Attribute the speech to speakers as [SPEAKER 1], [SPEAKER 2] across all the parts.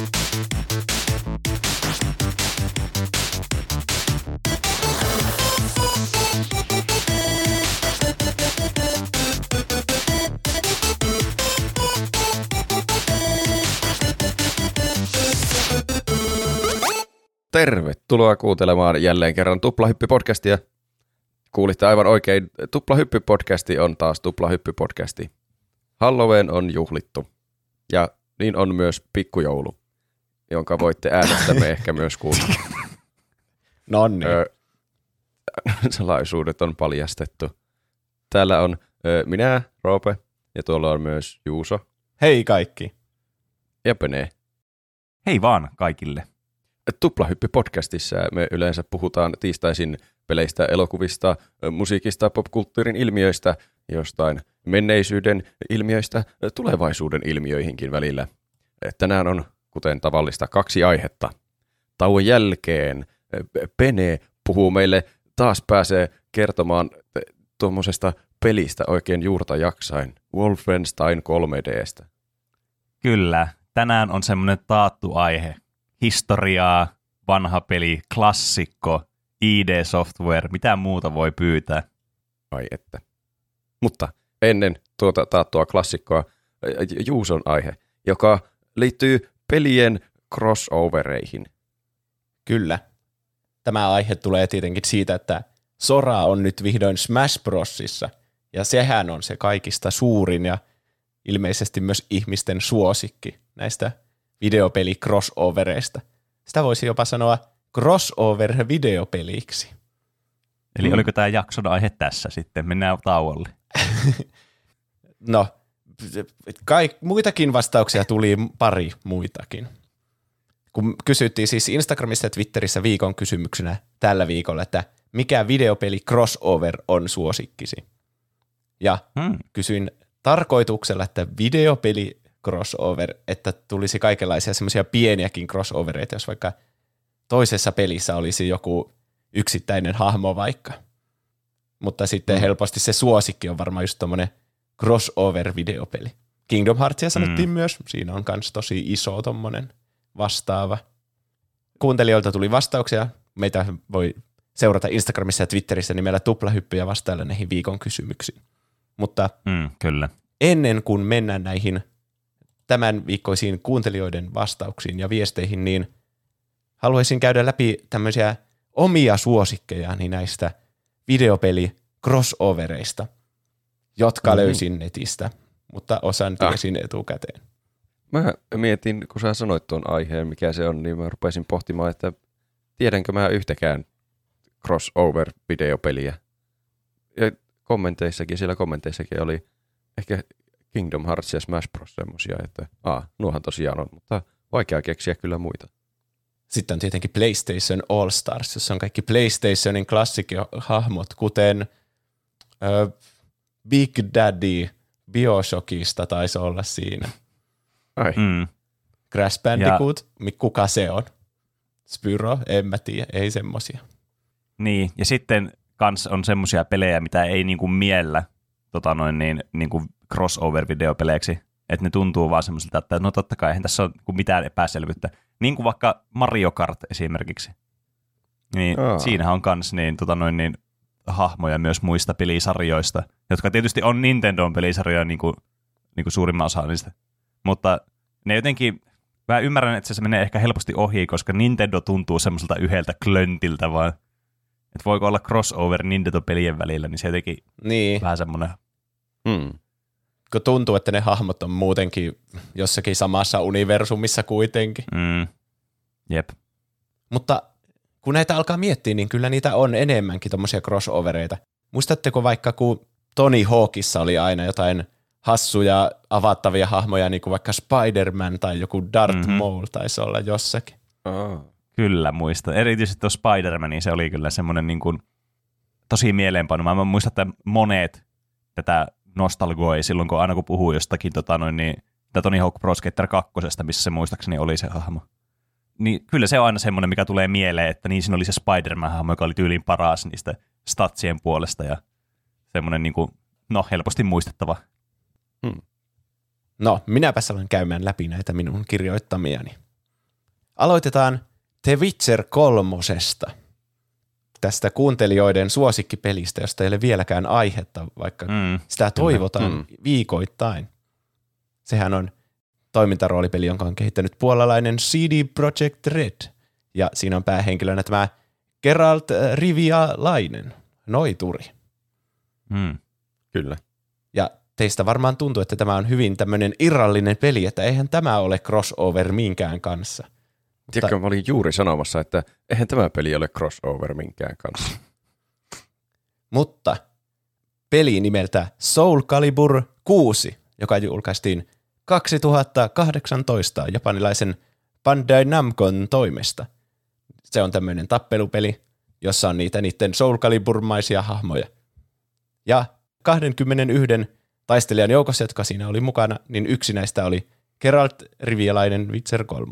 [SPEAKER 1] Tervetuloa kuuntelemaan jälleen kerran Tuplahyppy-podcastia. Kuulitte aivan oikein, Tuplahyppy-podcasti on taas Tuplahyppy-podcasti. Halloween on juhlittu, ja niin on myös pikkujoulu, jonka voitte äänestämme ehkä myös kuulla.
[SPEAKER 2] No niin.
[SPEAKER 1] Salaisuudet on paljastettu. Täällä on minä, Roope, ja tuolla on myös Juuso.
[SPEAKER 2] Hei kaikki.
[SPEAKER 1] Ja Pene.
[SPEAKER 3] Hei vaan kaikille.
[SPEAKER 1] Tuplahyppy-podcastissa me yleensä puhutaan tiistaisin peleistä, elokuvista, musiikista, popkulttuurin ilmiöistä, jostain menneisyyden ilmiöistä, tulevaisuuden ilmiöihinkin välillä. Tänään on, kuten tavallista, 2 aihetta. Tauon jälkeen Pene puhuu meille, taas pääsee kertomaan tuommoisesta pelistä oikein juurta jaksain, Wolfenstein 3D:stä.
[SPEAKER 3] Kyllä, tänään on semmoinen taattu aihe. Historiaa, vanha peli, klassikko, ID Software, mitä muuta voi pyytää.
[SPEAKER 1] Ai että. Mutta ennen tuota taattua klassikkoa Juuson aihe, joka liittyy pelien crossovereihin.
[SPEAKER 2] Kyllä. Tämä aihe tulee tietenkin siitä, että Sora on nyt vihdoin Smash Brosissa, ja sehän on se kaikista suurin ja ilmeisesti myös ihmisten suosikki näistä videopeli-crossovereista. Sitä voisi jopa sanoa crossover-videopeliksi.
[SPEAKER 3] Eli oliko tämä jakson aihe tässä sitten? Mennään tauolle.
[SPEAKER 2] No, muitakin vastauksia tuli pari muitakin. Kun kysyttiin siis Instagramissa ja Twitterissä viikon kysymyksenä tällä viikolla, että mikä videopeli crossover on suosikkisi. Ja kysyin tarkoituksella, että videopeli crossover, että tulisi kaikenlaisia semmoisia pieniäkin crossovereita, jos vaikka toisessa pelissä olisi joku yksittäinen hahmo vaikka. Mutta sitten helposti se suosikki on varmaan just tommonen crossover-videopeli. Kingdom Heartsia sanottiin myös, siinä on kans tosi iso tommonen vastaava. Kuuntelijoilta tuli vastauksia, meitä voi seurata Instagramissa ja Twitterissä nimellä Tuplahyppy ja vastailla näihin viikon kysymyksiin. Mutta
[SPEAKER 3] kyllä.
[SPEAKER 2] Ennen kuin mennään näihin tämän viikkoisiin kuuntelijoiden vastauksiin ja viesteihin, niin haluaisin käydä läpi tämmöisiä omia suosikkejani näistä videopeli-crossovereista, jotka löysin netistä, mutta osan tiesin etukäteen.
[SPEAKER 1] Mä mietin, kun sä sanoit tuon aiheen, mikä se on, niin mä rupesin pohtimaan, että tiedänkö mä yhtäkään crossover-videopeliä. Ja siellä kommenteissakin oli ehkä Kingdom Hearts ja Smash Bros. Semmosia, että nuohan tosiaan on, mutta vaikea keksiä kyllä muita.
[SPEAKER 2] Sitten on tietenkin PlayStation All Stars, jossa on kaikki PlayStationin klassikkihahmot, kuten Big Daddy BioShockista taisi olla siinä.
[SPEAKER 1] Ai.
[SPEAKER 2] Crash Bandicoot, kuka se on? Spyro, en mä tiedä, ei semmosia.
[SPEAKER 3] Niin, ja sitten kans on semmosia pelejä, mitä ei niinku miellä niinku crossover-videopeleiksi, että ne tuntuu vaan semmoisilta, että no totta kai eihän tässä ole mitään epäselvyyttä. Niin kuin vaikka Mario Kart esimerkiksi. Niin siinähän on kans hahmoja myös muista pelisarjoista, jotka tietysti on Nintendon pelisarjoja niin kuin suurimman osa niistä. Mutta ne jotenkin, mä ymmärrän, että se menee ehkä helposti ohi, koska Nintendo tuntuu semmoiselta yhdeltä klöntiltä vaan. Että voiko olla crossover Nintendo-pelien välillä, niin se jotenkin vähän semmoinen.
[SPEAKER 2] Kun tuntuu, että ne hahmot on muutenkin jossakin samassa universumissa kuitenkin.
[SPEAKER 3] Jep.
[SPEAKER 2] Mutta kun näitä alkaa miettiä, niin kyllä niitä on enemmänkin tommosia crossovereita. Muistatteko vaikka, kun Tony Hawkissa oli aina jotain hassuja avattavia hahmoja, niin kuin vaikka Spider-Man tai joku Darth Maul taisi olla jossakin.
[SPEAKER 3] Kyllä muistan. Erityisesti tuo Spider-Man, niin se oli kyllä semmoinen niin kuin tosi mieleenpainuva. Mä muistan, että monet tätä nostalgoi silloin, kun aina kun puhuu jostakin Tony Hawk Pro Skater 2, missä se muistaakseni oli se hahmo. Niin kyllä se on aina semmoinen, mikä tulee mieleen, että niin siinä oli se Spider-Man-hahmo, joka oli tyyliin paras niistä statsien puolesta ja semmoinen niin kuin, helposti muistettava.
[SPEAKER 2] No, minäpäs aloin käymään läpi näitä minun kirjoittamiani. aloitetaan The Witcher 3. Tästä kuuntelijoiden suosikkipelistä, josta ei ole vieläkään aihetta, vaikka sitä toivotaan viikoittain. Sehän on toimintaroolipeli, jonka on kehittänyt puolalainen CD Projekt Red. Ja siinä on päähenkilönä tämä Geralt Rivialainen, noituri.
[SPEAKER 1] Kyllä.
[SPEAKER 2] Ja teistä varmaan tuntuu, että tämä on hyvin tämmöinen irrallinen peli, että eihän tämä ole crossover minkään kanssa.
[SPEAKER 1] Tiedätkö, mä olin juuri sanomassa, että eihän tämä peli ole crossover minkään kanssa.
[SPEAKER 2] Mutta peli nimeltä Soul Calibur 6, joka julkaistiin 2018 japanilaisen Bandai Namcon toimesta. Se on tämmöinen tappelupeli, jossa on niiden Soul Calibur-maisia hahmoja. Ja 21 taistelijan joukossa, jotka siinä oli mukana, niin yksi näistä oli Geralt Rivialainen Witcher 3.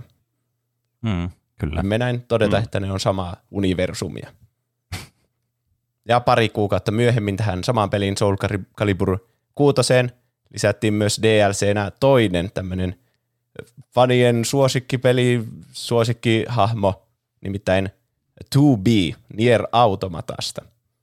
[SPEAKER 3] Kyllä.
[SPEAKER 2] Me näin todeta, että ne on samaa universumia. Ja pari kuukautta myöhemmin tähän samaan peliin Soul Calibur 6 lisättiin myös DLC:nä toinen tämmöinen fanien suosikkipeli, suosikkihahmo, nimittäin 2B, Nier Automatasta.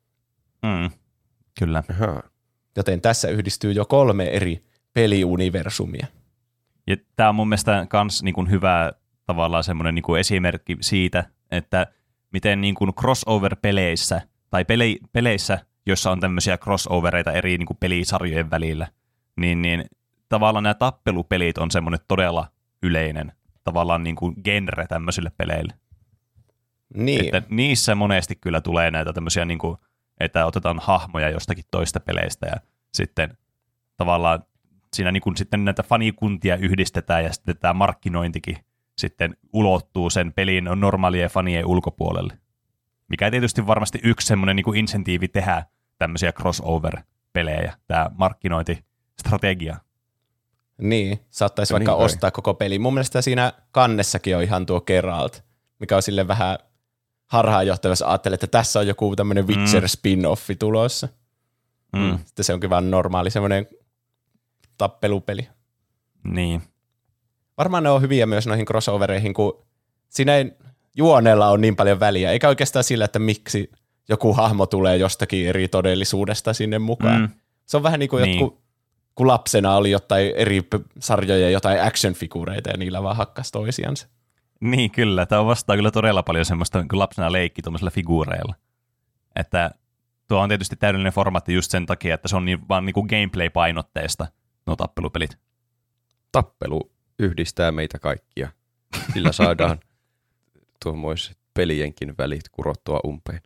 [SPEAKER 3] Kyllä.
[SPEAKER 1] Aha.
[SPEAKER 2] Joten tässä yhdistyy jo 3 eri peliuniversumia.
[SPEAKER 3] Ja tämä on mun mielestä myös niin kuin hyvä tavallaan semmoinen niin kuin esimerkki siitä, että miten niin kuin crossover-peleissä tai peleissä, joissa on tämmöisiä crossovereita eri niin kuin pelisarjojen välillä, niin tavallaan nämä tappelupelit on semmoinen todella yleinen tavallaan niin kuin genre tämmöisille peleille.
[SPEAKER 2] Niin.
[SPEAKER 3] Että niissä monesti kyllä tulee näitä tämmöisiä, niin kuin, että otetaan hahmoja jostakin toista peleistä ja sitten tavallaan siinä niin kuin sitten näitä fanikuntia yhdistetään ja sitten tämä markkinointikin sitten ulottuu sen pelin normaalien fanien ulkopuolelle. Mikä tietysti varmasti yksi semmoinen niin kuin insentiivi tehdä tämmöisiä crossover-pelejä, tämä markkinointistrategia.
[SPEAKER 2] Niin, saattaisi vaikka ostaa koko peli. Mun mielestä siinä kannessakin on ihan tuo Geralt, mikä on sille vähän harhaanjohtava, jos ajattelee, että tässä on joku tämmöinen Witcher spin-offi tulossa. Sitten se onkin vaan normaali semmoinen tappelupeli.
[SPEAKER 3] Niin.
[SPEAKER 2] Varmaan ne on hyviä myös noihin crossovereihin, kun siinä ei juonella on niin paljon väliä, eikä oikeastaan sillä, että miksi joku hahmo tulee jostakin eri todellisuudesta sinne mukaan. Se on vähän niin kuin jotkut, kun lapsena oli jotain eri sarjoja, jotain action-figureita ja niillä vaan hakkas toisiansa.
[SPEAKER 3] Niin, kyllä. Tämä vastaa kyllä todella paljon semmoista, kun lapsena leikki tuollaisilla figuureilla. Että tuo on tietysti täydellinen formaatti just sen takia, että se on vaan niin kuin gameplay-painotteista nuo tappelupelit.
[SPEAKER 1] Tappelu yhdistää meitä kaikkia. Sillä saadaan tuommoiset pelienkin välit kurottua umpeen.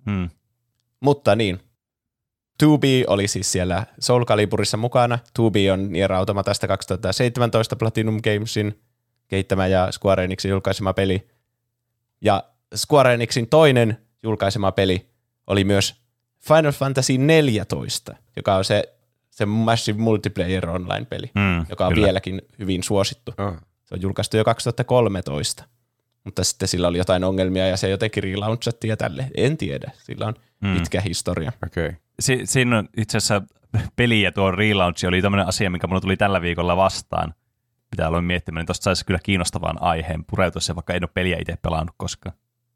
[SPEAKER 2] Mutta niin, 2B oli siis siellä Soul Caliburissa mukana. 2B on Nier Automatasta 2017 Platinum Gamesin kehittämä ja Square Enixin julkaisema peli. Ja Square Enixin toinen julkaisema peli oli myös Final Fantasy 14, joka on se Massive Multiplayer Online-peli, joka on vieläkin hyvin suosittu. Se on julkaistu jo 2013, mutta sitten sillä oli jotain ongelmia ja se jotenkin relaunchattiin ja tälle. En tiedä, sillä on pitkä historia.
[SPEAKER 1] Okay.
[SPEAKER 3] Siinä on itse asiassa peli ja tuo relaunch oli tämmöinen asia, mikä mulle tuli tällä viikolla vastaan. Mitä aloin miettimään, niin tuosta saisi kyllä kiinnostavan aiheen pureutua se, vaikka en ole peliä itse pelannut koskaan.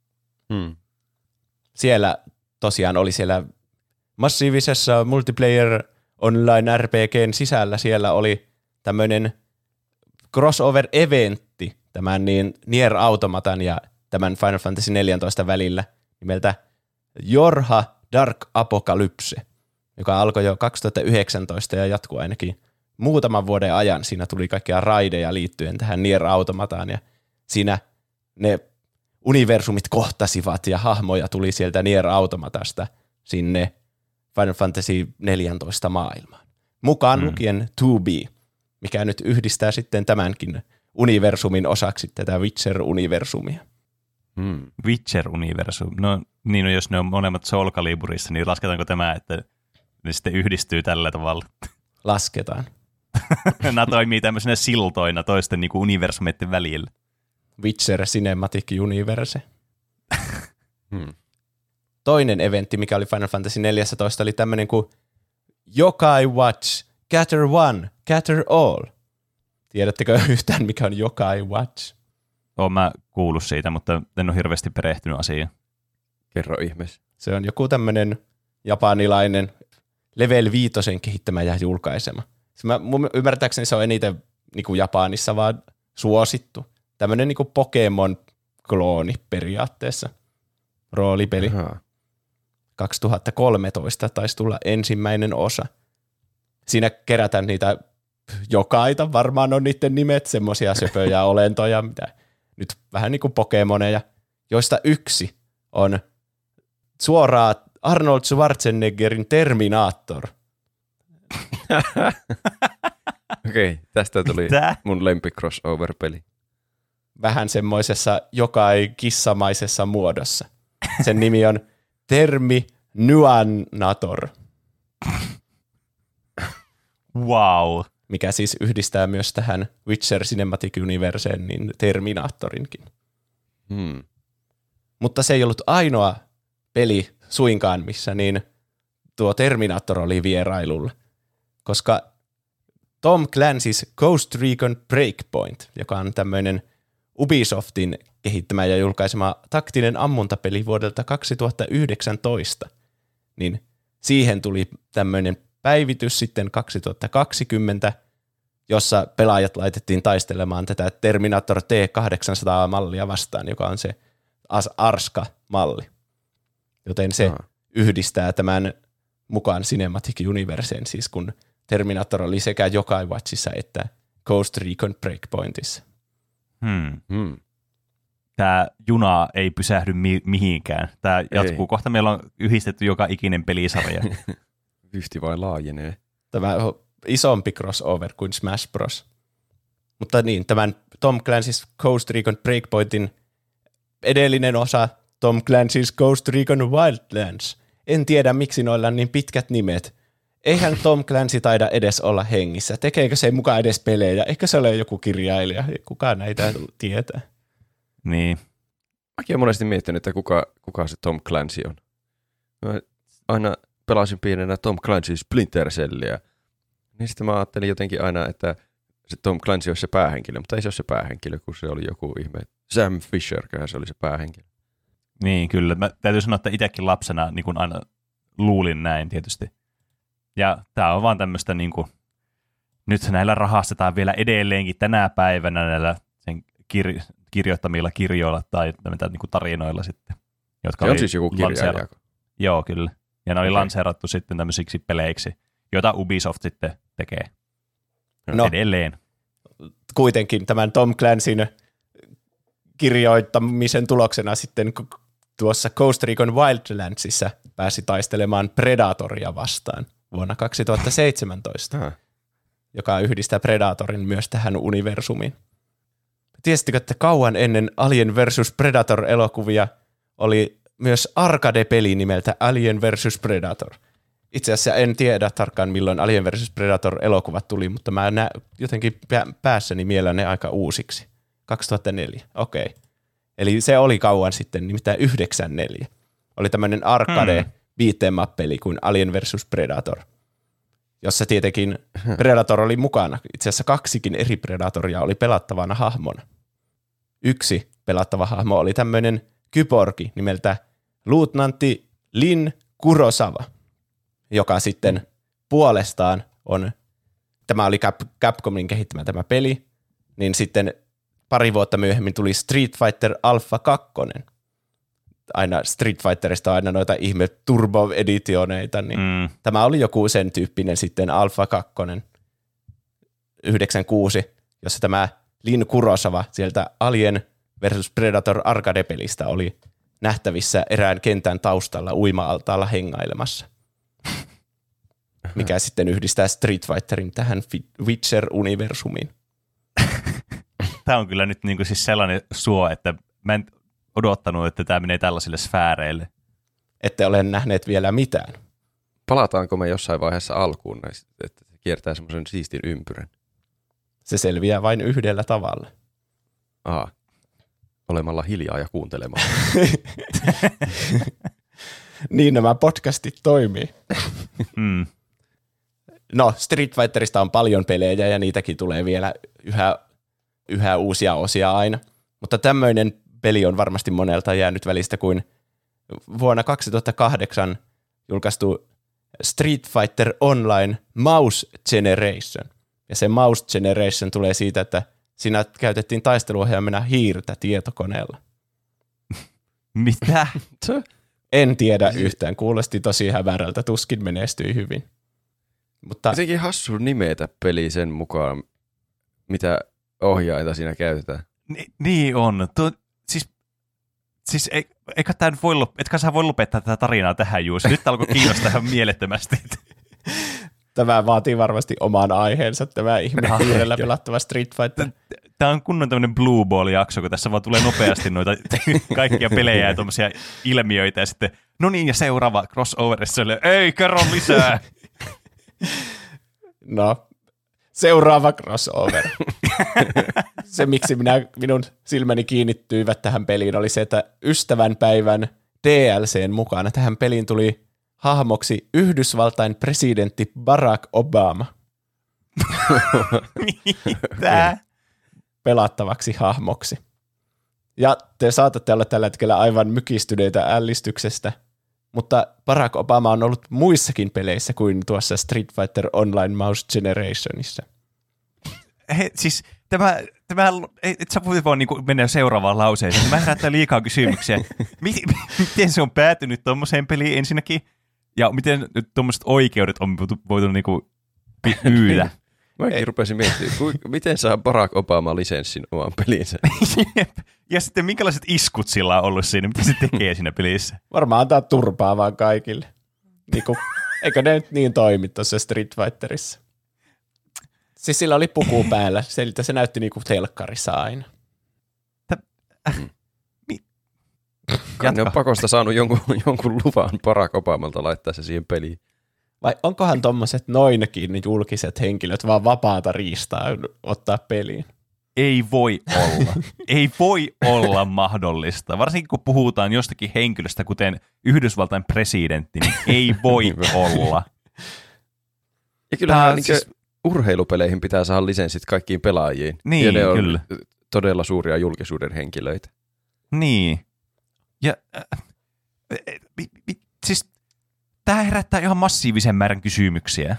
[SPEAKER 2] Siellä tosiaan oli siellä massiivisessa multiplayer online RPGn sisällä siellä oli tämmöinen crossover-eventti tämän niin Nier Automatan ja tämän Final Fantasy 14 välillä nimeltä Jorha Dark Apocalypse, joka alkoi jo 2019 ja jatkuu ainakin muutaman vuoden ajan. Siinä tuli kaikkia raideja liittyen tähän Nier Automataan ja siinä ne universumit kohtasivat ja hahmoja tuli sieltä Nier Automatasta sinne Final Fantasy 14 maailmaan. Mukaan lukien 2B, mikä nyt yhdistää sitten tämänkin universumin osaksi tätä Witcher-universumia.
[SPEAKER 3] Witcher-universum. No niin, jos ne on molemmat Soul Caliburissa, niin lasketaanko tämä, että ne sitten yhdistyy tällä tavalla?
[SPEAKER 2] Lasketaan.
[SPEAKER 3] Nämä toimii tämmöisenä siltoina toisten niin kuin universumeiden välillä.
[SPEAKER 2] Witcher Cinematic Universe. Toinen eventti, mikä oli Final Fantasy 14, oli tämmöinen kuin Yokai Watch, Gather One, Gather All. Tiedättekö yhtään, mikä on Yokai Watch?
[SPEAKER 3] oon mä kuullut siitä, mutta en ole hirveästi perehtynyt asiaan.
[SPEAKER 1] Kerro ihmeessä.
[SPEAKER 2] Se on joku tämmöinen japanilainen Level 5 kehittämä ja julkaisema. Mun ymmärtääkseni se on eniten niin kuin Japanissa vaan suosittu. Tämmöinen niin kuin Pokemon-klooni periaatteessa. Roolipeli.
[SPEAKER 1] Aha.
[SPEAKER 2] 2013 taisi tulla ensimmäinen osa. Siinä kerätään niitä jokaita, varmaan on niiden nimet, semmoisia söpöjä olentoja, mitä nyt vähän niin kuin Pokemoneja, joista yksi on suoraan Arnold Schwarzeneggerin Terminator.
[SPEAKER 1] Okei, tästä tuli
[SPEAKER 3] Mitä?
[SPEAKER 1] mun lempi-crossover-peli.
[SPEAKER 2] Vähän semmoisessa kissamaisessa muodossa. Sen nimi on Terminator,
[SPEAKER 3] Wow.
[SPEAKER 2] mikä siis yhdistää myös tähän Witcher Cinematic Universeen niin Terminatorinkin. Mutta se ei ollut ainoa peli suinkaan, missä niin tuo Terminator oli vierailulla, koska Tom Clancy's Ghost Recon Breakpoint, joka on tämmöinen Ubisoftin kehittämä ja julkaisema taktinen ammuntapeli vuodelta 2019, niin siihen tuli tämmöinen päivitys sitten 2020, jossa pelaajat laitettiin taistelemaan tätä Terminator T800-mallia vastaan, joka on se Arska-malli. Joten se yhdistää tämän mukaan Cinematic Universeen, siis kun Terminator oli sekä Yokai Watchissa että Ghost Recon Breakpointissa.
[SPEAKER 3] Tämä juna ei pysähdy mihinkään. Tämä jatkuu. Kohta meillä on yhdistetty joka ikinen pelisarja.
[SPEAKER 1] Yhti vain laajenee.
[SPEAKER 2] Tämä on isompi crossover kuin Smash Bros. Mutta niin, tämän Tom Clancy's Ghost Recon Breakpointin edellinen osa, Tom Clancy's Ghost Recon Wildlands. En tiedä, miksi noilla on niin pitkät nimet. Eihän Tom Clancy taida edes olla hengissä. Tekeekö se mukaan edes pelejä? Ehkä se ole joku kirjailija. Kukaan näitä tietää.
[SPEAKER 3] Niin.
[SPEAKER 1] Mäkin olen monesti miettinyt, että kuka se Tom Clancy on. Mä aina pelasin pienenä Tom Clancy Splinter Cellia. Niin sitten mä ajattelin jotenkin aina, että se Tom Clancy olisi se päähenkilö, mutta ei se ole se päähenkilö, kun se oli joku ihme. Sam Fisher, köhän se oli se päähenkilö.
[SPEAKER 3] Niin, kyllä. Mä täytyy sanoa, että itsekin lapsena niin kuin aina luulin näin tietysti. Ja tää on vaan tämmöistä, niin kuin, nyt näillä rahastetaan vielä edelleenkin tänä päivänä näillä sen kirjoittamilla kirjoilla tai niin kuin tarinoilla sitten. Jotka
[SPEAKER 1] se on siis joku kirjailija.
[SPEAKER 3] Joo, kyllä. Ja ne oli lanseerattu sitten tämmöisiksi peleiksi, joita Ubisoft sitten tekee edelleen.
[SPEAKER 2] Kuitenkin tämän Tom Clancyn kirjoittamisen tuloksena sitten tuossa Ghost Recon Wildlandsissa pääsi taistelemaan Predatoria vastaan vuonna 2017, joka yhdistää Predatorin myös tähän universumiin. Tiesittekö, että kauan ennen Alien vs. Predator-elokuvia oli myös arcade-peli nimeltä Alien vs. Predator. Itse asiassa en tiedä tarkkaan, milloin Alien vs. Predator-elokuvat tuli, mutta mä jotenkin päässäni miellä ne aika uusiksi. 2004, okei. Eli se oli kauan sitten, nimittäin 94. Oli tämmöinen arcade beat-em up-peli kuin Alien vs. Predator, jossa tietenkin Predator oli mukana. Itse asiassa 2 eri Predatoria oli pelattavana hahmona. Yksi pelattava hahmo oli tämmöinen kyborgi nimeltä luutnantti Lin Kurosawa, joka sitten puolestaan on, tämä oli Capcomin kehittämä tämä peli, niin sitten pari vuotta myöhemmin tuli Street Fighter Alpha 2. Aina Street Fighterista on aina noita ihme turbo-editioneita, niin tämä oli joku sen tyyppinen sitten Alpha 2 96, jossa tämä Lin Kurosawa sieltä Alien vs. Predator arcade-pelistä oli nähtävissä erään kentän taustalla uima-altaalla hengailemassa, mikä sitten yhdistää Street Fighterin tähän Witcher-universumiin.
[SPEAKER 3] Tämä on kyllä nyt niinku siis sellainen suo, että mä en odottanut, että tämä menee tällaisille sfääreille.
[SPEAKER 2] Ette ole nähneet vielä mitään.
[SPEAKER 1] Palataanko me jossain vaiheessa alkuun näistä, että se kiertää semmoisen siistin ympyrän?
[SPEAKER 2] Se selviää vain yhdellä tavalla.
[SPEAKER 1] Olemalla hiljaa ja kuuntelemaan.
[SPEAKER 2] Niin nämä podcastit toimii. No, Street Fighterista on paljon pelejä ja niitäkin tulee vielä yhä uusia osia aina. Mutta tämmöinen peli on varmasti monelta jäänyt välistä kuin vuonna 2008 julkaistu Street Fighter Online Mouse Generation. Ja se Mouse Generation tulee siitä, että siinä käytettiin taisteluohjaimena hiirtä tietokoneella.
[SPEAKER 3] Mitä?
[SPEAKER 2] En tiedä yhtään. Kuulosti tosi hämärältä. Tuskin menestyi hyvin. Mutta
[SPEAKER 1] jotenkin hassu nimetä peli sen mukaan, mitä ohjainta siinä käytetään.
[SPEAKER 3] Niin on. Siis eikä tämä nyt etkä sä voi lopettaa tätä tarinaa tähän juuri. Nyt alkoi kiinnostaa ihan mielettömästi.
[SPEAKER 2] Tämä vaatii varmasti oman aiheensa, tämä ihminen hiirellä pelattava Street Fighter.
[SPEAKER 3] Tämä on kunnon tämmöinen Blue Ball-jakso, kun tässä vaan tulee nopeasti noita kaikkia pelejä ja tuommoisia ilmiöitä, ja sitten, no niin, ja seuraava crossoverissa oli, ei, kerro lisää.
[SPEAKER 2] No, seuraava crossover. Se, miksi minun silmäni kiinnittyivät tähän peliin, oli se, että ystävänpäivän DLCn mukana tähän peliin tuli hahmoksi Yhdysvaltain presidentti Barack Obama.
[SPEAKER 3] Mitä?
[SPEAKER 2] Pelattavaksi hahmoksi. Ja te saatatte olla tällä hetkellä aivan mykistyneitä ällistyksestä, mutta Barack Obama on ollut muissakin peleissä kuin tuossa Street Fighter Online Mouse Generationissa.
[SPEAKER 3] Siis tämä et sä voi vaan niinku mennä seuraavaan lauseeseen. Mä herättää liikaa kysymyksiä. Miten se on päätynyt tuommoiseen peliin ensinnäkin? Ja miten nyt tuommoiset oikeudet on voitu niinku myydä?
[SPEAKER 1] Mäkin rupesin miettimään, miten saa Barack Obama lisenssin omaan peliinsä.
[SPEAKER 3] Ja sitten minkälaiset iskut sillä on ollut siinä? Mitä se tekee siinä pelissä?
[SPEAKER 2] Varmaan antaa turpaa vaan kaikille. Eikö ne nyt niin toimi tuossa Street Fighterissa? Siis sillä oli puku päällä. Se näytti niinku telkkarissa aina.
[SPEAKER 1] Ne on pakosta saanut jonkun luvan Barack Obamalta laittaa se siihen peliin.
[SPEAKER 2] Vai onkohan tommoset noinkin julkiset henkilöt vaan vapaata riistaa ottaa peliin?
[SPEAKER 3] Ei voi olla. Ei voi olla mahdollista. Varsinkin kun puhutaan jostakin henkilöstä, kuten Yhdysvaltain presidentti, niin ei voi olla.
[SPEAKER 1] Ja kyllähän siis urheilupeleihin pitää saada lisenssit kaikkiin pelaajiin.
[SPEAKER 3] Niin,
[SPEAKER 1] ja ne on
[SPEAKER 3] kyllä.
[SPEAKER 1] Todella suuria julkisuuden henkilöitä.
[SPEAKER 3] Niin. Ja siis tämä herättää ihan massiivisen määrän kysymyksiä.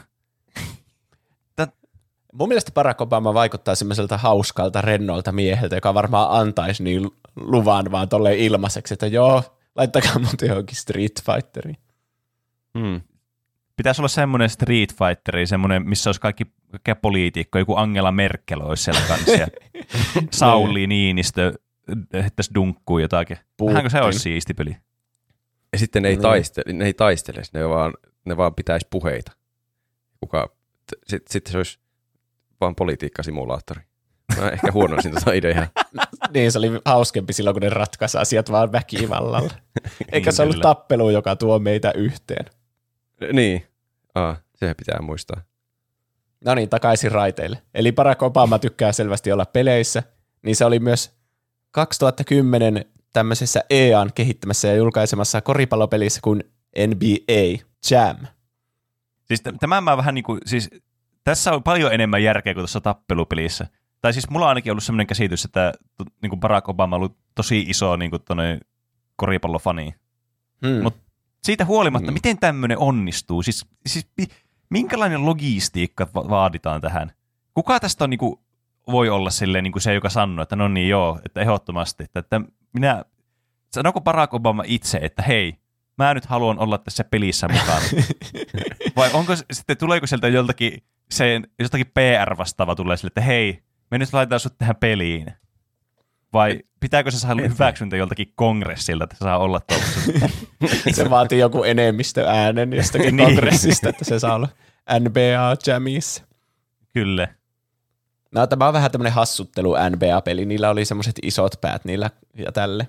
[SPEAKER 2] Mun mielestä Barack Obama vaikuttaa semmoiselta hauskalta, rennolta mieheltä, joka varmaan antaisi niin luvan vaan tolleen ilmaiseksi, että joo, laittakaa mut johonkin Street Fighteriin.
[SPEAKER 3] Pitäisi olla semmoinen Street Fighteri, semmoinen, missä olisi kaikkia poliitikkoja, joku Angela Merkel olisi siellä kanssa, ja Sauli Niinistö heittäisi dunkkuun jotakin. Vähänkö se olisi siisti peli?
[SPEAKER 1] Ja sitten ne ei taistele, ne vaan pitäisi puheita. Sitten se olisi vaan politiikkasimulaattori. Mä ehkä huonoisin tuota ideaa.
[SPEAKER 2] Niin, se oli hauskempi silloin, kun ne ratkaisi asiat vaan väkivallalla. Eikä se ollut tappelu, joka tuo meitä yhteen.
[SPEAKER 1] Niin, sehän pitää muistaa.
[SPEAKER 2] No niin, takaisin raiteille. Eli Barack Obama tykkää selvästi olla peleissä, niin se oli myös 2010 tämmöisessä EA:n kehittämässä ja julkaisemassa koripallopelissä kuin NBA Jam.
[SPEAKER 3] Siis tämä mä vähän niin kuin, siis tässä on paljon enemmän järkeä kuin tuossa tappelupelissä. Tai siis mulla on ainakin ollut semmoinen käsitys, että niin kuin Barack Obama on ollut tosi iso niin kuin koripallofani. Mutta siitä huolimatta, miten tämmöinen onnistuu? Siis minkälainen logistiikka vaaditaan tähän? Kuka tästä on, niin kuin, voi olla silleen, niin kuin se, joka sanoo, että no niin joo, että ehdottomasti. Että sanooko Barack Obama itse, että hei, mä nyt haluan olla tässä pelissä mukana? Vai onko sitten, tuleeko sieltä jostakin PR-vastaava tulee sille, että hei, me nyt laitetaan sut tähän peliin? Vai pitääkö se saada hyväksyntä joltakin kongressilta, että se saa olla tuollaisessa?
[SPEAKER 2] Se vaatii joku enemmistö äänen jostakin kongressista, että se saa olla NBA Jamissa.
[SPEAKER 3] Kyllä.
[SPEAKER 2] No, tämä on vähän tämmöinen hassuttelu NBA-peli. Niillä oli semmoiset isot päät niillä ja tälle.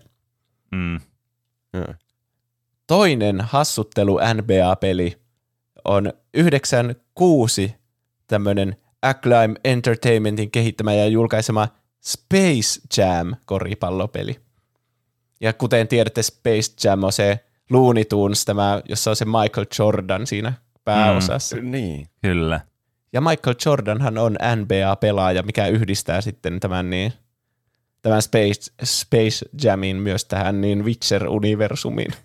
[SPEAKER 2] Toinen hassuttelu NBA-peli on 96 tämmöinen Acclaim Entertainmentin kehittämä ja julkaisema Space Jam -koripallopeli. Ja kuten tiedätte, Space Jam on se Looney Tunes, jossa on se Michael Jordan siinä pääosassa.
[SPEAKER 1] Niin.
[SPEAKER 3] Kyllä.
[SPEAKER 2] Ja Michael Jordanhan on NBA-pelaaja, mikä yhdistää sitten tämän niin tämän Space Jamin myös tähän niin Witcher-universumiin.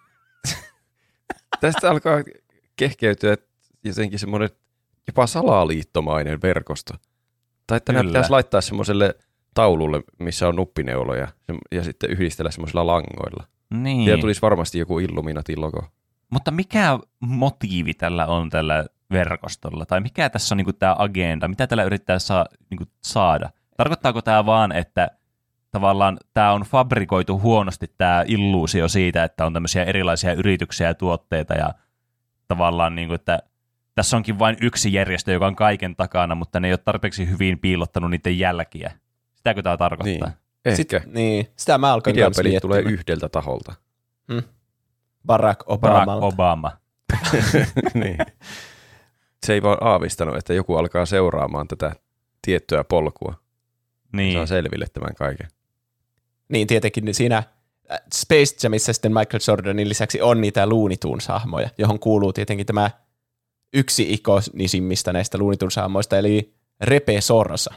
[SPEAKER 1] Tästä alkaa kehkeytyä jotenkin semmoinen jopa salaliittomainen verkosto. Tai että nämä pitäisi laittaa semmoiselle taululle, missä on nuppineuloja ja sitten yhdistellä semmoisilla langoilla.
[SPEAKER 3] Niin.
[SPEAKER 1] Siellä tulisi varmasti joku Illuminati-logo.
[SPEAKER 3] Mutta mikä motiivi tällä on tällä verkostolla? Tai mikä tässä on niinku tämä agenda? Mitä tällä yrittää saada? Tarkoittaako tämä vaan, että tavallaan tämä on fabrikoitu huonosti tämä illuusio siitä, että on tämmöisiä erilaisia yrityksiä ja tuotteita ja tavallaan niinku, että tässä onkin vain yksi järjestö, joka on kaiken takana, mutta ne ei ole tarpeeksi hyvin piilottanut niiden jälkiä. Sitäkö tämä tarkoittaa?
[SPEAKER 1] Niin. Ehkä.
[SPEAKER 2] Sitä mä alkoin kanssa
[SPEAKER 1] Videopelit tulee yhdeltä taholta.
[SPEAKER 2] Barack
[SPEAKER 3] Obama.
[SPEAKER 1] Niin. Se ei vaan aavistanut, että joku alkaa seuraamaan tätä tiettyä polkua.
[SPEAKER 3] Niin.
[SPEAKER 1] Saa selville tämän kaiken.
[SPEAKER 2] Niin, tietenkin siinä Space Jamissa sitten Michael Jordanin lisäksi on niitä Looney Tunes-hahmoja, johon kuuluu tietenkin tämä yksi ikonisimmista näistä Looney Tunes-hahmoista, eli Repe Sorsa.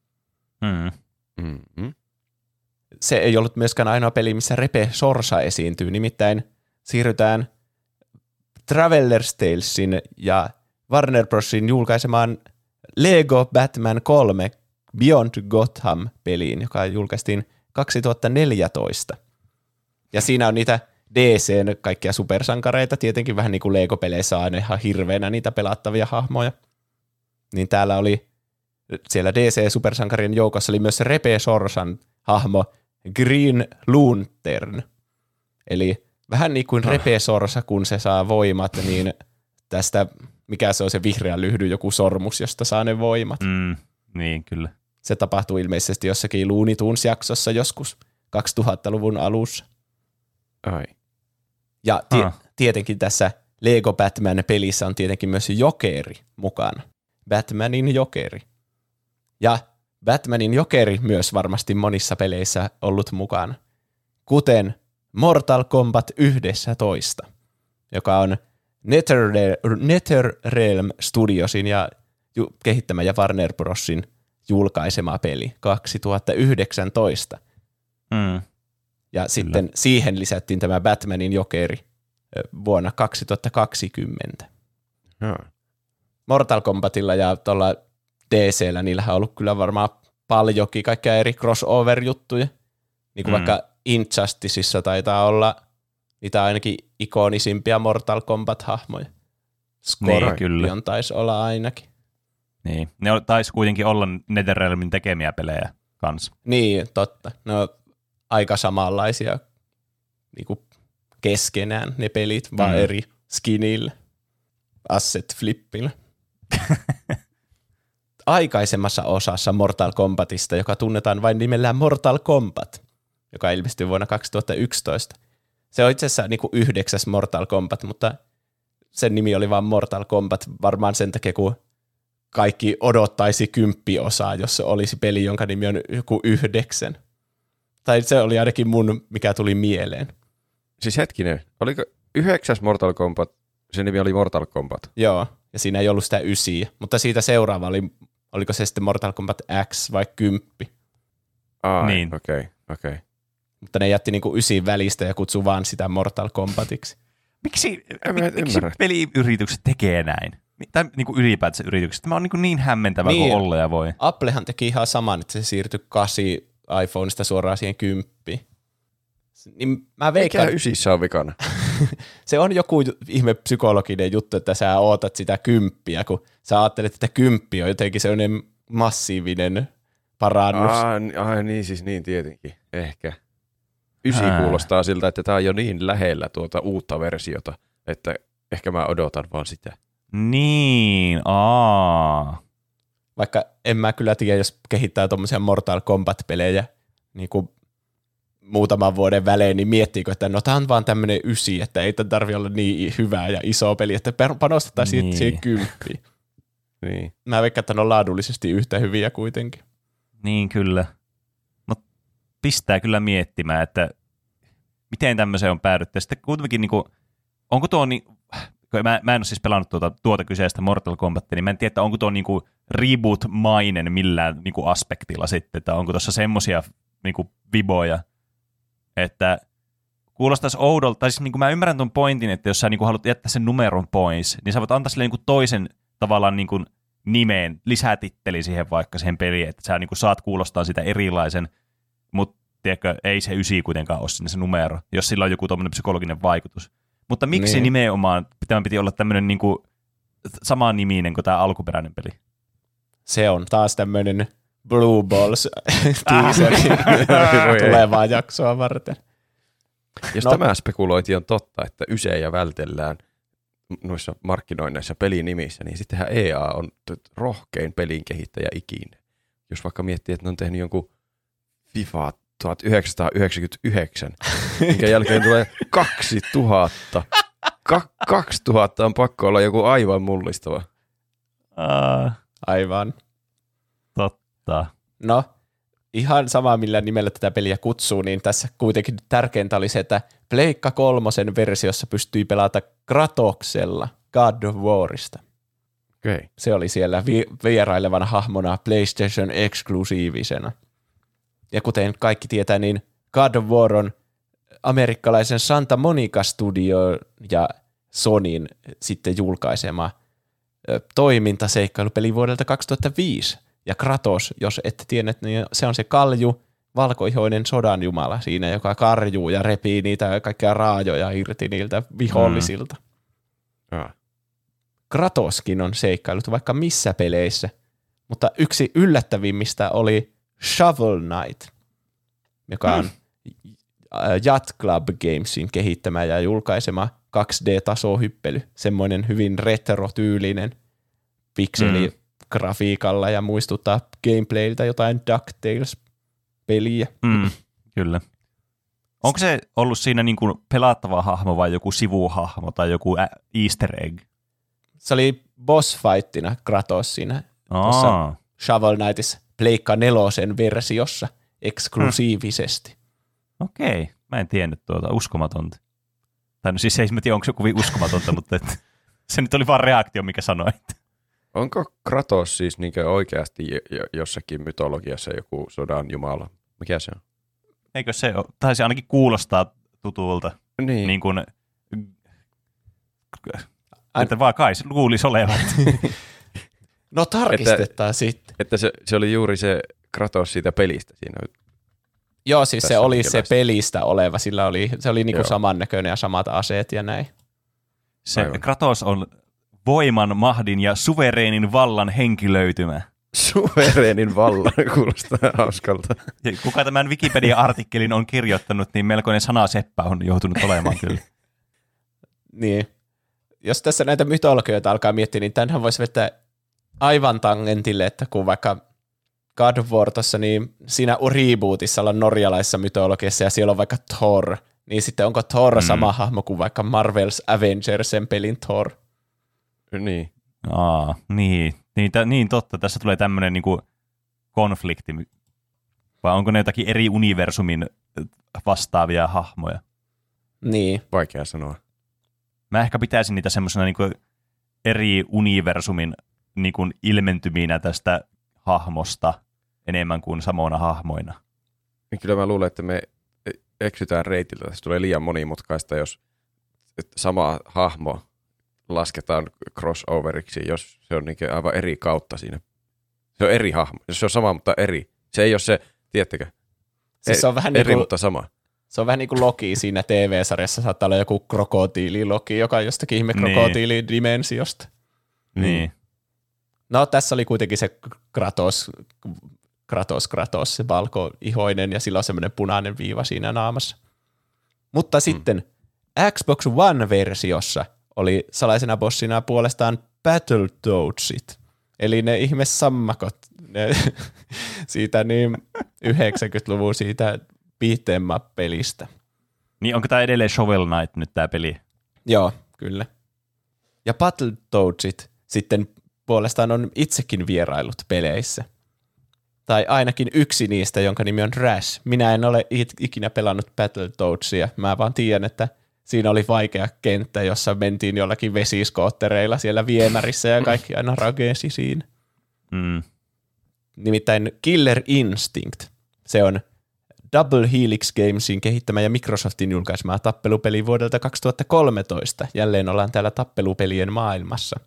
[SPEAKER 1] Mm-hmm.
[SPEAKER 2] Se ei ollut myöskään ainoa peli, missä Repe Sorsa esiintyy, nimittäin siirrytään Traveler's Talesin ja Warner Brosin julkaisemaan Lego Batman 3 Beyond Gotham-peliin, joka julkaistiin 2014. Ja siinä on niitä DC:n kaikkia supersankareita, tietenkin vähän niin kuin Lego-peleissä on aina ihan hirveänä niitä pelattavia hahmoja. Niin täällä oli, siellä DC-supersankarien joukossa oli myös Repe Sorsan hahmo Green Lantern. Eli vähän niin kuin Repe Sorsa, kun se saa voimat, niin tästä, mikä se on se vihreä lyhdy, joku sormus, josta saa ne voimat.
[SPEAKER 3] Niin, kyllä.
[SPEAKER 2] Se tapahtuu ilmeisesti jossakin Looney Tunes-jaksossa joskus 2000-luvun alussa.
[SPEAKER 1] Ai.
[SPEAKER 2] Ja tietenkin tässä Lego Batman-pelissä on tietenkin myös Jokeri mukana. Batmanin Jokeri. Ja Batmanin Jokeri myös varmasti monissa peleissä ollut mukana. Kuten Mortal Kombat 11, joka on NetherRealm Studiosin ja kehittämä ja Warner Brosin julkaisema peli 2019. Ja sitten siihen lisättiin tämä Batmanin Jokeri vuonna 2020. Mortal Kombatilla ja tuolla DC:llä niillähän on ollut kyllä varmaan paljonkin kaikkia eri crossover-juttuja. Niin kuin vaikka Injusticeissa taitaa olla niitä ainakin ikonisimpia Mortal Kombat-hahmoja. Scorpion taisi olla ainakin.
[SPEAKER 3] Niin, ne taisi kuitenkin olla NetherRealmin tekemiä pelejä kanssa.
[SPEAKER 2] Niin, totta. Ne on aika samanlaisia niin kuin keskenään ne pelit, vaan eri skinillä, asset flippillä. Aikaisemmassa osassa Mortal Kombatista, joka tunnetaan vain nimellään Mortal Kombat, joka ilmestyi vuonna 2011. Se on itse asiassa niin kuin 9. Mortal Kombat, mutta sen nimi oli vaan Mortal Kombat varmaan sen takia, kun kaikki odottaisi 10 osaa, jos se olisi peli, jonka nimi on joku 9. Tai se oli ainakin mun, mikä tuli mieleen.
[SPEAKER 1] Siis hetkinen, oliko 9. Mortal Kombat, sen nimi oli Mortal Kombat?
[SPEAKER 2] Joo, ja siinä ei ollut sitä 9, mutta siitä seuraava oli, oliko se sitten Mortal Kombat X vai 10?
[SPEAKER 3] Niin.
[SPEAKER 1] Okei.
[SPEAKER 2] Mutta ne jätti niinku 9 välistä ja kutsui vaan sitä Mortal Kombatiksi.
[SPEAKER 3] Miksi peliyritykset tekee näin? Tai niinku ylipäätänsä yritykset. Tämä on niin hämmentävää kuin olla ja voi.
[SPEAKER 2] Applehan teki ihan saman, että se siirtyi 8 iPhoneista suoraan siihen 10. Niin mä veikkaan,
[SPEAKER 1] mikä 9 on vikana?
[SPEAKER 2] Se on joku ihme psykologinen juttu, että sä ootat sitä 10, kun sä ajattelet, että 10 on jotenkin sellainen massiivinen parannus.
[SPEAKER 1] Niin siis niin tietenkin, ehkä. 9 kuulostaa siltä, että tää on jo niin lähellä tuota uutta versiota, että ehkä mä odotan vaan sitä.
[SPEAKER 3] Niin,
[SPEAKER 2] Vaikka en mä kyllä tiedä, jos kehittää tommosia Mortal Kombat-pelejä niin kuin muutaman vuoden välein, niin miettiikö, että no tää on vaan tämmönen 9, että ei tämän tarvitse olla niin hyvää ja iso peli, että panostetaan siihen 10.
[SPEAKER 1] Niin.
[SPEAKER 2] Mä veikkaan, että ne on laadullisesti yhtä hyviä kuitenkin.
[SPEAKER 3] Niin kyllä. Mutta pistää kyllä miettimään, että miten tämmöiseen on päädytty. Sitten kuitenkin, niin kuin, onko tuo niin, mä en ole siis pelannut tuota kyseistä Mortal Kombatia, niin mä en tiedä, että onko tuo niin kuin reboot-mainen millään niin kuin aspektilla sitten, että onko tuossa semmoisia niinku viboja, että kuulostaisi oudolta, tai siis niin kuin mä ymmärrän ton pointin, että jos sä niin kuin haluat jättää sen numeron pois, niin sä voit antaa sille niin kuin toisen tavallaan niin kuin nimeen, lisätitteli siihen vaikka siihen peliin, että sä niin kuin saat kuulostaa sitä erilaisen, mutta tiedätkö, ei se 9 kuitenkaan ole sinne se numero, jos sillä on joku tommoinen psykologinen vaikutus. Mutta miksi nimenomaan tämä piti olla tämmöinen niin kuin sama niminen kuin tämä alkuperäinen peli?
[SPEAKER 2] Se on taas tämmöinen Blue Balls teaseri tulevaa jaksoa varten.
[SPEAKER 1] Jos tämä spekulointi on totta, että ysejä vältellään noissa markkinoinneissa pelinimissä, niin sittenhän EA on rohkein pelin kehittäjä ikinä. Jos vaikka miettii, että ne on tehnyt jonkun FIFA 1999, minkä jälkeen tulee 2000. 2000 on pakko olla joku aivan mullistava.
[SPEAKER 2] Aivan.
[SPEAKER 3] Totta.
[SPEAKER 2] No, ihan sama millä nimellä tätä peliä kutsuu, niin tässä kuitenkin tärkeintä oli se, että Pleikka 3 versiossa pystyi pelata Kratoksella God of Warista.
[SPEAKER 1] Okay.
[SPEAKER 2] Se oli siellä vierailevana hahmona PlayStation eksklusiivisena. Ja kuten kaikki tietää, niin God of War on amerikkalaisen Santa Monica Studio ja Sonyn sitten julkaisema toimintaseikkailupeli vuodelta 2005. Ja Kratos, jos ette tienneet, niin se on se kalju, valkoihoinen sodanjumala siinä, joka karjuu ja repii niitä kaikkia raajoja irti niiltä vihollisilta. Kratoskin on seikkailut vaikka missä peleissä, mutta yksi yllättävimmistä oli Shovel Knight, joka on Yacht Club Gamesin kehittämä ja julkaisema 2D-tasohyppely, semmoinen hyvin retro-tyylinen pikseligrafiikalla ja muistuttaa gameplayltä jotain DuckTales-peliä.
[SPEAKER 3] Kyllä. Onko se ollut siinä niin kuin pelattava hahmo vai joku sivuhahmo tai joku easter egg? Se
[SPEAKER 2] oli boss fightina Kratos siinä tuossa Shovel Knightissa Pleikka 4 versiossa eksklusiivisesti.
[SPEAKER 3] Okei, mä en tiennyt tuota, uskomatonta. Tai no siis ei mä tiedä, onko se kovin uskomatonta, mutta se nyt oli vaan reaktio, mikä sanoit.
[SPEAKER 1] Onko Kratos siis niinkö oikeasti jossakin mytologiassa joku sodan jumala? Mikä se on?
[SPEAKER 3] Eikö se ole? Tai se ainakin kuulostaa tutulta. Niin kuin että vaan kai se luulisi olevan.
[SPEAKER 2] No tarkistetaan sitten.
[SPEAKER 1] Että se oli juuri se Kratos siitä pelistä siinä.
[SPEAKER 2] Joo, siis se oli se pelistä oleva. Se oli niinku samannäköinen ja samat aseet ja näin.
[SPEAKER 3] Se Kratos on voiman, mahdin ja suvereenin vallan henkilöitymä.
[SPEAKER 1] Suvereenin vallan, kuulostaa hauskalta.
[SPEAKER 3] Ja kuka tämän Wikipedia-artikkelin on kirjoittanut, niin melkoinen sanaseppä on joutunut olemaan kyllä.
[SPEAKER 2] Niin. Jos tässä näitä mytologioita alkaa miettiä, niin tämänhän voisi vetää aivan tangentille, että kun vaikka God of War tossa, niin siinä rebootissa ollaan norjalaisessa mytologiassa ja siellä on vaikka Thor, niin sitten onko Thor sama hahmo kuin vaikka Marvel's Avengersen pelin Thor?
[SPEAKER 1] Niin.
[SPEAKER 3] Niin totta. Tässä tulee tämmöinen niinku konflikti. Vai onko ne jotakin eri universumin vastaavia hahmoja?
[SPEAKER 2] Niin.
[SPEAKER 1] Vaikea sanoa.
[SPEAKER 3] Mä ehkä pitäisin niitä semmoisena niinku eri universumin niinku ilmentyminä tästä hahmosta enemmän kuin samoina hahmoina.
[SPEAKER 1] Kyllä mä luulen, että me eksytään reitiltä. Tässä tulee liian monimutkaista, jos sama hahmo lasketaan crossoveriksi, jos se on niin aivan eri kautta siinä. Se on eri hahmo. Jos se on sama, mutta eri. Se ei ole se, tiedättekö?
[SPEAKER 2] Siis se on vähän
[SPEAKER 1] eri,
[SPEAKER 2] niin kuin,
[SPEAKER 1] mutta sama.
[SPEAKER 2] Se on vähän niin kuin Loki siinä TV-sarjassa. Saattaa olla joku krokotiili-Loki, joka on jostakin ihme krokotiilidimensiosta.
[SPEAKER 3] Niin.
[SPEAKER 2] No tässä oli kuitenkin se Kratos, se valkoihoinen ja sillä on semmoinen punainen viiva siinä naamassa. Mutta sitten Xbox One-versiossa oli salaisena bossina puolestaan Battletoadsit, eli ne ihme sammakot siitä niin 90-luvun siitä beat'em up-pelistä.
[SPEAKER 3] Niin onko tämä edelleen Shovel Knight nyt tämä peli?
[SPEAKER 2] Joo, kyllä. Ja Battletoadsit sitten puolestaan on itsekin vierailut peleissä. Tai ainakin yksi niistä, jonka nimi on Rash. Minä en ole ikinä pelannut Battletoadsia. Mä vaan tiedän, että siinä oli vaikea kenttä, jossa mentiin jollakin vesiskoottereilla siellä viemärissä ja kaikki aina rakensi siinä. Nimittäin Killer Instinct. Se on Double Helix Gamesin kehittämä ja Microsoftin julkaisema tappelupeli vuodelta 2013. Jälleen ollaan täällä tappelupelien maailmassa.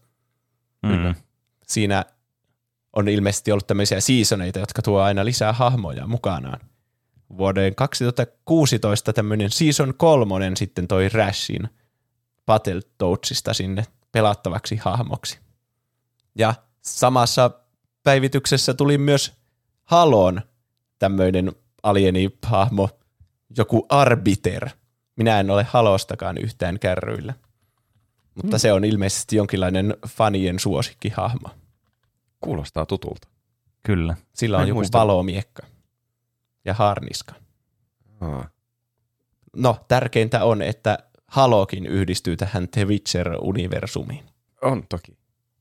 [SPEAKER 2] Siinä on ilmeisesti ollut tämmöisiä seasoneita, jotka tuo aina lisää hahmoja mukanaan. Vuoden 2016 tämmöinen Season 3 sitten toi Rashin Battletoadsista sinne pelattavaksi hahmoksi. Ja samassa päivityksessä tuli myös Halon tämmöinen alienihahmo, joku Arbiter. Minä en ole Halostakaan yhtään kärryillä. Mutta se on ilmeisesti jonkinlainen fanien suosikkihahmo.
[SPEAKER 1] Kuulostaa tutulta.
[SPEAKER 3] Kyllä.
[SPEAKER 2] Sillä on joku valomiekka ja harniska. No, tärkeintä on, että Halokin yhdistyy tähän The Witcher-universumiin.
[SPEAKER 1] On toki.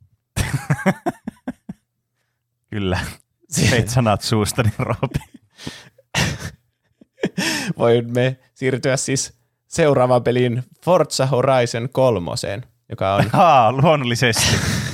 [SPEAKER 3] Kyllä. Veit sanat suustani, Roopi.
[SPEAKER 2] Voimme siirtyä siis seuraavaan peliin Forza Horizon 3, joka on
[SPEAKER 3] luonnollisesti.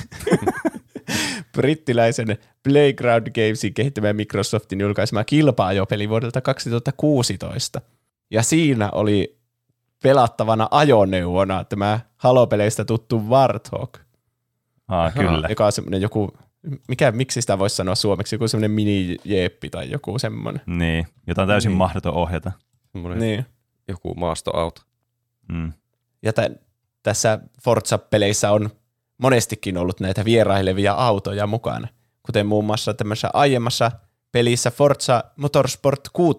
[SPEAKER 2] brittiläisen Playground Gamesin kehittämä Microsoftin julkaisema kilpa-ajopeli vuodelta 2016. Ja siinä oli pelattavana ajoneuvona tämä Halo-peleistä tuttu Warthog.
[SPEAKER 3] Kyllä.
[SPEAKER 2] Joka on semmoinen joku, miksi sitä voisi sanoa suomeksi, joku semmoinen mini-jeeppi tai joku semmoinen.
[SPEAKER 3] Niin, jota on täysin mahdoton ohjata.
[SPEAKER 1] Niin. Joku maastoauto.
[SPEAKER 2] Ja tässä Forza-peleissä on monestikin ollut näitä vierailevia autoja mukana, kuten muun muassa tämmöisessä aiemmassa pelissä Forza Motorsport 6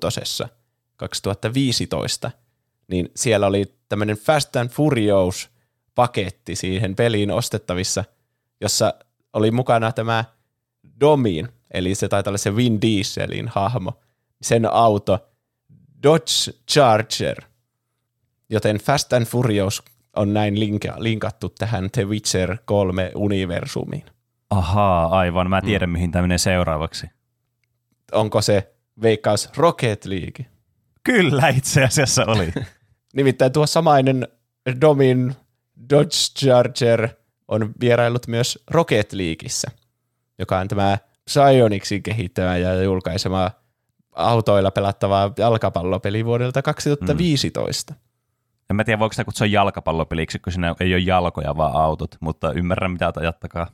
[SPEAKER 2] 2015, niin siellä oli tämmöinen Fast and Furious-paketti siihen peliin ostettavissa, jossa oli mukana tämä Domin, eli se taitaa olla se Vin Dieselin hahmo, sen auto Dodge Charger, joten Fast and Furious on näin linkattu tähän The Witcher 3 universumiin.
[SPEAKER 3] Ahaa, aivan. Mä tiedän, mihin tämä menee seuraavaksi.
[SPEAKER 2] Onko se veikkaus Rocket League?
[SPEAKER 3] Kyllä, itse asiassa oli.
[SPEAKER 2] Nimittäin tuo samainen Domin Dodge Charger on vierailut myös Rocket Leagueissä, joka on tämä Psyonixin kehittämä ja julkaisema autoilla pelattava jalkapallopeli vuodelta 2015.
[SPEAKER 3] En mä tiedä, voiko sitä kutsua jalkapallopeliksi, kun siinä ei ole jalkoja, vaan autot, mutta ymmärrän, mitä ajattakaa.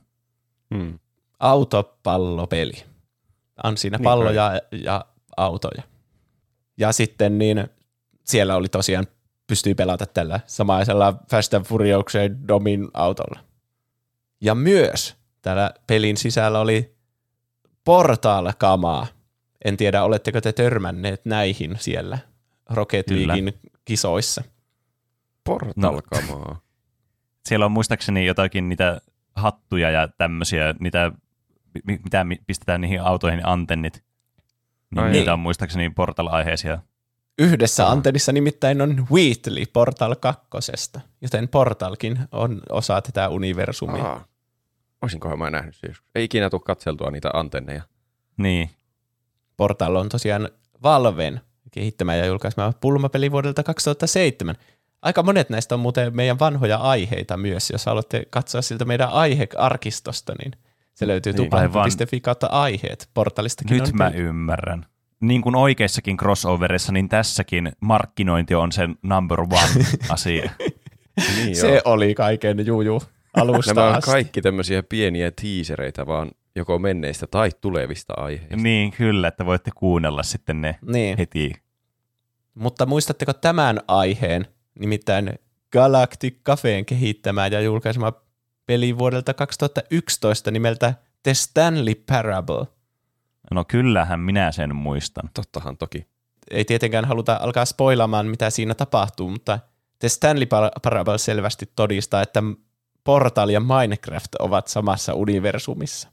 [SPEAKER 2] Autopallopeli. On siinä palloja ja autoja. Ja sitten niin siellä oli tosiaan, pystyy pelata tällä samaisella Fast and Furiousen Domin autolla. Ja myös täällä pelin sisällä oli Portal-kamaa. En tiedä, oletteko te törmänneet näihin siellä Rocket Leaguein kisoissa.
[SPEAKER 1] Portal-kamaa.
[SPEAKER 3] Siellä on muistaakseni jotakin niitä hattuja ja tämmöisiä, mitä pistetään niihin autoihin antennit. Niin niitä on muistaakseni Portal-aiheisia.
[SPEAKER 2] Yhdessä antennissa nimittäin on Wheatley Portal 2, joten Portalkin on osa tätä universumia.
[SPEAKER 1] Olisinkohan mä nähnyt se joskus. Ei ikinä tule katseltua niitä antenneja.
[SPEAKER 3] Niin.
[SPEAKER 2] Portal on tosiaan Valven kehittämä ja julkaisema pulmapeli vuodelta 2007. Aika monet näistä on muuten meidän vanhoja aiheita myös. Jos haluatte katsoa siltä meidän aihearkistosta, niin se löytyy tuplahyppy.fi kautta aiheet. Portalistakin
[SPEAKER 3] nyt mä ymmärrän. Niin kuin oikeissakin crossoverissa, niin tässäkin markkinointi on sen number one asia.
[SPEAKER 2] Niin se oli kaiken alusta
[SPEAKER 1] Nämä on
[SPEAKER 2] asti.
[SPEAKER 1] kaikki tämmöisiä pieniä teasereita vaan joko menneistä tai tulevista aiheista.
[SPEAKER 3] Niin, kyllä, että voitte kuunnella sitten ne heti.
[SPEAKER 2] Mutta muistatteko tämän aiheen, nimittäin Galactic Cafeen kehittämään ja julkaisema peli vuodelta 2011 nimeltä The Stanley Parable?
[SPEAKER 3] No kyllähän minä sen muistan.
[SPEAKER 1] Tottahan toki.
[SPEAKER 2] Ei tietenkään haluta alkaa spoilaamaan, mitä siinä tapahtuu, mutta The Stanley Parable selvästi todistaa, että Portal ja Minecraft ovat samassa universumissa.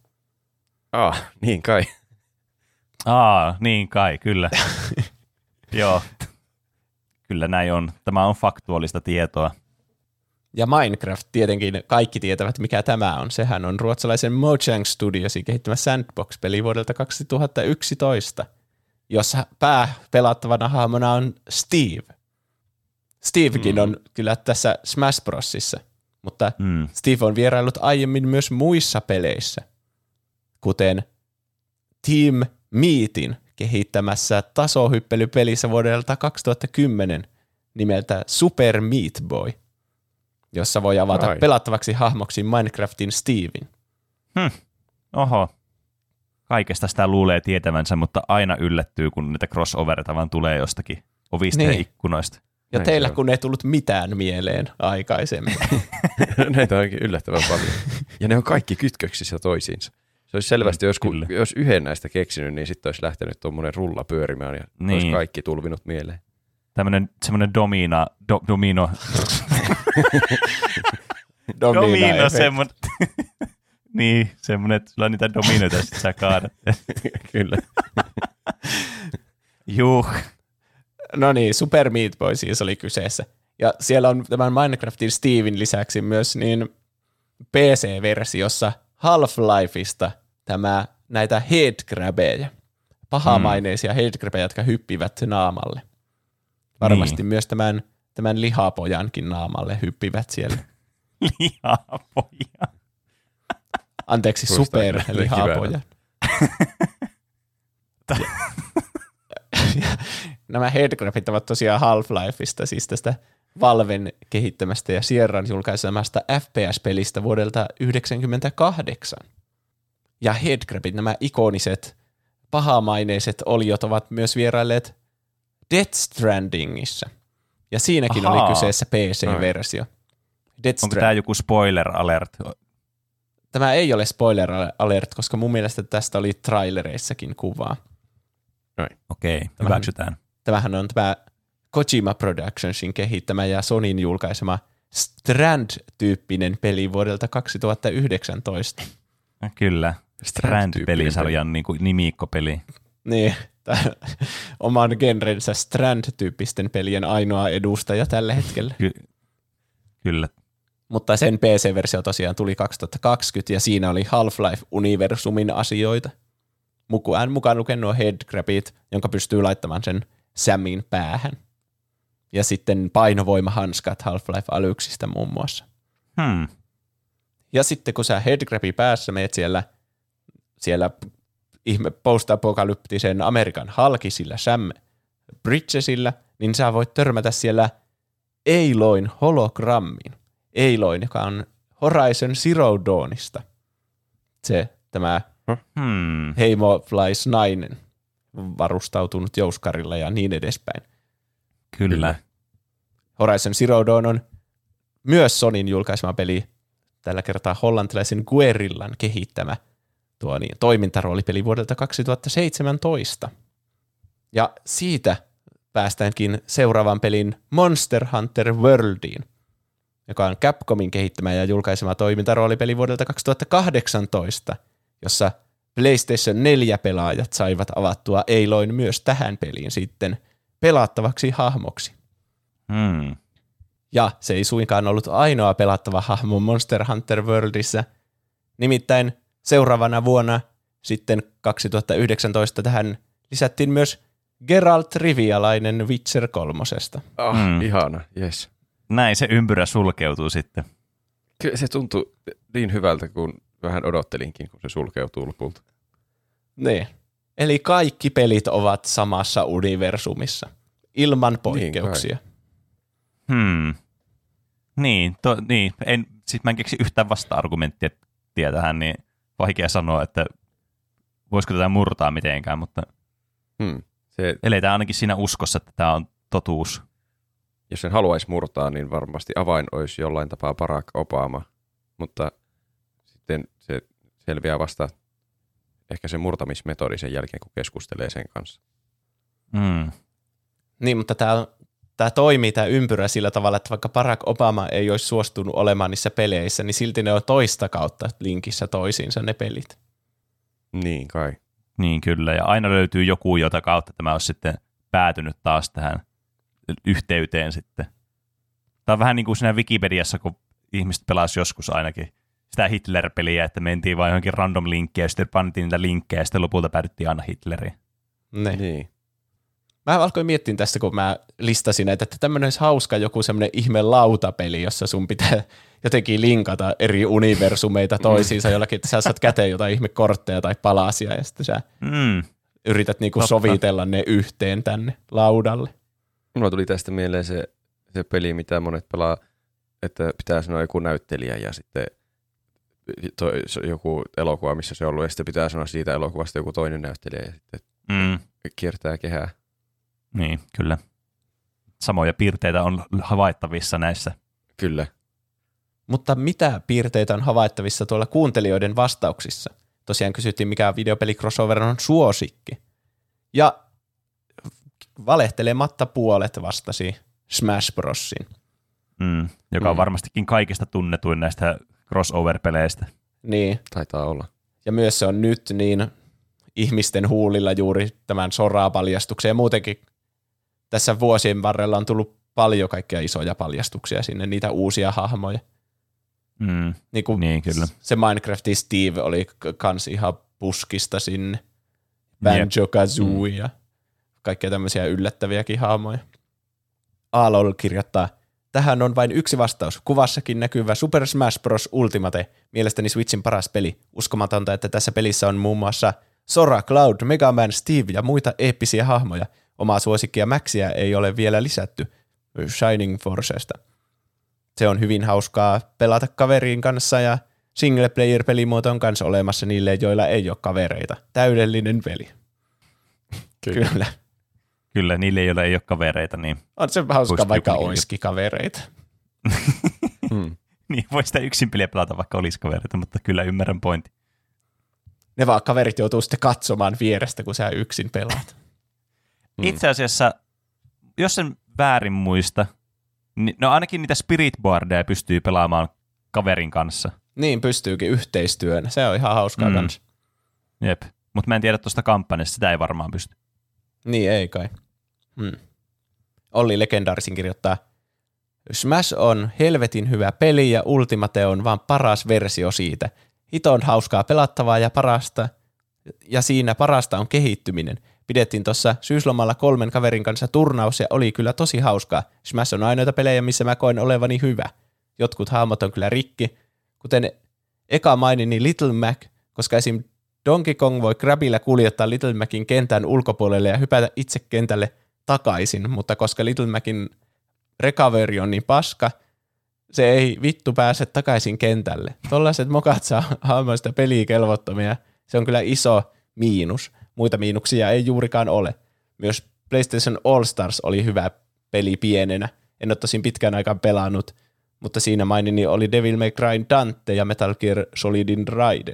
[SPEAKER 1] Niin kai.
[SPEAKER 3] Niin kai, kyllä. Joo, kyllä näin on. Tämä on faktuaalista tietoa.
[SPEAKER 2] Ja Minecraft tietenkin kaikki tietävät, mikä tämä on. Sehän on ruotsalaisen Mojang Studiosin kehittämä sandbox-peli vuodelta 2011, jossa pääpelattavana hahmona on Steve. Stevekin on kyllä tässä Smash Brosissa, mutta Steve on vierailut aiemmin myös muissa peleissä, kuten Team Meatin kehittämässä tasohyppelypelissä vuodelta 2010 nimeltä Super Meat Boy, jossa voi avata pelattavaksi hahmoksi Minecraftin Steven.
[SPEAKER 3] Oho. Kaikesta sitä luulee tietävänsä, mutta aina yllättyy, kun niitä crossoverita vaan tulee jostakin ovista ja ikkunoista.
[SPEAKER 2] Ja näin teillä kun ei tullut mitään mieleen aikaisemmin.
[SPEAKER 1] Näitä onkin yllättävän paljon. Ja ne on kaikki kytköksissä toisiinsa. Se olisi selvästi, jos yhden näistä keksinyt, niin sitten olisi lähtenyt tuommoinen rulla pyörimään ja olisi kaikki tulvinut mieleen.
[SPEAKER 3] Semmoinen domino. Domino semmoinen. Niin, semmoinen, että sulla on niitä dominoita, ja sitten sä kaadat.
[SPEAKER 1] Kyllä.
[SPEAKER 3] Juh.
[SPEAKER 2] No niin, Super Meat Boy siis oli kyseessä. Ja siellä on tämän Minecraftin Steven lisäksi myös niin PC-versiossa Half-Lifeista näitä headgrabbeja. Pahamaineisia headgrabbeja, jotka hyppivät naamalle. Varmasti myös tämän lihapojankin naamalle hyppivät siellä.
[SPEAKER 3] Lihapoja.
[SPEAKER 2] Anteeksi, super lihapoja. Nämä headgrabbit ovat tosiaan Half-Lifeista, siis tästä Valven kehittämästä ja Sierran julkaisemasta FPS-pelistä vuodelta 1998. Ja headgrabbit, nämä ikoniset, pahamaineiset oliot ovat myös vierailleet Death Strandingissa. Ja siinäkin oli kyseessä PC-versio.
[SPEAKER 3] Onko tämä joku spoiler alert?
[SPEAKER 2] Tämä ei ole spoiler alert, koska mun mielestä tästä oli trailereissakin kuvaa.
[SPEAKER 3] Okei, hyväksytään.
[SPEAKER 2] Tämähän on tämä Kojima Productionsin kehittämä ja Sonyn julkaisema Strand-tyyppinen peli vuodelta 2019.
[SPEAKER 3] Kyllä, Strand-pelisarjan niin nimiikkopeli.
[SPEAKER 2] Niin, oman genrensä Strand-tyyppisten pelien ainoa edustaja tällä hetkellä. Kyllä. Mutta sen PC-versio tosiaan tuli 2020 ja siinä oli Half-Life-universumin asioita. Mukaan lukien nuo headgrabbit, jonka pystyy laittamaan sen Samin päähän. Ja sitten painovoimahanskat Half-Life-alyksistä muun muassa. Ja sitten kun sä headgrabbi päässä meet siellä ihme post-apokalyptisen Amerikan halkisilla Sam Bridgesillä, niin sä voit törmätä siellä Aloyn hologrammiin. Aloyn, joka on Horizon Zero Dawnista. Tämä heimolaisnainen varustautunut jouskarilla ja niin edespäin.
[SPEAKER 3] Kyllä.
[SPEAKER 2] Horizon Zero Dawn on myös Sonyn julkaisema peli, tällä kertaa hollantilaisen Guerrillan kehittämä toimintaroolipeli vuodelta 2017. Ja siitä päästäänkin seuraavan pelin Monster Hunter Worldiin, joka on Capcomin kehittämä ja julkaisema toimintaroolipeli vuodelta 2018, jossa PlayStation 4-pelaajat saivat avattua Aloyn myös tähän peliin sitten pelattavaksi hahmoksi. Ja se ei suinkaan ollut ainoa pelattava hahmo Monster Hunter Worldissa, nimittäin seuraavana vuonna sitten 2019 tähän lisättiin myös Geralt Rivialainen Witcher 3:sta.
[SPEAKER 1] Ihana, jes.
[SPEAKER 3] Näin se ympyrä sulkeutuu sitten.
[SPEAKER 1] Kyllä se tuntui niin hyvältä, kun vähän odottelinkin, kun se sulkeutuu lopulta.
[SPEAKER 2] Niin. Eli kaikki pelit ovat samassa universumissa, ilman poikkeuksia.
[SPEAKER 3] Niin, siis mä en keksi yhtään vasta-argumenttia tähän, niin vaikea sanoa, että voisiko tätä murtaa mitenkään, mutta eletään ainakin siinä uskossa, että tämä on totuus.
[SPEAKER 1] Jos sen haluaisi murtaa, niin varmasti avain olisi jollain tapaa Barack Obama, mutta sitten se selviää vasta ehkä se murtamismetodi sen jälkeen, kun keskustelee sen kanssa.
[SPEAKER 2] Niin, mutta tämä toimii tämä ympyrä sillä tavalla, että vaikka Barack Obama ei olisi suostunut olemaan niissä peleissä, niin silti ne on toista kautta linkissä toisiinsa ne pelit.
[SPEAKER 1] Niin kai.
[SPEAKER 3] Niin kyllä, ja aina löytyy joku, jota kautta tämä olisi sitten päätynyt taas tähän yhteyteen sitten. Tämä on vähän niin kuin siinä Wikipediassa, kun ihmiset pelasivat joskus ainakin sitä Hitler-peliä, että mentiin vain johonkin random linkkiä, ja sitten pantiin niitä linkkejä, ja sitten lopulta päädyttiin aina Hitleriin.
[SPEAKER 2] Niin. Mä alkoin miettiä tästä, kun mä listasin näitä, että tämmöinen olisi hauska joku semmoinen ihme lautapeli, jossa sun pitää jotenkin linkata eri universumeita toisiinsa jollakin, että sä saat käteen jotain ihme kortteja tai palasia, ja sitten sä yrität niinku sovitella ne yhteen tänne laudalle.
[SPEAKER 1] Mulla tuli tästä mieleen se peli, mitä monet pelaa, että pitää sanoa joku näyttelijä ja sitten joku elokuva, missä se on ollut, ja sitten pitää sanoa siitä elokuvasta joku toinen näyttelijä, ja sitten kiertää kehää.
[SPEAKER 3] Niin, kyllä. Samoja piirteitä on havaittavissa näissä.
[SPEAKER 1] Kyllä.
[SPEAKER 2] Mutta mitä piirteitä on havaittavissa tuolla kuuntelijoiden vastauksissa? Tosiaan kysyttiin, mikä videopeli crossover on suosikki. Ja valehtelematta puolet vastasi Smash Brosin.
[SPEAKER 3] Joka on varmastikin kaikista tunnetuin näistä crossover-peleistä.
[SPEAKER 2] Niin.
[SPEAKER 1] Taitaa olla.
[SPEAKER 2] Ja myös se on nyt niin ihmisten huulilla juuri tämän Sora-paljastuksen. Ja muutenkin tässä vuosien varrella on tullut paljon kaikkia isoja paljastuksia sinne, niitä uusia hahmoja.
[SPEAKER 3] Niin, kyllä.
[SPEAKER 2] Se Minecraftin Steve oli kans ihan puskista sinne. Banjo-Kazooie ja kaikkia tämmöisiä yllättäviäkin hahmoja. Aalol kirjoittaa, tähän on vain yksi vastaus. Kuvassakin näkyvä Super Smash Bros. Ultimate. Mielestäni Switchin paras peli. Uskomatonta, että tässä pelissä on muun muassa Sora, Cloud, Mega Man, Steve ja muita eeppisiä hahmoja. Omaa suosikkia Maxia ei ole vielä lisätty Shining Forcesta. Se on hyvin hauskaa pelata kaverin kanssa ja single player pelimuoto on kanssa olemassa niille, joilla ei ole kavereita. Täydellinen peli. Kyllä.
[SPEAKER 3] Kyllä, niille, joilla ei ole kavereita, niin...
[SPEAKER 2] On se hauskaa, vaikka olisikin kavereita.
[SPEAKER 3] Niin, voi sitä yksin peliä pelata, vaikka olisi kavereita, mutta kyllä ymmärrän pointin.
[SPEAKER 2] Ne vaan kaverit joutuu sitten katsomaan vierestä, kun sä yksin pelaat.
[SPEAKER 3] Itse asiassa, jos sen väärin muista, niin no ainakin niitä Spirit Boardeja pystyy pelaamaan kaverin kanssa.
[SPEAKER 2] Niin, pystyykin yhteistyönä. Se on ihan hauskaa kanssa.
[SPEAKER 3] Jep, mutta mä en tiedä tuosta kampanjasta, sitä ei varmaan pysty.
[SPEAKER 2] Niin, ei kai. Olli Legendaarisin kirjoittaa, Smash on helvetin hyvä peli ja Ultimate on vaan paras versio siitä. Hiton hauskaa pelattavaa ja parasta, ja siinä parasta on kehittyminen. Pidettiin tuossa syyslomalla 3 kaverin kanssa turnaus ja oli kyllä tosi hauskaa. Smash on ainoita pelejä, missä mä koen olevani hyvä. Jotkut hahmot on kyllä rikki, kuten eka mainini Little Mac, koska esim. Donkey Kong voi grabilla kuljettaa Little Macin kentän ulkopuolelle ja hypätä itse kentälle takaisin, mutta koska Little Macin recovery on niin paska, se ei vittu pääse takaisin kentälle. Tollaiset mokat saa hahmoista peliä kelvottomia. Se on kyllä iso miinus. Muita miinuksia ei juurikaan ole. Myös PlayStation All Stars oli hyvä peli pienenä. En ole tosin pitkään aikaan pelannut, mutta siinä mainini oli Devil May Cry Dante ja Metal Gear Solidin Raiden.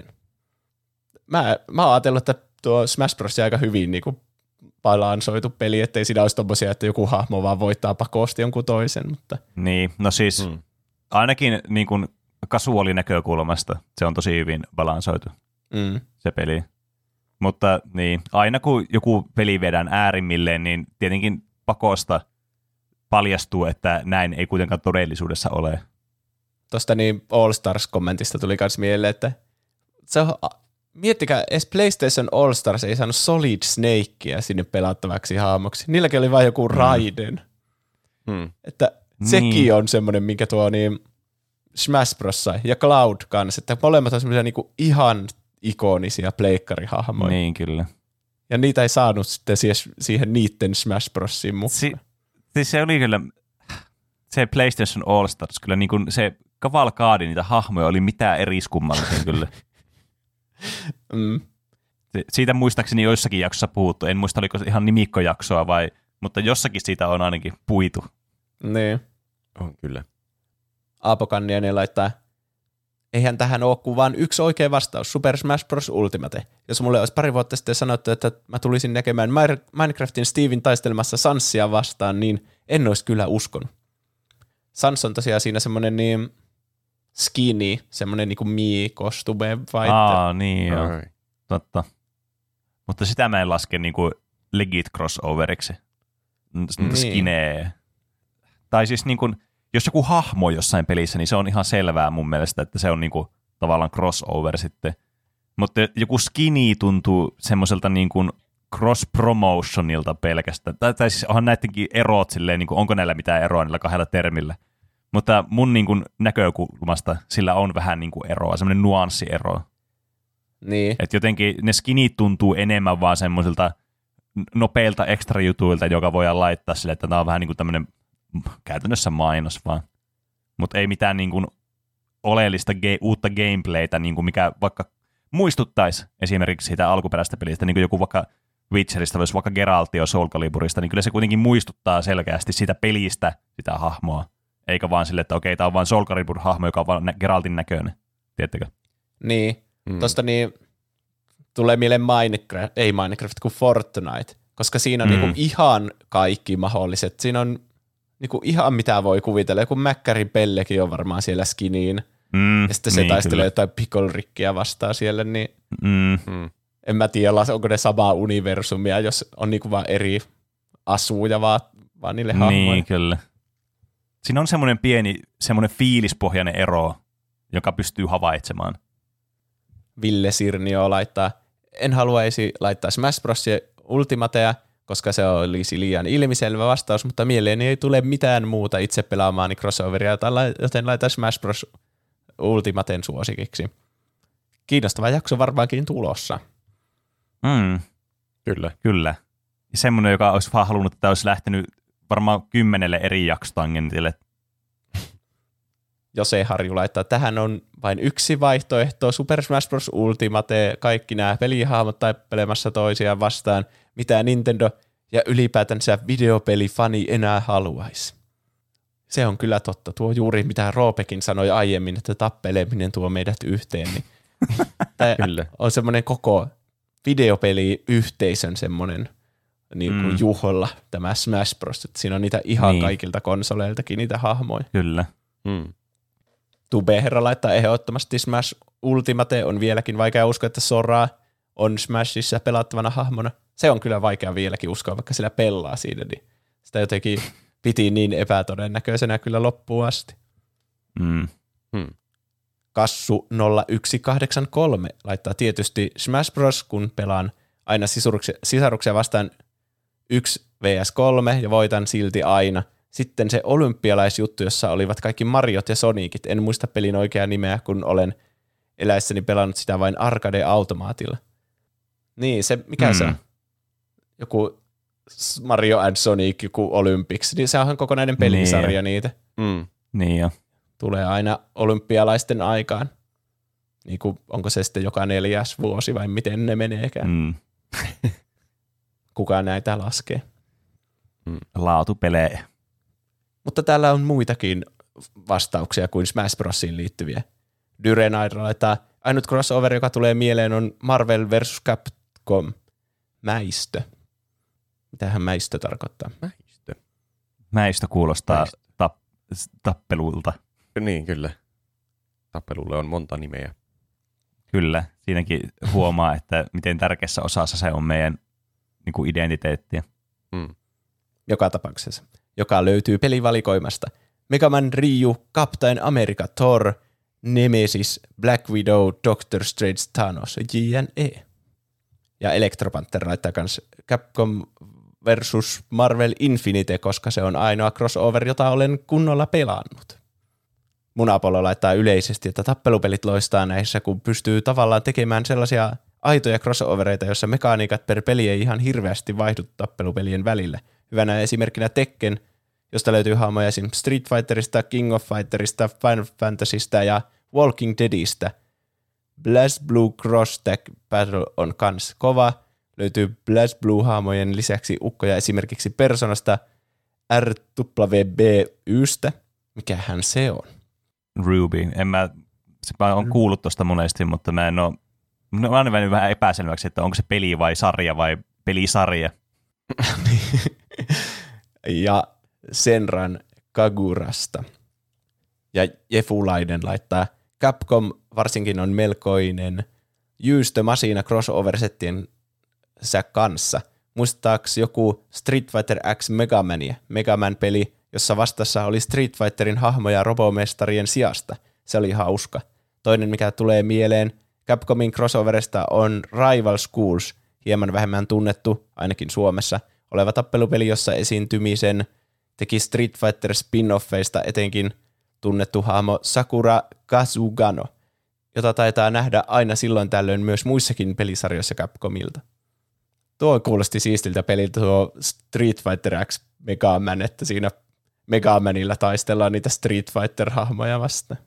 [SPEAKER 2] Mä oon ajatellut, että tuo Smash Bros. Aika hyvin niin balansoitu peli, ettei siinä olisi tommosia, että joku hahmo vaan voittaa pakosti jonkun toisen. Mutta.
[SPEAKER 3] Niin, no siis ainakin niin kuin kasuaalinäkökulmasta se on tosi hyvin balansoitu se peli. Mutta niin, aina kun joku peli viedään äärimmilleen, niin tietenkin pakosta paljastuu, että näin ei kuitenkaan todellisuudessa ole.
[SPEAKER 2] Tuosta niin All Stars-kommentista tuli myös mieleen, että se on, miettikää, edes PlayStation All Stars ei saanut Solid Snakea sinne pelattavaksi hahmoksi. Niilläkin oli vain joku Raiden. Että sekin on semmoinen, minkä tuo niin Smash Bros. Sai. Ja Cloud kanssa, että molemmat on semmoisia niinku ihan ikonisia pleikkarihahmoja.
[SPEAKER 3] Niin, kyllä.
[SPEAKER 2] Ja niitä ei saanut sitten siihen niitten Smash Brosiin mukaan.
[SPEAKER 3] Siis se oli kyllä, se PlayStation All Stars, kyllä niin kuin se kavalkaadi niitä hahmoja oli mitään eriskummallisia kyllä. Siitä muistaakseni joissakin jaksossa puhuttu. En muista, oliko ihan nimikkojaksoa vai, mutta jossakin siitä on ainakin puitu.
[SPEAKER 2] Niin.
[SPEAKER 1] On kyllä.
[SPEAKER 2] Aapo Kanniainen laittaa, eihän tähän ole kuin vain yksi oikea vastaus, Super Smash Bros. Ultimate. Jos mulle olisi pari vuotta sitten sanottu, että mä tulisin näkemään Minecraftin Steven taistelemassa Sansia vastaan, niin en olisi kyllä uskonut. Sans on tosiaan siinä semmoinen niin skinny, semmoinen niin kuin Mii-kostume fighter.
[SPEAKER 3] Niin joo. Totta. Mutta sitä mä en laske niin kuin legit crossoveriksi. Skinee. Tai siis niin kuin, jos joku hahmo jossain pelissä, niin se on ihan selvää mun mielestä, että se on niin kuin tavallaan crossover sitten. Mutta joku skinny tuntuu semmoiselta niin kuin cross-promotionilta pelkästään. Tai siis onhan näidenkin erot silleen, niin kuin, onko näillä mitään eroa niillä kahdella termillä. Mutta mun niin kuin näkökulmasta sillä on vähän niin kuin eroa, semmoinen nuanssiero.
[SPEAKER 2] Niin.
[SPEAKER 3] Että jotenkin ne skinit tuntuu enemmän vaan semmoisilta nopeilta extra jutuilta, joka voidaan laittaa sille, että tämä on vähän niin kuin tämmöinen käytännössä mainos vaan. Mutta ei mitään niin kuin oleellista uutta gameplaytä, niin kuin mikä vaikka muistuttaisi esimerkiksi siitä alkuperäistä pelistä, niin kuin joku vaikka Witcherista, jos vaikka Geraltio Soul Caliburista, niin kyllä se kuitenkin muistuttaa selkeästi sitä pelistä, sitä hahmoa. Eikä vaan sille, että okei, tämä on vaan Soul Calibur-hahmo, joka on vaan Geraltin näköinen. Tiedättekö?
[SPEAKER 2] Niin. Tuosta niin tulee mieleen Minecraft kuin Fortnite, koska siinä on niinku ihan kaikki mahdolliset. Siinä on niinku ihan mitä voi kuvitella. Joku Mäkkärin Pellekin on varmaan siellä skiniin. Ja sitten se taistelee kyllä jotain Pickle-rikkiä vastaan siellä, niin en mä tiedä, onko ne samaa universumia, jos on niinku vaan eri asuja vaan niille hahmoille.
[SPEAKER 3] Niin, kyllä. Siinä on semmoinen pieni, semmoinen fiilispohjainen ero, joka pystyy havaitsemaan.
[SPEAKER 2] Ville Sirnio laittaa, en haluaisi laittaa Smash Bros. Ultimatea, koska se olisi liian ilmiselvä vastaus, mutta mieleeni ei tule mitään muuta itse pelaamaani crossoveria, joten laitan Smash Bros. Ultimaten suosikiksi. Kiinnostava jakso varmaankin tulossa.
[SPEAKER 3] Kyllä. Ja semmoinen, joka olisi vaan halunnut, että olisi lähtenyt varmaan 10 eri jaksotangentille.
[SPEAKER 2] Jose Harju laittaa, tähän on vain yksi vaihtoehto, Super Smash Bros. Ultimate, kaikki nämä pelihahmot taipelemassa toisiaan vastaan, mitä Nintendo ja ylipäätänsä videopelifani enää haluaisi. Se on kyllä totta. Tuo juuri mitä Roopekin sanoi aiemmin, että tappeleminen tuo meidät yhteen. Niin tämä on semmoinen koko videopeliyhteisön semmoinen niin kuin juhla, tämä Smash Bros. Että siinä on niitä ihan kaikilta konsoleiltakin niitä hahmoja.
[SPEAKER 3] Kyllä.
[SPEAKER 2] Tube-herra laittaa ehdottomasti Smash Ultimate. On vieläkin vaikea uskoa, että Sora on Smashissa pelattavana hahmona. Se on kyllä vaikea vieläkin uskoa, vaikka sillä pelaa siinä. Niin sitä jotenkin piti niin epätodennäköisenä kyllä loppuun asti. Kassu 0183 laittaa tietysti Smash Bros. Kun pelaan aina sisaruksia vastaan 1vs3 ja voitan silti aina. Sitten se olympialaisjuttu, jossa olivat kaikki Mariot ja Sonicit. En muista pelin oikeaa nimeä, kun olen eläessäni pelannut sitä vain arcade-automaatilla. Niin, se, mikä se on? Joku Mario and Sonic, joku Olympics. Niin se on kokonainen pelisarja niitä.
[SPEAKER 3] Niin jo.
[SPEAKER 2] Tulee aina olympialaisten aikaan. Niin kuin, onko se sitten joka 4. vuosi vai miten ne meneekään? Kuka näitä laskee?
[SPEAKER 3] Laatupelejä.
[SPEAKER 2] Mutta täällä on muitakin vastauksia kuin Smash Brosiin liittyviä. Dyrenaira laittaa, ainut crossover, joka tulee mieleen, on Marvel vs. Capcom. Mäistö. Mitähän mäistö tarkoittaa?
[SPEAKER 3] Mäistö kuulostaa tappelulta.
[SPEAKER 1] Niin, kyllä. Tappelulle on monta nimeä.
[SPEAKER 3] Kyllä. Siinäkin huomaa, että miten tärkeässä osassa se on meidän niin kuin identiteettiä.
[SPEAKER 2] Joka tapauksessa. Joka löytyy pelivalikoimasta. Mega Man, Ryu, Captain America, Thor, Nemesis, Black Widow, Doctor Strange, Thanos, JNE. Ja Electro Panther laittaa myös Capcom versus Marvel Infinite, koska se on ainoa crossover, jota olen kunnolla pelannut. Munapollo laittaa yleisesti, että tappelupelit loistaa näissä, kun pystyy tavallaan tekemään sellaisia aitoja crossovereita, joissa mekaniikat per peli ei ihan hirveästi vaihdu tappelupelien välillä. Hyvänä esimerkkinä Tekken, josta löytyy hahmoja esimerkiksi Street Fighterista, King of Fighterista, Final Fantasystä ja Walking Deadistä. BlazBlue Cross Tag Battle on kans kova. Löytyy BlazBlue-hahmojen lisäksi ukkoja esimerkiksi Personasta RWBYstä. Mikähän se on?
[SPEAKER 3] Ruby. Mä oon kuullut tosta monesti, mutta mä en oo. Mä oon aina vähän epäselväksi, että onko se peli vai sarja vai pelisarja.
[SPEAKER 2] Ja Senran Kagurasta. Ja Jefulainen laittaa, Capcom varsinkin on melkoinen jyystö Masina crossover-settien kanssa. Muistaaks joku Street Fighter X Megamania, Megaman-peli, jossa vastassa oli Street Fighterin hahmoja robomestarien sijasta. Se oli hauska. Toinen, mikä tulee mieleen Capcomin crossoverista, on Rival Schools, hieman vähemmän tunnettu, ainakin Suomessa, oleva tappelupeli, jossa esiintymisen teki Street Fighter spin-offeista etenkin tunnettu hahmo Sakura Kazugano, jota taitaa nähdä aina silloin tällöin myös muissakin pelisarjoissa Capcomilta. Tuo kuulosti siistiltä peliltä tuo Street Fighter X Mega Man, että siinä Mega Manilla taistellaan niitä Street Fighter-hahmoja vastaan.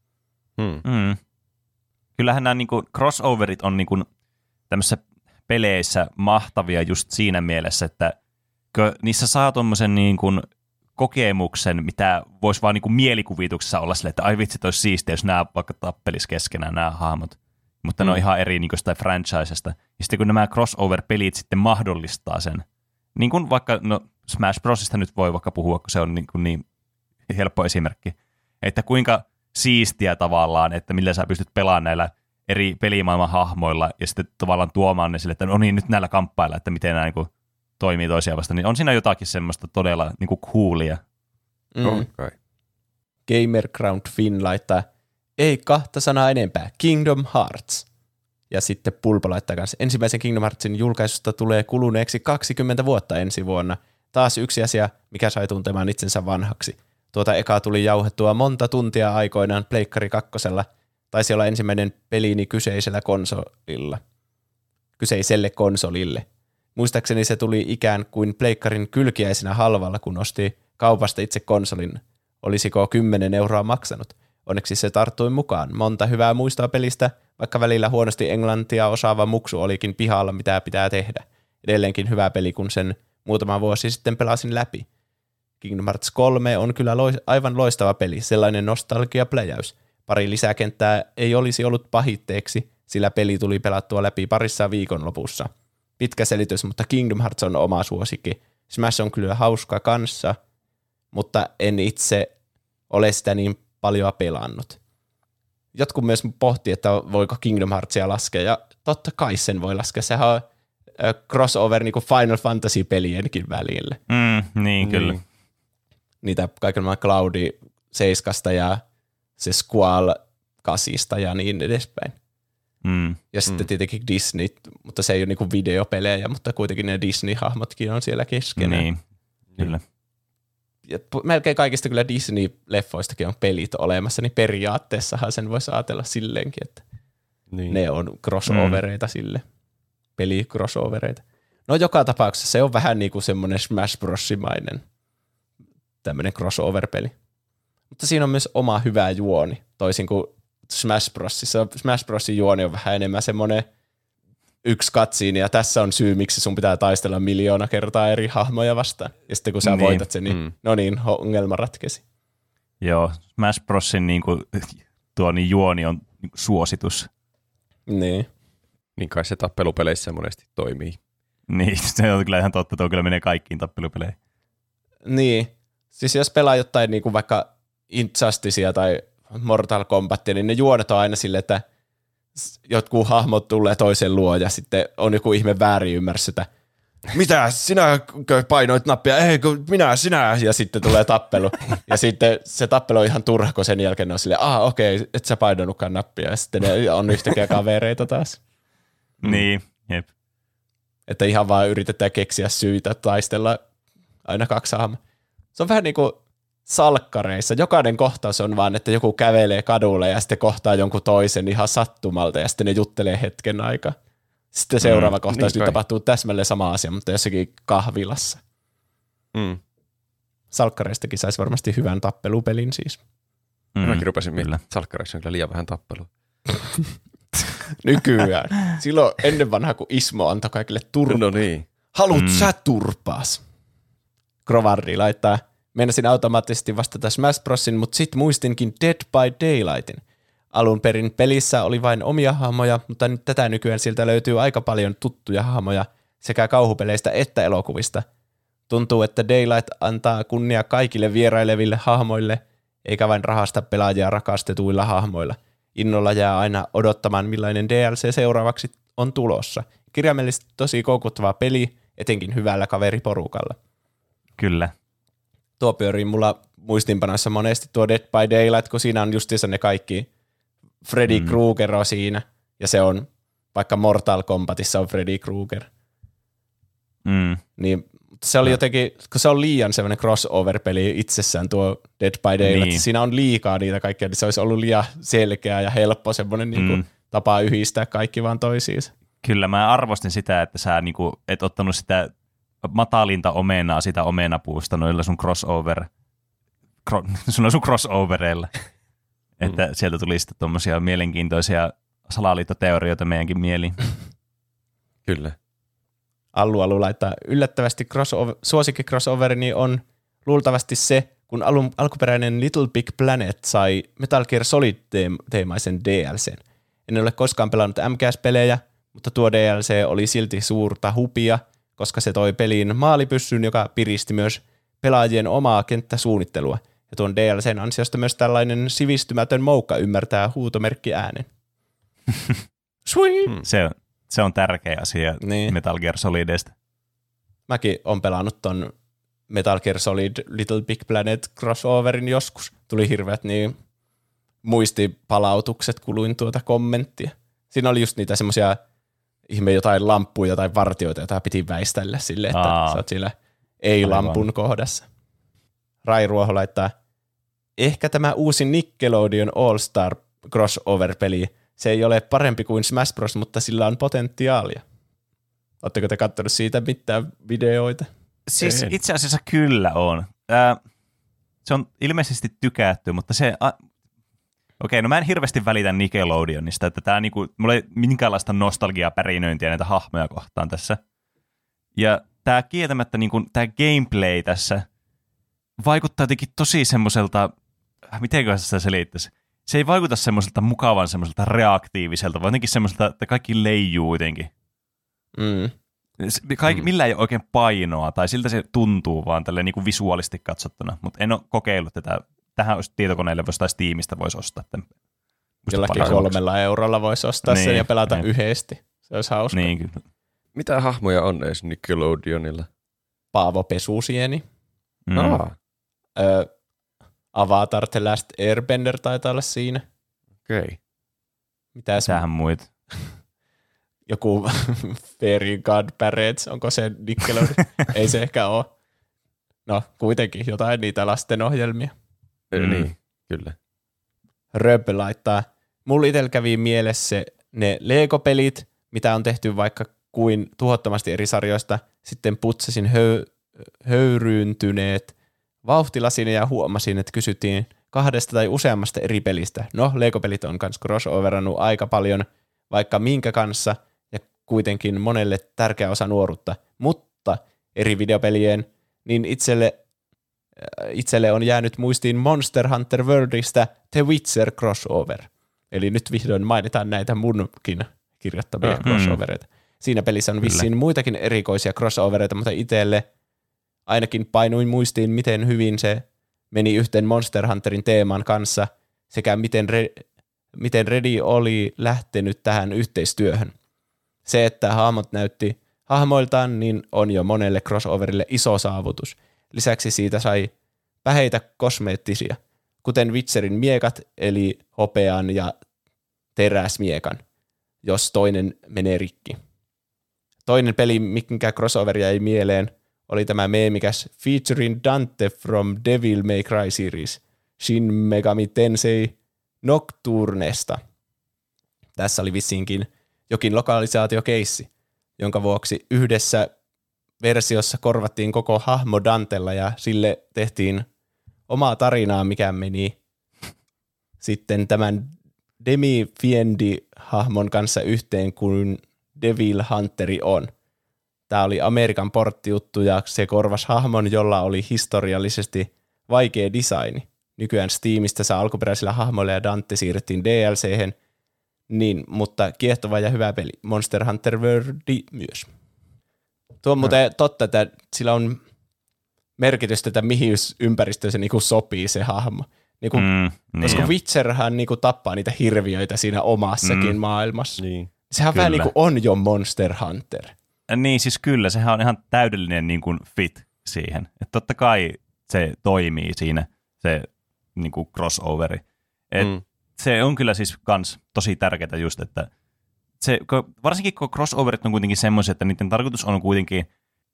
[SPEAKER 3] Kyllähän nämä niinku crossoverit on niinku tämmöisissä peleissä mahtavia just siinä mielessä, että niissä saa tommosen niinku kokemuksen, mitä voisi vaan niinku mielikuvituksessa olla silleen, että ai vitsi, olisi siistiä, jos nämä vaikka tappelis keskenään nämä hahmot. Mutta ne on ihan eri niin sitä franchisesta. Ja sitten kun nämä crossover-pelit sitten mahdollistaa sen, niin kuin vaikka, no Smash Brosista nyt voi vaikka puhua, kun se on niin helppo esimerkki, että kuinka siistiä tavallaan, että millä sä pystyt pelaamaan näillä eri pelimaailman hahmoilla ja sitten tavallaan tuomaan ne sille, että no niin, nyt näillä kamppailla, että miten nämä niin toimii toisiaan vastaan, niin on siinä jotakin semmoista todella niin kuin coolia.
[SPEAKER 1] Okay.
[SPEAKER 2] Gamerground Finn laittaa, ei 2 sanaa enempää, Kingdom Hearts. Ja sitten Pulpo laittaa kanssa, ensimmäisen Kingdom Heartsin julkaisusta tulee kuluneeksi 20 vuotta ensi vuonna. Taas yksi asia, mikä sai tuntemaan itsensä vanhaksi. Tuota ekaa tuli jauhettua monta tuntia aikoinaan Pleikkari 2. Taisi olla ensimmäinen pelini kyseiselle konsolille. Muistaakseni se tuli ikään kuin Pleikkarin kylkiäisenä halvalla, kun osti kaupasta itse konsolin. Olisiko 10 euroa maksanut? Onneksi se tarttui mukaan. Monta hyvää muistoa pelistä, vaikka välillä huonosti englantia osaava muksu olikin pihalla, mitä pitää tehdä. Edelleenkin hyvä peli, kun sen muutama vuosi sitten pelasin läpi. Kingdom Hearts 3 on kyllä aivan loistava peli, sellainen nostalgia-pläjäys. Pari lisäkenttää ei olisi ollut pahitteeksi, sillä peli tuli pelattua läpi parissa viikonlopussa. Pitkä selitys, mutta Kingdom Hearts on oma suosikki. Smash on kyllä hauska kanssa, mutta en itse ole sitä niin paljon pelannut. Jotkut myös pohtii, että voiko Kingdom Heartsia laskea, ja totta kai sen voi laskea. Sehän on crossover niin kuin Final Fantasy-pelienkin välillä.
[SPEAKER 3] Niin, kyllä.
[SPEAKER 2] Niitä kaikenlaista Cloudi 7 ja se Squall 8 ja niin edespäin. Ja sitten tietenkin Disney, mutta se ei ole niinku videopelejä, mutta kuitenkin ne Disney-hahmotkin on siellä keskenään.
[SPEAKER 3] Niin, kyllä.
[SPEAKER 2] Ja melkein kaikista kyllä Disney-leffoistakin on pelit olemassa, niin periaatteessahan sen voisi ajatella silleenkin, että ne on crossovereita sille, peli-crossovereita. No joka tapauksessa se on vähän niin kuin semmoinen Smash Bros-mainen tämmöinen crossover-peli. Mutta siinä on myös oma hyvä juoni, toisin kuin Smash Brosissa. Smash Brosin juoni on vähän enemmän semmoinen yksi cutscene, ja tässä on syy, miksi sun pitää taistella 1,000,000 kertaa eri hahmoja vastaan. Ja sitten kun sä voitat sen, niin no niin, ongelma ratkesi.
[SPEAKER 3] Joo, Smash Brosin tuo juoni on suositus.
[SPEAKER 2] Niin.
[SPEAKER 1] Niin kai se tappelupeleissä monesti toimii.
[SPEAKER 3] Niin, se on kyllä ihan totta, tuo kyllä menee kaikkiin tappelupeleihin.
[SPEAKER 2] Niin, siis jos pelaa jotain niin kuin vaikka Injusticea tai Mortal Kombatia, niin ne juonet on aina silleen, että jotkut hahmot tulee toisen luo ja sitten on joku ihme väärinymmärrys, että mitä, sinä painoit nappia, ei kun sinä, ja sitten tulee tappelu. Ja sitten se tappelu on ihan turha, kun sen jälkeen on silleen, okei, et sä painonutkaan nappia, ja sitten ne on yhtäkkiä kavereita taas.
[SPEAKER 3] Niin, jep.
[SPEAKER 2] Että ihan vaan yritetään keksiä syitä taistella aina 2 hahmoa. Se on vähän niin kuin salkkareissa. Jokainen kohtaus on vaan, että joku kävelee kadulle ja sitten kohtaa jonkun toisen ihan sattumalta ja sitten ne juttelee hetken aikaa. Sitten seuraava kohtaus niin tapahtuu täsmälleen sama asia, mutta jossakin kahvilassa. Salkkareistakin saisi varmasti hyvän tappelupelin siis.
[SPEAKER 1] Mäkin rupesin miettimään, että salkkareissa on kyllä liian vähän tappelua.
[SPEAKER 2] Nykyään. Silloin ennen vanhaa, kun Ismo antoi kaikille turpaa.
[SPEAKER 1] No niin.
[SPEAKER 2] Haluut sä turpaas? Grovardi laittaa, meinasin automaattisesti vastata Smash Brosin, mutta sit muistinkin Dead by Daylightin. Alun perin pelissä oli vain omia hahmoja, mutta nyt tätä nykyään sieltä löytyy aika paljon tuttuja hahmoja sekä kauhupeleistä että elokuvista. Tuntuu, että Daylight antaa kunnia kaikille vieraileville hahmoille, eikä vain rahasta pelaajia rakastetuilla hahmoilla. Innolla jää aina odottamaan, millainen DLC seuraavaksi on tulossa. Kirjaimellisesti tosi koukuttava peli, etenkin hyvällä kaveriporukalla.
[SPEAKER 3] Kyllä.
[SPEAKER 2] Tuo pyörii mulla muistinpanoissa monesti tuo Dead by Daylight, kun siinä on justiinsa ne kaikki. Freddy Krueger on siinä, ja se on, vaikka Mortal Kombatissa on Freddy Krueger. Niin Mutta se oli jotenkin, kun se on liian semmoinen crossover-peli itsessään tuo Dead by Daylight, niin. Siinä on liikaa niitä kaikkea, niin se olisi ollut liian selkeä ja helppo semmoinen niinku tapa yhdistää kaikki vaan toisiinsa.
[SPEAKER 3] Kyllä, mä arvostin sitä, että sä niinku, et ottanut sitä matalinta omenaa sitä omenapuusta noilla sun crossovereilla. Että sieltä tuli sitten tuommoisia mielenkiintoisia salaliittoteorioita meidänkin mieliin.
[SPEAKER 1] Kyllä.
[SPEAKER 2] Allu laittaa yllättävästi suosikki crossoverini on luultavasti se, kun alkuperäinen Little Big Planet sai Metal Gear Solid-teemaisen DLCn. En ole koskaan pelannut MGS-pelejä, mutta tuo DLC oli silti suurta hupia, koska se toi peliin maalipyssyn, joka piristi myös pelaajien omaa kenttäsuunnittelua. Ja tuon DLCn ansiosta myös tällainen sivistymätön moukka ymmärtää huutomerkki äänen. Sweet!
[SPEAKER 3] Se on tärkeä asia niin. Metal Gear Solidista.
[SPEAKER 2] Mäkin on pelannut ton Metal Gear Solid Little Big Planet crossoverin joskus. Tuli hirveät niin muistipalautukset, kun luin tuota kommenttia. Siinä oli just niitä semmoisia jotain lamppuja tai vartioita, joita piti väistellä sille, että sä oot siellä ei-lampun kohdassa. Rai Ruoho laittaa, ehkä tämä uusi Nickelodeon All-Star crossover-peli, se ei ole parempi kuin Smash Bros, mutta sillä on potentiaalia. Oletteko te katsonut siitä mitään videoita?
[SPEAKER 3] Siis itse asiassa kyllä on. Se on ilmeisesti tykätty, mutta se... Okei, no mä en hirveästi välitä Nickelodeonista, että tää niinku, mulla ei minkäänlaista nostalgiapärinöintiä näitä hahmoja kohtaan tässä. Ja tää kieltämättä niinku, tää gameplay tässä vaikuttaa jotenkin tosi semmoiselta, mitenköhän sitä selittäisi? Se ei vaikuta semmoiselta mukavan semmoiselta reaktiiviselta, vaan jotenkin semmoiselta, että kaikki leijuu jotenkin. Millä ei ole oikein painoa, tai siltä se tuntuu vaan tälleen niinku visuaalisesti katsottuna, mutta en ole kokeillut tätä. Tähän olisi tietokoneelle tai Steamista voisi ostaa.
[SPEAKER 2] Jollakin 3 eurolla voisi ostaa sen ja pelata yhdesti. Se olisi hauska.
[SPEAKER 3] Niin, kyllä.
[SPEAKER 1] Mitä hahmoja on edes Nickelodeonilla?
[SPEAKER 2] Paavo Pesusieni. Avatar The Last Airbender taitaa olla siinä.
[SPEAKER 1] Okei.
[SPEAKER 3] Mitähän muita?
[SPEAKER 2] Joku Fairy Godparents, onko se Nickelodeon? Ei se ehkä ole. No, kuitenkin jotain niitä lastenohjelmia.
[SPEAKER 1] Niin, kyllä.
[SPEAKER 2] Röb laittaa, mulla itsellä kävi mielessä ne Lego-pelit, mitä on tehty vaikka kuin tuhottomasti eri sarjoista, sitten putsasin höyryyntyneet vauhtilasini ja huomasin, että kysyttiin 2 tai useammasta eri pelistä. No, Lego-pelit on kans crossoverannut aika paljon, vaikka minkä kanssa, ja kuitenkin monelle tärkeä osa nuoruutta, mutta eri videopelien, niin itselle on jäänyt muistiin Monster Hunter Worldista The Witcher crossover. Eli nyt vihdoin mainitaan näitä munkin kirjoittamia crossovereita. Siinä pelissä on vissiin muitakin erikoisia crossovereita, mutta itselle ainakin painuin muistiin, miten hyvin se meni yhteen Monster Hunterin teeman kanssa, sekä miten Redi oli lähtenyt tähän yhteistyöhön. Se, että hahmot näytti hahmoiltaan, niin on jo monelle crossoverille iso saavutus. Lisäksi siitä sai päheitä kosmeettisia, kuten Witcherin miekat, eli hopean ja teräsmiekan, jos toinen menee rikki. Toinen peli, mikä crossoveria ei mieleen, oli tämä meemikäs featuring Dante from Devil May Cry series, Shin Megami Tensei Nocturnesta. Tässä oli vissiinkin jokin lokalisaatiokeissi, jonka vuoksi yhdessä versiossa korvattiin koko hahmo Dantella ja sille tehtiin omaa tarinaa, mikä meni sitten tämän Demi Fiendi-hahmon kanssa yhteen kuin Devil Hunteri on. Tämä oli Amerikan porttijuttu ja se korvasi hahmon, jolla oli historiallisesti vaikea designi. Nykyään Steamista saa alkuperäisillä hahmoilla ja Dante siirrettiin DLC:hen, niin, mutta kiehtova ja hyvä peli. Monster Hunter World myös. Tuo on muuten totta, että sillä on merkitystä, että mihin ympäristöön se niinku sopii se hahmo. Niinku, koska Witcherhan niinku tappaa niitä hirviöitä siinä omassakin maailmassa. Niin. Sehän kyllä. Vähän niin kuin on jo Monster Hunter.
[SPEAKER 3] Niin, siis kyllä. Sehän on ihan täydellinen niin kuin fit siihen. Että totta kai se toimii siinä, se niin kuin crossoveri. Se on kyllä siis kans tosi tärkeää just, että se, varsinkin kun crossoverit on kuitenkin semmoisia, että niiden tarkoitus on kuitenkin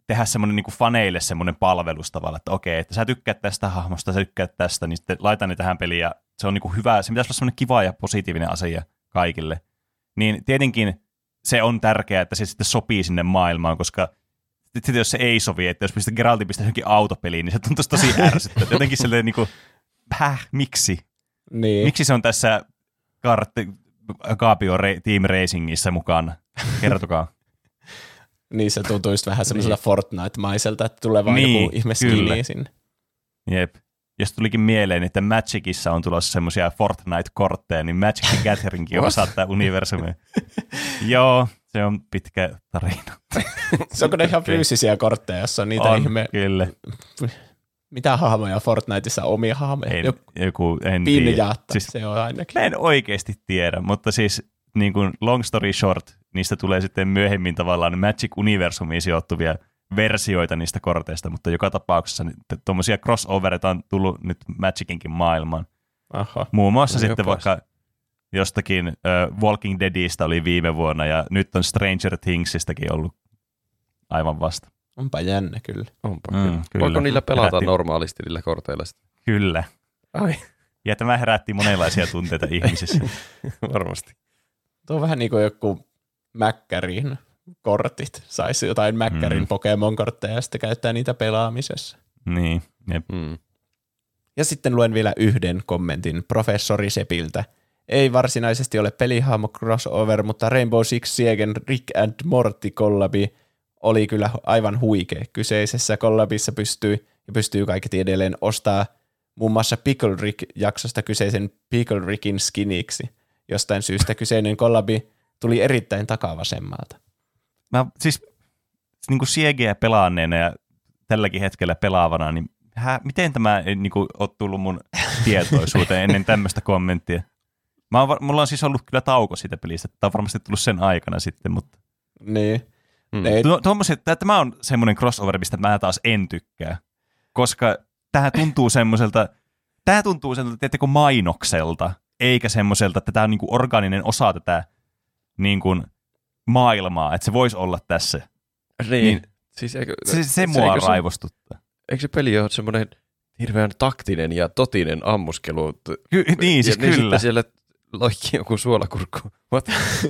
[SPEAKER 3] tehdä semmoinen niin kuin faneille semmoinen palvelus tavalla, että okei, että sä tykkäät tästä hahmosta, sä tykkäät tästä, niin sitten laitan ne tähän peliin ja se on niin kuin hyvä, se pitäisi olla semmoinen kiva ja positiivinen asia kaikille. Niin tietenkin se on tärkeää, että se sitten sopii sinne maailmaan, koska sitten jos se ei sovi, että jos Geraltin pistää johonkin autopeliin, niin se tuntuisi tosi ärsyttävältä. Jotenkin silleen niin kuin, miksi?
[SPEAKER 2] Niin.
[SPEAKER 3] Miksi se on tässä Gaapio Team Racingissa mukana? Kertokaa.
[SPEAKER 2] Niin se tuntuu just vähän semmoiselta Fortnite-maiselta, että tulee vaan joku ihme skini sinne.
[SPEAKER 3] Jep. Jos tulikin mieleen, että Magicissa on tulossa semmoisia Fortnite-kortteja, niin Magic the Gatheringkin on osa tätä universumia. Joo, se on pitkä tarina.
[SPEAKER 2] Se onko ne ihan fyysisiä kortteja, jossa on niitä ihme...
[SPEAKER 3] Kyllä.
[SPEAKER 2] Mitä hahmoja Fortniteissa on omia hahmoja?
[SPEAKER 3] En tiedä.
[SPEAKER 2] Siis, se on ainakin.
[SPEAKER 3] Mä en oikeasti tiedä, mutta siis niin kuin long story short, niistä tulee sitten myöhemmin tavallaan Magic-universumiin sijoittuvia versioita niistä korteista, mutta joka tapauksessa tuommoisia crossovereita on tullut nyt Magicinkin maailmaan.
[SPEAKER 2] Aha.
[SPEAKER 3] Muun muassa sitten vaikka jostakin Walking Deadistä oli viime vuonna ja nyt on Stranger Thingsistäkin ollut aivan vasta.
[SPEAKER 2] Onpa jännä kyllä.
[SPEAKER 1] Onpa kyllä. Voiko niillä pelata normaalisti niillä korteilla sitten?
[SPEAKER 3] Kyllä.
[SPEAKER 1] Ai.
[SPEAKER 3] Ja tämä herätti monenlaisia tunteita ihmisissä.
[SPEAKER 1] Varmasti.
[SPEAKER 2] Tuo on vähän niin kuin joku Mäkkärin kortit. Saisi jotain Mäkkärin Pokemon-kortteja ja sitten käyttää niitä pelaamisessa.
[SPEAKER 3] Niin.
[SPEAKER 2] Ja sitten luen vielä yhden kommentin professori Sepiltä. Ei varsinaisesti ole pelihahmo crossover, mutta Rainbow Six Siegen Rick and Morty kollabi oli kyllä aivan huikea. Kyseisessä kollabissa pystyy kaiketi edelleen ostaa muun muassa Pickle Rick-jaksosta kyseisen Pickle Rickin skiniksi. Jostain syystä kyseinen kollabi tuli erittäin takavasemmalta.
[SPEAKER 3] Mä siis niin kuin Siegeä pelaanneena ja tälläkin hetkellä pelaavana, niin miten tämä ei niin kuin, ole tullut mun tietoisuuteen ennen tämmöistä kommenttia? Mulla on siis ollut kyllä tauko siitä pelistä, tämä on varmasti tullut sen aikana sitten, mutta...
[SPEAKER 2] Niin.
[SPEAKER 3] Tämä on semmoinen crossover, mistä mä taas en tykkää, koska tämä tuntuu semmoiselta, teettekö mainokselta, eikä semmoiselta, että tämä on niin kuin orgaaninen osa tätä niin kuin maailmaa, että se voisi olla tässä.
[SPEAKER 1] Niin.
[SPEAKER 3] Siis se mua raivostuttaa.
[SPEAKER 1] Eikö se peli ole semmoinen hirveän taktinen ja totinen ammuskelu?
[SPEAKER 3] Niin, siis
[SPEAKER 1] niin
[SPEAKER 3] kyllä.
[SPEAKER 1] Sitten siellä loikki joku suolakurkku. What?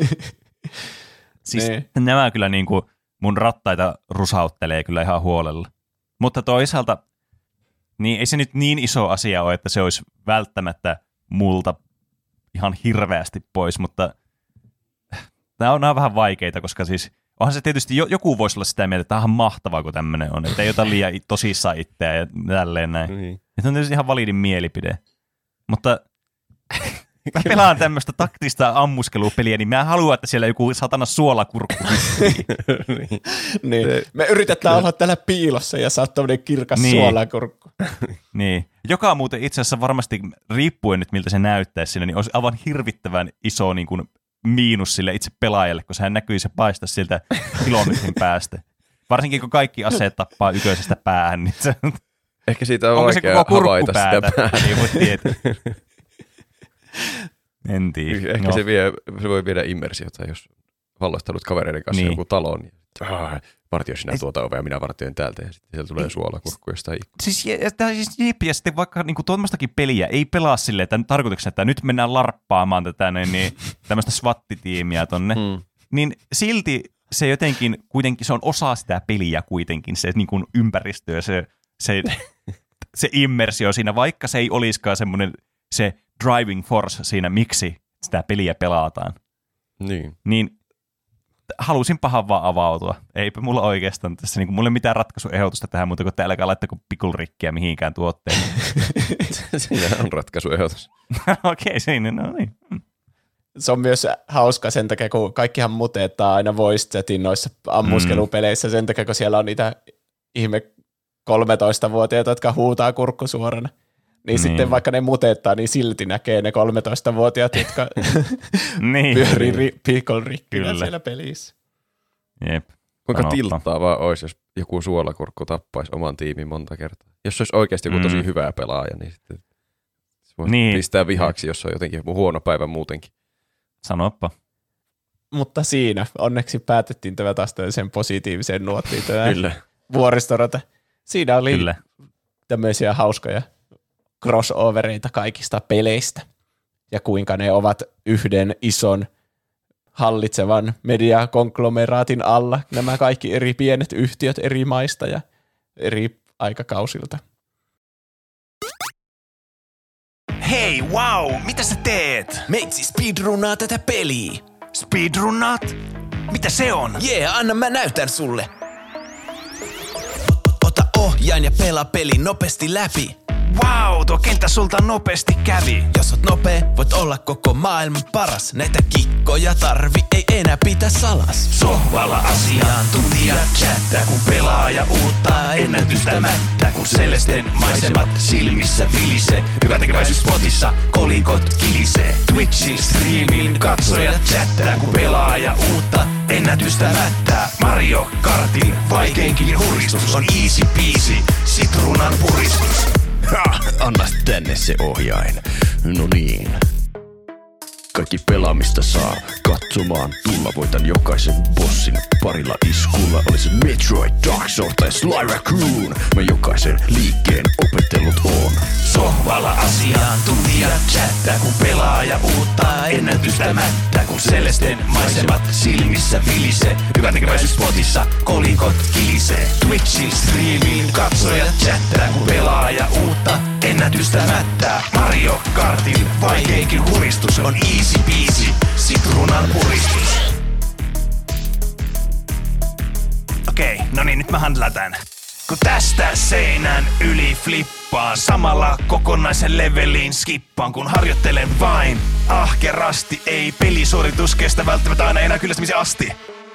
[SPEAKER 3] Siis nämä kyllä niin kuin mun rattaita rusauttelee kyllä ihan huolella. Mutta toisaalta, niin ei se nyt niin iso asia ole, että se olisi välttämättä multa ihan hirveästi pois, mutta nämä on vähän vaikeita, koska siis onhan se tietysti, joku voisi olla sitä mieltä, että tämä on ihan mahtavaa, kun tämmöinen on, että ei ota liian tosissaan itseään ja tälleen näin. Niin. Että on tietysti ihan validin mielipide. Mutta mä pelaan tämmöistä taktista ammuskelupeliä, niin mä haluan, että siellä joku satana suolakurkku
[SPEAKER 2] niin. Me yritetään olla täällä piilossa ja sä oot tämmöinen kirkas suolakurkku.
[SPEAKER 3] Niin. Joka muuten itse asiassa varmasti, riippuen nyt miltä se näyttäisi siinä, niin olisi aivan hirvittävän iso niin kuin miinus sille itse pelaajalle, koska hän näkyy se paista siltä kilometrin päästä. Varsinkin kun kaikki aseet tappaa yköisestä päähän, niin se
[SPEAKER 1] ehkä siitä on vaikea havaita sitä päähän.
[SPEAKER 3] Ei voi tietää. En tiedä.
[SPEAKER 1] Ehkä se voi viedä immersiota, jos valloistanut kavereiden kanssa joku taloon. Niin, vartio sinä tuota ovea, minä vartioin täältä ja sitten siellä tulee suolakurkku jostain ikkunasta.
[SPEAKER 3] Ja sitten vaikka niin tuommoistakin peliä ei pelaa silleen, että tarkoituksena, että nyt mennään larppaamaan tätä niin, tämmöistä SWAT-tiimiä tonne, niin silti se jotenkin, kuitenkin se on osa sitä peliä kuitenkin, se niin kuin ympäristö ja se immersio siinä, vaikka se ei olisikaan semmoinen se driving force siinä, miksi sitä peliä pelataan. Niin halusin pahan vaan avautua. Eipä mulla oikeastaan tässä, niin mulla ei ole mitään ratkaisuehdotusta tähän, mutta kun täällä laittako Pickle Rickiä mihinkään tuotteen.
[SPEAKER 2] Siinä
[SPEAKER 1] on ratkaisuehdotus.
[SPEAKER 3] Okei, siinä, no niin.
[SPEAKER 2] Se on myös hauska sen takia, kun kaikkihan muteettaa aina voice chatin noissa ammuskelupeleissä sen takia, kun siellä on niitä ihme 13-vuotiaita, jotka huutaa kurkku suorana. Niin sitten vaikka ne muteettaa, niin silti näkee ne 13-vuotiaat, jotka pyörii Pickle Rickinä siellä pelissä.
[SPEAKER 3] Jep.
[SPEAKER 1] Kuinka tilttaavaa olisi, jos joku suolakurkku tappaisi oman tiimin monta kertaa. Jos se olisi oikeasti joku tosi hyvä pelaaja, niin sitten se voisi pistää vihaksi, jos on jotenkin huono päivä muutenkin.
[SPEAKER 3] Sanoppa.
[SPEAKER 2] Mutta siinä onneksi päätettiin tämä taas sen positiivisen nuottiin.
[SPEAKER 1] Kyllä.
[SPEAKER 2] Vuoristorata. Siinä oli
[SPEAKER 3] Kyllä.
[SPEAKER 2] tämmöisiä hauskoja crossovereita kaikista peleistä. Ja kuinka ne ovat yhden ison hallitsevan mediakonklomeraatin alla. Nämä kaikki eri pienet yhtiöt eri maista ja eri aikakausilta.
[SPEAKER 4] Hei, wow, mitä sä teet?
[SPEAKER 5] Meitsi speedrunnaa tätä peliä.
[SPEAKER 4] Speedrunnaat? Mitä se on?
[SPEAKER 5] Anna mä näytän sulle. Ota ohjaan ja pelaa peli nopeasti läpi.
[SPEAKER 4] Wow, tuo kenttä sulta nopeasti kävi.
[SPEAKER 5] Jos oot nopea, voit olla koko maailman paras. Näitä kikkoja ei enää pitä salas.
[SPEAKER 4] Sohvalla asiantuntija chattää, kun pelaaja uutta ennätystämättä. Kun Celesten maisemat silmissä vilisee, hyväntekeväisyys spotissa kolikot kilisee. Twitchin striimin katsoja chattää, kun pelaaja uutta ennätystämättä. Mario Kartin vaikeinkin huristus on easy peasy, sitruunan puristus.
[SPEAKER 6] Anna tänne se ohjain. No niin. Kaikki pelaamista saa katsomaan. Tulla voitan jokaisen bossin parilla iskulla. Oli se Metroid, Dark Souls tai Sly Raccoon. Mä jokaisen liikkeen opetellut oon.
[SPEAKER 4] Sohvalla asiantuntija chattää, kun pelaaja uutta ennätystämättä. Kun Celesten maisemat silmissä vilisee, hyväntekeväisyys spotissa kolikot kilisee. Twitchin striimin katsoja chattää, kun pelaaja uutta ennätystämättä. Mario Kartin vaikeinkin huristus on easy peasy, sitruunan puristus. Okei, no niin, nyt mä handlätän. Kun tästä seinän yli flippaan, samalla kokonaisen levelin skippaan, kun harjoittelen vain ahkerasti. Ei pelisuoritus kestä välttämättä aina enää kyllästymisen asti.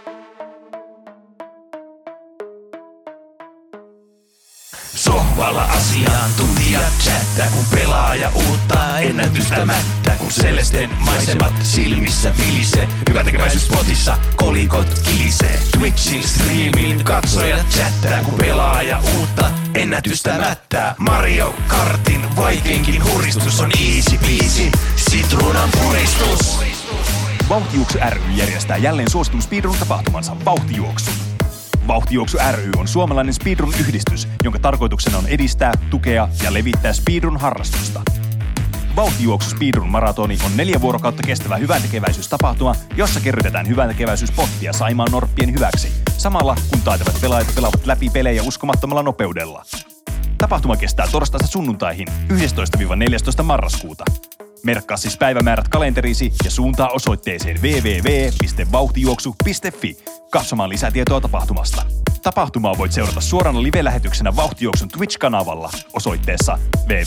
[SPEAKER 4] Sohvalla asiantuntija chattää, kun pelaaja uutta ennätystämättä. Kun Celesten maisemat silmissä vilisee, hyväntekeväisyys spotissa kolikot kilisee. Twitchin striimin katsoja chattää, kun pelaaja uutta ennätystämättä. Mario Kartin vaikeinkin huristus on easy peasy, sitruunan puristus.
[SPEAKER 7] Vauhtijuoksu ry järjestää jälleen suositun speedrun-tapahtumansa Vauhtijuoksu. Vauhtijuoksu ry on suomalainen speedrun-yhdistys, jonka tarkoituksena on edistää, tukea ja levittää speedrun-harrastusta. Vauhtijuoksu speedrun-maratoni on 4 vuorokautta kestävä hyväntekeväisyystapahtuma, jossa kerrytetään hyväntekeväisyyspottia Saimaan norppien hyväksi, samalla kun taitavat pelaajat pelaavat läpi pelejä uskomattomalla nopeudella. Tapahtuma kestää torstaista sunnuntaihin 11-14 marraskuuta. Merkkaa siis päivämäärät kalenteriisi ja suuntaa osoitteeseen www.vauhtijuoksu.fi katsomaan lisätietoa tapahtumasta. Tapahtumaa voit seurata suorana live-lähetyksenä Vauhtijuoksun Twitch-kanavalla osoitteessa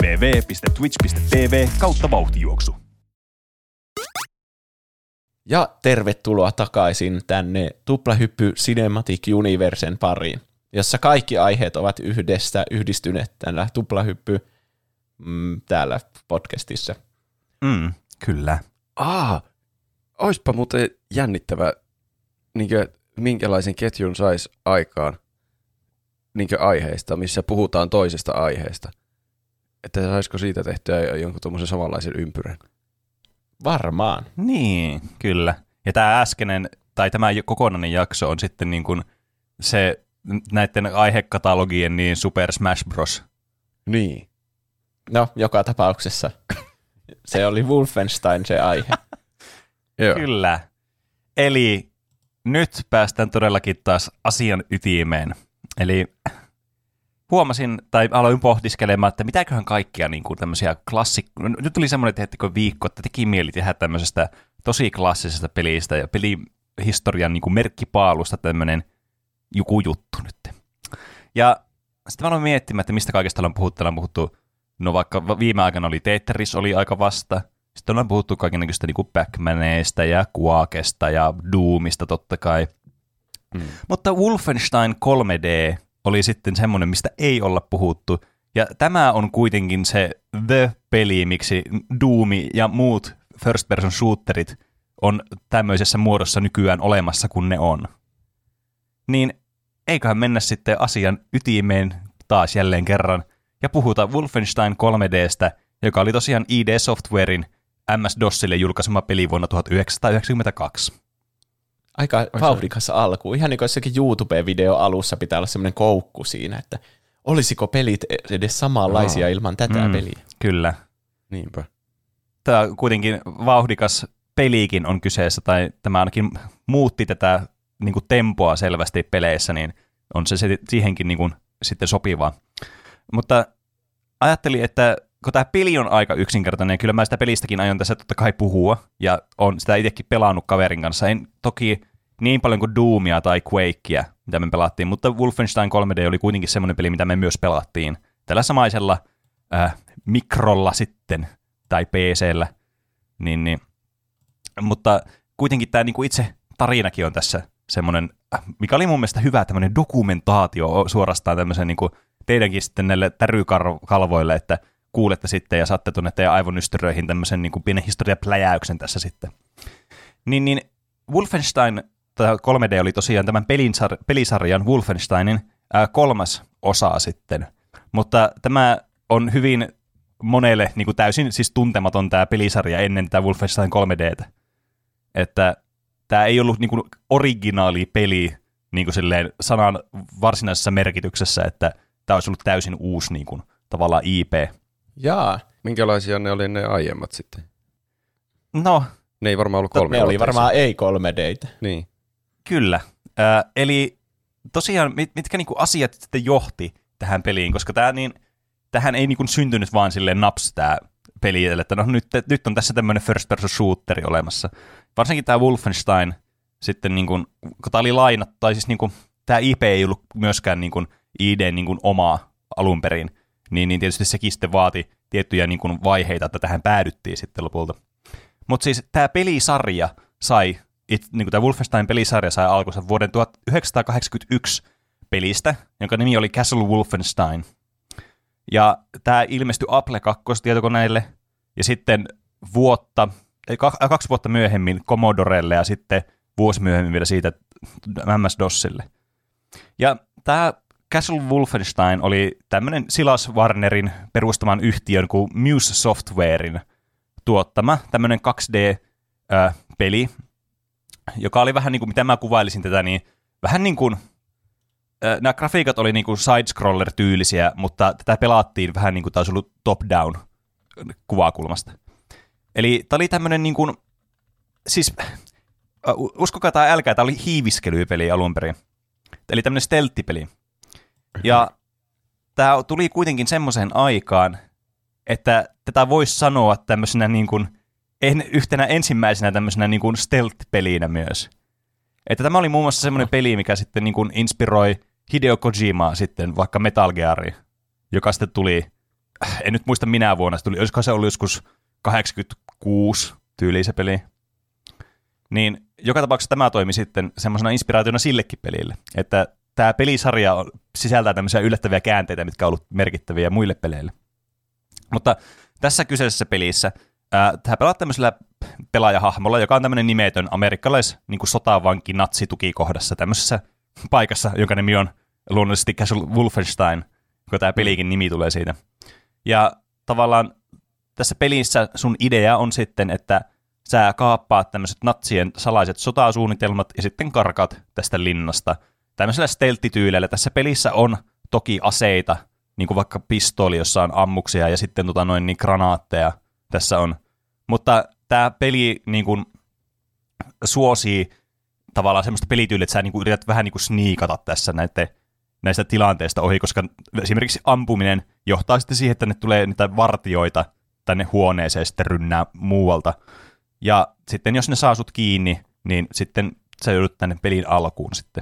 [SPEAKER 7] www.twitch.tv/vauhtijuoksu.
[SPEAKER 2] Ja tervetuloa takaisin tänne Tuplahyppy Cinematic Universen pariin, jossa kaikki aiheet ovat yhdistyneet tällä Tuplahyppy täällä podcastissa.
[SPEAKER 3] Kyllä.
[SPEAKER 1] Oispa muuten jännittävä, minkälaisen ketjun saisi aikaan aiheista, missä puhutaan toisesta aiheesta. Että saisiko siitä tehtyä jonkun tuommoisen samanlaisen ympyrän?
[SPEAKER 2] Varmaan.
[SPEAKER 3] Niin, kyllä. Ja tämä äskeinen, tai tämä kokonainen jakso on sitten niin kuin se näiden aihekatalogien niin Super Smash Bros.
[SPEAKER 1] Niin.
[SPEAKER 2] No, joka tapauksessa. Se oli Wolfenstein se aihe.
[SPEAKER 1] Joo.
[SPEAKER 3] Kyllä. Eli nyt päästään todellakin taas asian ytimeen. Eli huomasin, tai aloin pohdiskelemaan, että mitäköhän kaikkia niin kuin tämmöisiä nyt tuli semmoinen, teettekö viikko, että teki mieli tehdä tämmöisestä tosi klassisesta pelistä ja pelihistorian niin kuin merkkipaalusta tämmöinen joku juttu nyt. Ja sitten mä aloin miettimään, että mistä kaikesta ollaan puhuttu. Ollaan puhuttu, no vaikka viime aikana oli Tetris, oli aika vasta. Sitten ollaan puhuttu kaikennäköistä niin kuin Pac-Maneista ja Quakesta ja Doomista totta kai. Mutta Wolfenstein 3D oli sitten semmoinen, mistä ei olla puhuttu. Ja tämä on kuitenkin se the-peli, miksi Doomi ja muut first-person shooterit on tämmöisessä muodossa nykyään olemassa, kun ne on. Niin eiköhän mennä sitten asian ytimeen taas jälleen kerran ja puhuta Wolfenstein 3Dstä, joka oli tosiaan ID Softwarein MS-DOSille julkaisema peli vuonna 1992.
[SPEAKER 2] Aika vauhdikas alku. Ihan niin kuin jossakin YouTube-video alussa pitää olla semmoinen koukku siinä, että olisiko pelit edes samanlaisia ilman tätä peliä.
[SPEAKER 3] Kyllä.
[SPEAKER 1] Niinpä.
[SPEAKER 3] Tämä kuitenkin vauhdikas pelikin on kyseessä, tai tämä ainakin muutti tätä niin kuin tempoa selvästi peleissä, niin on se siihenkin niin kuin sitten sopivaa. Mutta ajattelin, että kun tämä peli on aika yksinkertainen, ja kyllä mä sitä pelistäkin aion tässä totta kai puhua, ja on sitä itsekin pelannut kaverin kanssa. En toki niin paljon kuin Doomia tai Quakea, mitä me pelattiin, mutta Wolfenstein 3D oli kuitenkin semmoinen peli, mitä me myös pelattiin. Tällä samaisella mikrolla sitten, tai PC:llä. Niin. Mutta kuitenkin tämä niinku itse tarinakin on tässä semmoinen, mikä oli mun mielestä hyvä tämmöinen dokumentaatio suorastaan tämmöisen niinku teidänkin sitten näille tärykalvoille, että kuulette sitten ja saatte tuonne teidän aivonystyröihin tämmöisen niinku pienen historiapläjäyksen tässä sitten. Niin Wolfenstein 3D oli tosiaan tämän pelisarjan Wolfensteinin 3. osa sitten, mutta tämä on hyvin monelle niin kuin täysin siis tuntematon tämä pelisarja ennen tämä Wolfenstein 3D:tä. Että tämä ei ollut niin kuin originaali peli niin kuin silleen sanan varsinaisessa merkityksessä, että tämä olisi ollut täysin uusi niin kuin, tavallaan IP.
[SPEAKER 2] Jaa.
[SPEAKER 1] Minkälaisia ne oli ne aiemmat sitten?
[SPEAKER 3] No.
[SPEAKER 1] Ne ei varmaan ollut 3D.
[SPEAKER 2] Ne oli varmaan ei 3D:tä.
[SPEAKER 1] Niin.
[SPEAKER 3] Kyllä. Eli tosiaan mitkä niin kuin asiat sitten johti tähän peliin, koska tähän ei niin kuin syntynyt vaan silleen naps tämä peli, että no nyt on tässä tämmöinen first person shooteri olemassa. Varsinkin tämä Wolfenstein sitten, niin kuin, kun tämä oli lainattu, tai siis niin kuin, tämä IP ei ollut myöskään niin kuin ID:n niin kuin omaa alun perin, niin tietysti sekin sitten vaati tiettyjä niin kuin vaiheita, että tähän päädyttiin sitten lopulta. Mutta siis tämä pelisarja sai, niin kuin tämä Wolfenstein-pelisarja sai alkunsa vuoden 1981 pelistä, jonka nimi oli Castle Wolfenstein. Ja tämä ilmestyi Apple 2-tietokoneille ja sitten 2 vuotta myöhemmin Commodorelle ja sitten vuosi myöhemmin vielä siitä MS-DOSille. Ja tämä Castle Wolfenstein oli tämmöinen Silas Warnerin perustaman yhtiön kuin Muse Softwarein tuottama tämmöinen 2D-peli, joka oli vähän niin kuin, mitä mä kuvailisin tätä, niin vähän niin kuin nämä grafiikat oli niin kuin side-scroller-tyylisiä, mutta tätä pelattiin vähän niin kuin tämä olisi ollut top-down kuvakulmasta. Eli tämä oli tämmöinen niin kuin, siis uskokaa tai älkää, tämä oli hiiviskelypeli alun perin. Eli tämmöinen stealth-peli. Ja tämä tuli kuitenkin semmoiseen aikaan, että tätä voisi sanoa tämmöisenä niin kuin yhtenä ensimmäisenä tämmöisenä niin kuin stealth-pelinä myös. Että tämä oli muun muassa semmoinen peli, mikä sitten niin kuin inspiroi Hideo Kojimaa sitten vaikka Metal Geariin, joka sitten tuli, en nyt muista minä vuonna se tuli, olisiko se ollut joskus 86 tyyliin se peli. Niin joka tapauksessa tämä toimi sitten semmoisena inspiraationa sillekin pelille, että tämä pelisarja sisältää tämmöisiä yllättäviä käänteitä, mitkä on ollut merkittäviä muille peleille. Mutta tässä kyseisessä pelissä tämä pelaat tämmöisellä pelaajahahmolla, joka on tämmöinen nimetön amerikkalais niin kuin sotavanki natsitukikohdassa tämmöisessä paikassa, jonka nimi on luonnollisesti Castle Wolfenstein, kun tämä pelikin nimi tulee siitä. Ja tavallaan tässä pelissä sun idea on sitten, että sä kaappaat tämmöiset natsien salaiset sotasuunnitelmat ja sitten karkaat tästä linnasta. Tämmöisellä stealth-tyyleillä tässä pelissä on toki aseita, niin kuin vaikka pistooli, jossa on ammuksia ja sitten niin granaatteja tässä on. Mutta tämä peli niin kuin suosii tavallaan semmoista pelityyliä, että sä niin kuin yrität vähän niin kuin sniikata tässä näistä tilanteista ohi, koska esimerkiksi ampuminen johtaa sitten siihen, että ne tulee niitä vartijoita tänne huoneeseen sitten rynnää muualta. Ja sitten jos ne saa sut kiinni, niin sitten sä joudut tänne pelin alkuun sitten.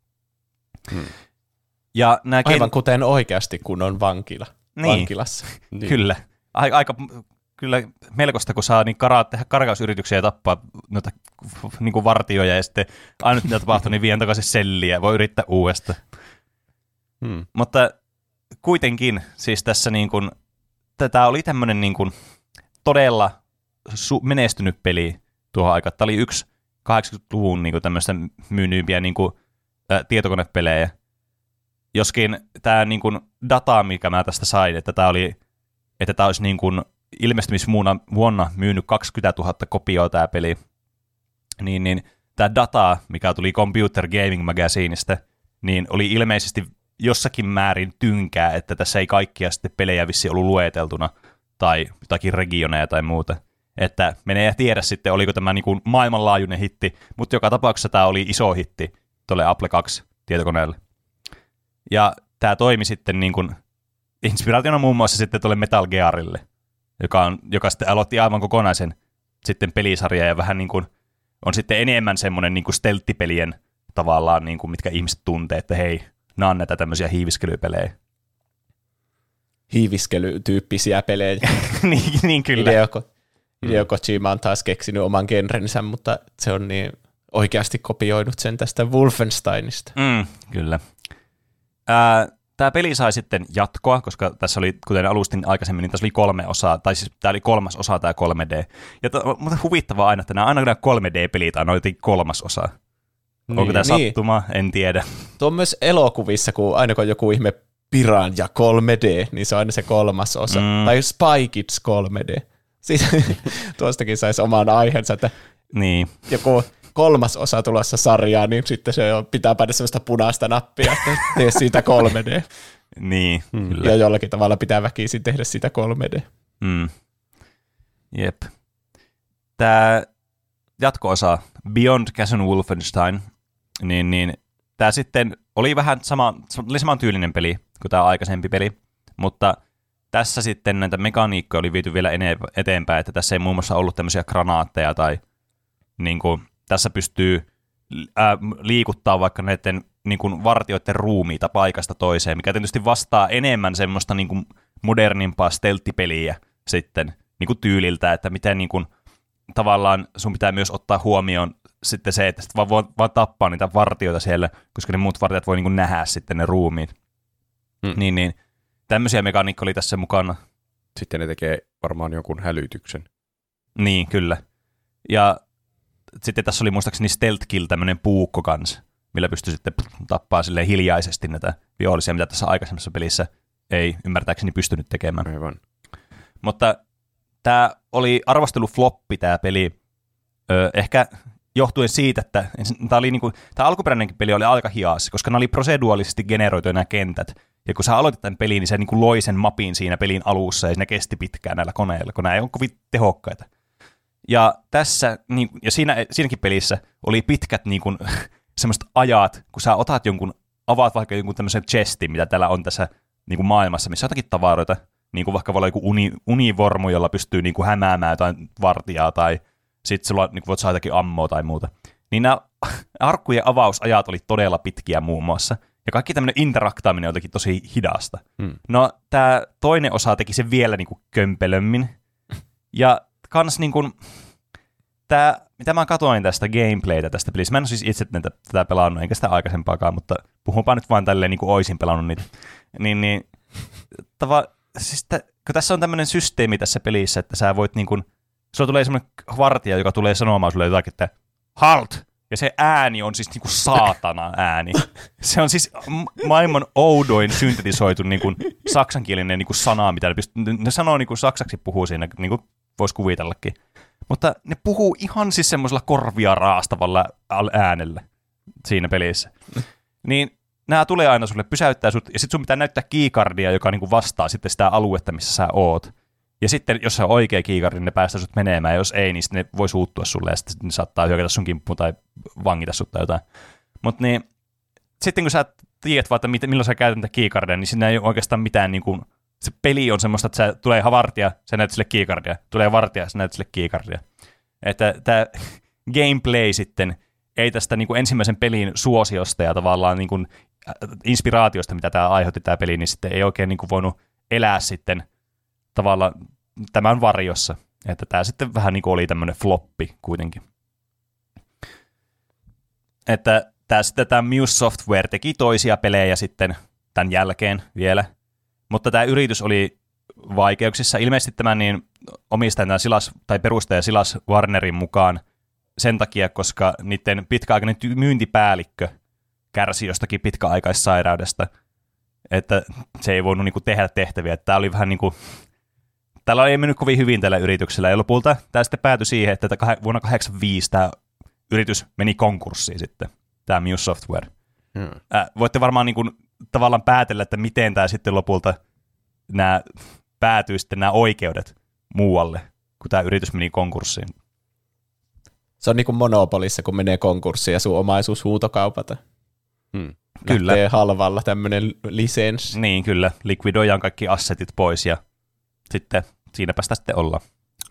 [SPEAKER 3] Ja
[SPEAKER 2] aivan kuten oikeasti, kun on vankilassa.
[SPEAKER 3] Niin. Kyllä. Kyllä melkoista, kun saa niin tehdä karkausyrityksiä ja tappaa noita niin kuin vartijoja ja sitten ainut mitä tapahtuu, niin vien takaisin selliä ja voi yrittää uudestaan. Mutta kuitenkin siis tässä niin kuin, tämä oli tämmöinen niin kuin todella menestynyt peli tuohon aikaan. Tämä oli yksi 80-luvun niin kuin tämmöistä myynnyimpiä niin kuin tietokonepelejä. Joskin tämä niin kuin data, mikä mä tästä sain, että tämä olisi niin kuin vuonna myynyt 20 000 kopioa tämä peli, niin tämä data, mikä tuli Computer Gaming Magazineista, niin oli ilmeisesti jossakin määrin tynkää, että tässä ei kaikkia sitten pelejä vissi ollut lueteltuna tai jotakin regioneja tai muuta. Että menee ja tiedä sitten, oliko tämä niin kuin maailmanlaajuinen hitti, mutta joka tapauksessa tämä oli iso hitti tuolle Apple 2 tietokoneelle. Ja tämä toimi sitten niin kuin inspiraationa muun muassa sitten tuolle Metal Gearille, joka sitten aloitti aivan kokonaisen sitten pelisarja ja vähän niin kuin on sitten enemmän semmoinen niin kuin stelttipelien tavallaan, niin kuin mitkä ihmiset tuntee, että hei, nämä on näitä tämmöisiä hiiviskelypelejä.
[SPEAKER 2] Hiiviskelytyyppisiä pelejä.
[SPEAKER 3] niin kyllä.
[SPEAKER 2] Hideo Kojima on taas keksinyt oman genrensä, mutta se on niin oikeasti kopioinut sen tästä Wolfensteinista.
[SPEAKER 3] Kyllä. Tämä peli sai sitten jatkoa, koska tässä oli, kuten alustin aikaisemmin, niin tässä oli 3 osaa, tai siis tämä oli 3. osa, tämä 3D. Ja mutta huvittavaa aina, että aina nämä 3D-pelit on jotenkin 3. osa. Onko tämä sattuma? En tiedä.
[SPEAKER 2] Tuo on myös elokuvissa, kun aina kun on joku ihme Piranha 3D, niin se on aina se 3. osa. Tai Spy Kids 3D. Siis tuostakin saisi oman aiheensa, että joku 3. osa tulossa sarjaa, niin sitten se pitää painaa sellaista punaista nappia, että tee siitä 3D.
[SPEAKER 3] Niin, kyllä.
[SPEAKER 2] Ja jollakin tavalla pitää väkisin tehdä siitä 3D.
[SPEAKER 3] Jep. Tämä jatko-osa Beyond Chasm Wolfenstein, niin tämä sitten oli vähän saman tyylinen peli kuin tämä aikaisempi peli, mutta tässä sitten näitä mekaniikkoja oli viety vielä eteenpäin, että tässä ei muun muassa ollut tämmöisiä granaatteja tai niin kuin, tässä pystyy liikuttaa vaikka näiden niin kuin vartijoiden ruumiita paikasta toiseen, mikä tietysti vastaa enemmän semmoista niin kuin modernimpaa stelttipeliä sitten niin kuin tyyliltä, että miten niin kuin, tavallaan sun pitää myös ottaa huomioon sitten se, että sitten vaan tappaa niitä vartijoita siellä, koska ne muut vartijat voi niin kuin nähdä sitten ne ruumiit. Niin. Tämmöisiä mekaniikkoja oli tässä mukana.
[SPEAKER 1] Sitten ne tekee varmaan jonkun hälytyksen.
[SPEAKER 3] Niin, kyllä. Ja sitten tässä oli muistaakseni Stealth Kill, tämmöinen puukko kanssa, millä pystyi sitten tappaa silleen hiljaisesti näitä vihollisia, mitä tässä aikaisemmassa pelissä ei ymmärtääkseni pystynyt tekemään.
[SPEAKER 1] Aivan.
[SPEAKER 3] Mutta tämä oli arvostelufloppi tämä peli, ehkä johtuen siitä, että tämä alkuperäinenkin peli oli aika hias, koska nämä oli proseduaalisesti generoituja nämä kentät. Ja kun sä aloitit tämän peliin, niin se niin kuin loi sen mapin siinä pelin alussa, ja siinä kesti pitkään näillä koneilla, kun nämä ei ole kovin tehokkaita. Ja tässä, ja siinäkin pelissä oli pitkät niin kuin, semmoiset ajat, kun sä avaat vaikka jonkun tämmöisen chestin, mitä täällä on tässä niin kuin maailmassa, missä on jotakin tavaroita, niin kuin vaikka voi olla joku univormu, jolla pystyy niin kuin hämäämään jotain vartijaa, tai sitten sulla niin voit saada jotakin ammoa tai muuta. Niin nämä arkkujen avausajat oli todella pitkiä muun muassa. Ja kaikki tämmöinen interaktaaminen on jotenkin tosi hidasta. No, tämä toinen osa teki sen vielä niin kuin kömpelömmin. Ja kans niin kuin, mitä mä katsoin tästä gameplaytä tästä pelissä, mä en ole siis itse tätä pelannut, enkä sitä aikaisempaakaan, mutta puhunpa nyt vaan tälleen niin kuin oisin pelannut niitä. Siis kun tässä on tämmöinen systeemi tässä pelissä, että sä voit niin kuin, sulla tulee semmoinen vartija, joka tulee sanomaan sulle jotakin, että halt! Ja se ääni on siis niinku saatana ääni. Se on siis maailman oudoin syntetisoitu niinku saksankielinen niinku sana, mitä ne sanoo niinku saksaksi puhuu siinä, niinku voisi kuvitellakin. Mutta ne puhuu ihan siis semmoisella korvia raastavalla äänellä siinä pelissä. Niin nämä tulee aina sulle, pysäyttää sut, ja sitten sun pitää näyttää keycardia, joka niinku vastaa sitten sitä aluetta, missä sä oot. Ja sitten, jos se on oikea kiikari, niin ne päästää sut menemään, ja jos ei, niin ne voi suuttua sulle, ja sitten ne saattaa hyökätä sun kimppuun tai vangita sut tai jotain. Mutta niin, sitten kun sä tiedät vaan, että milloin sä käytät niitä kiikardia, niin siinä ei ole oikeastaan mitään, niin kuin, se peli on semmoista, että tulee vartija, sä näytät sille kiikardia, tulee vartija, sä näytät sille kiikardia. Että tämä gameplay sitten ei tästä niin kuin ensimmäisen pelin suosiosta ja tavallaan niin kuin inspiraatiosta, mitä tämä aiheutti tämä peli, niin sitten ei oikein niin kuin voinut elää sitten tavallaan tämän varjossa, että tämä sitten vähän niin kuin oli tämmöinen floppi kuitenkin. Että tämä Muse Software teki toisia pelejä sitten tämän jälkeen vielä, mutta tämä yritys oli vaikeuksissa. Ilmeisesti tämän niin omistajan tai perustaja Silas Warnerin mukaan sen takia, koska niiden pitkäaikainen myyntipäällikkö kärsi jostakin pitkäaikaissairaudesta, että se ei voinut niinku tehdä tehtäviä. Tämä oli vähän niin kuin tällä ei mennyt kovin hyvin tällä yrityksellä, ja lopulta tämä sitten päätyi siihen, että vuonna 1985 tämä yritys meni konkurssiin sitten, tämä Muse Software. Voitte varmaan niin kuin, tavallaan päätellä, että miten tämä sitten lopulta päätyy sitten nämä oikeudet muualle, kun tämä yritys meni konkurssiin.
[SPEAKER 2] Se on niin kuin Monopolissa, kun menee konkurssiin ja sun omaisuus huutokaupata.
[SPEAKER 3] Kyllä.
[SPEAKER 2] Lähtee halvalla tämmöinen lisenssi.
[SPEAKER 3] Niin, kyllä. Likvidoidaan kaikki assetit pois ja sitten siinäpä sitä sitten ollaan.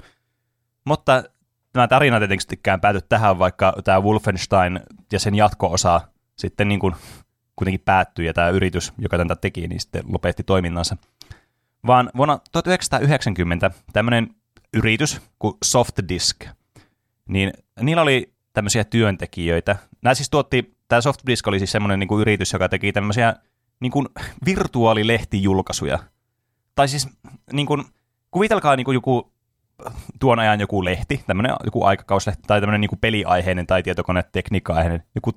[SPEAKER 3] Mutta tämä tarina tietenkään pääty tähän, vaikka tämä Wolfenstein ja sen jatko-osa sitten niin kuin kuitenkin päättyi ja tämä yritys, joka tätä teki, niin sitten lopetti toiminnansa. Vaan vuonna 1990 tämmöinen yritys kuin Softdisk, niin niillä oli tämmöisiä työntekijöitä. Tämä Softdisk oli siis semmoinen niin kuin yritys, joka teki tämmöisiä niin kuin virtuaalilehtijulkaisuja. Tai siis niin kuin, kuvitelkaa niin kuin joku tuon ajan joku lehti, tämmöinen joku aikakauslehti, tai tämmöinen niin kuin peliaiheinen tai tietokonetekniikka-aiheinen, joku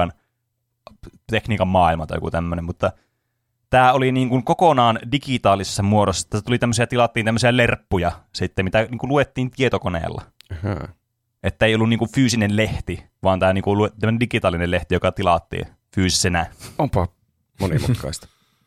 [SPEAKER 3] tekniikan maailma tai joku tämmöinen, mutta tämä oli niin kuin kokonaan digitaalisessa muodossa. Tässä tilattiin tämmöisiä lerppuja sitten, mitä niin kuin luettiin tietokoneella. Että ei ollut niin kuin fyysinen lehti, vaan tämä niin kuin tämmöinen digitaalinen lehti, joka tilattiin fyysisenä.
[SPEAKER 1] Onpa monimutkaista.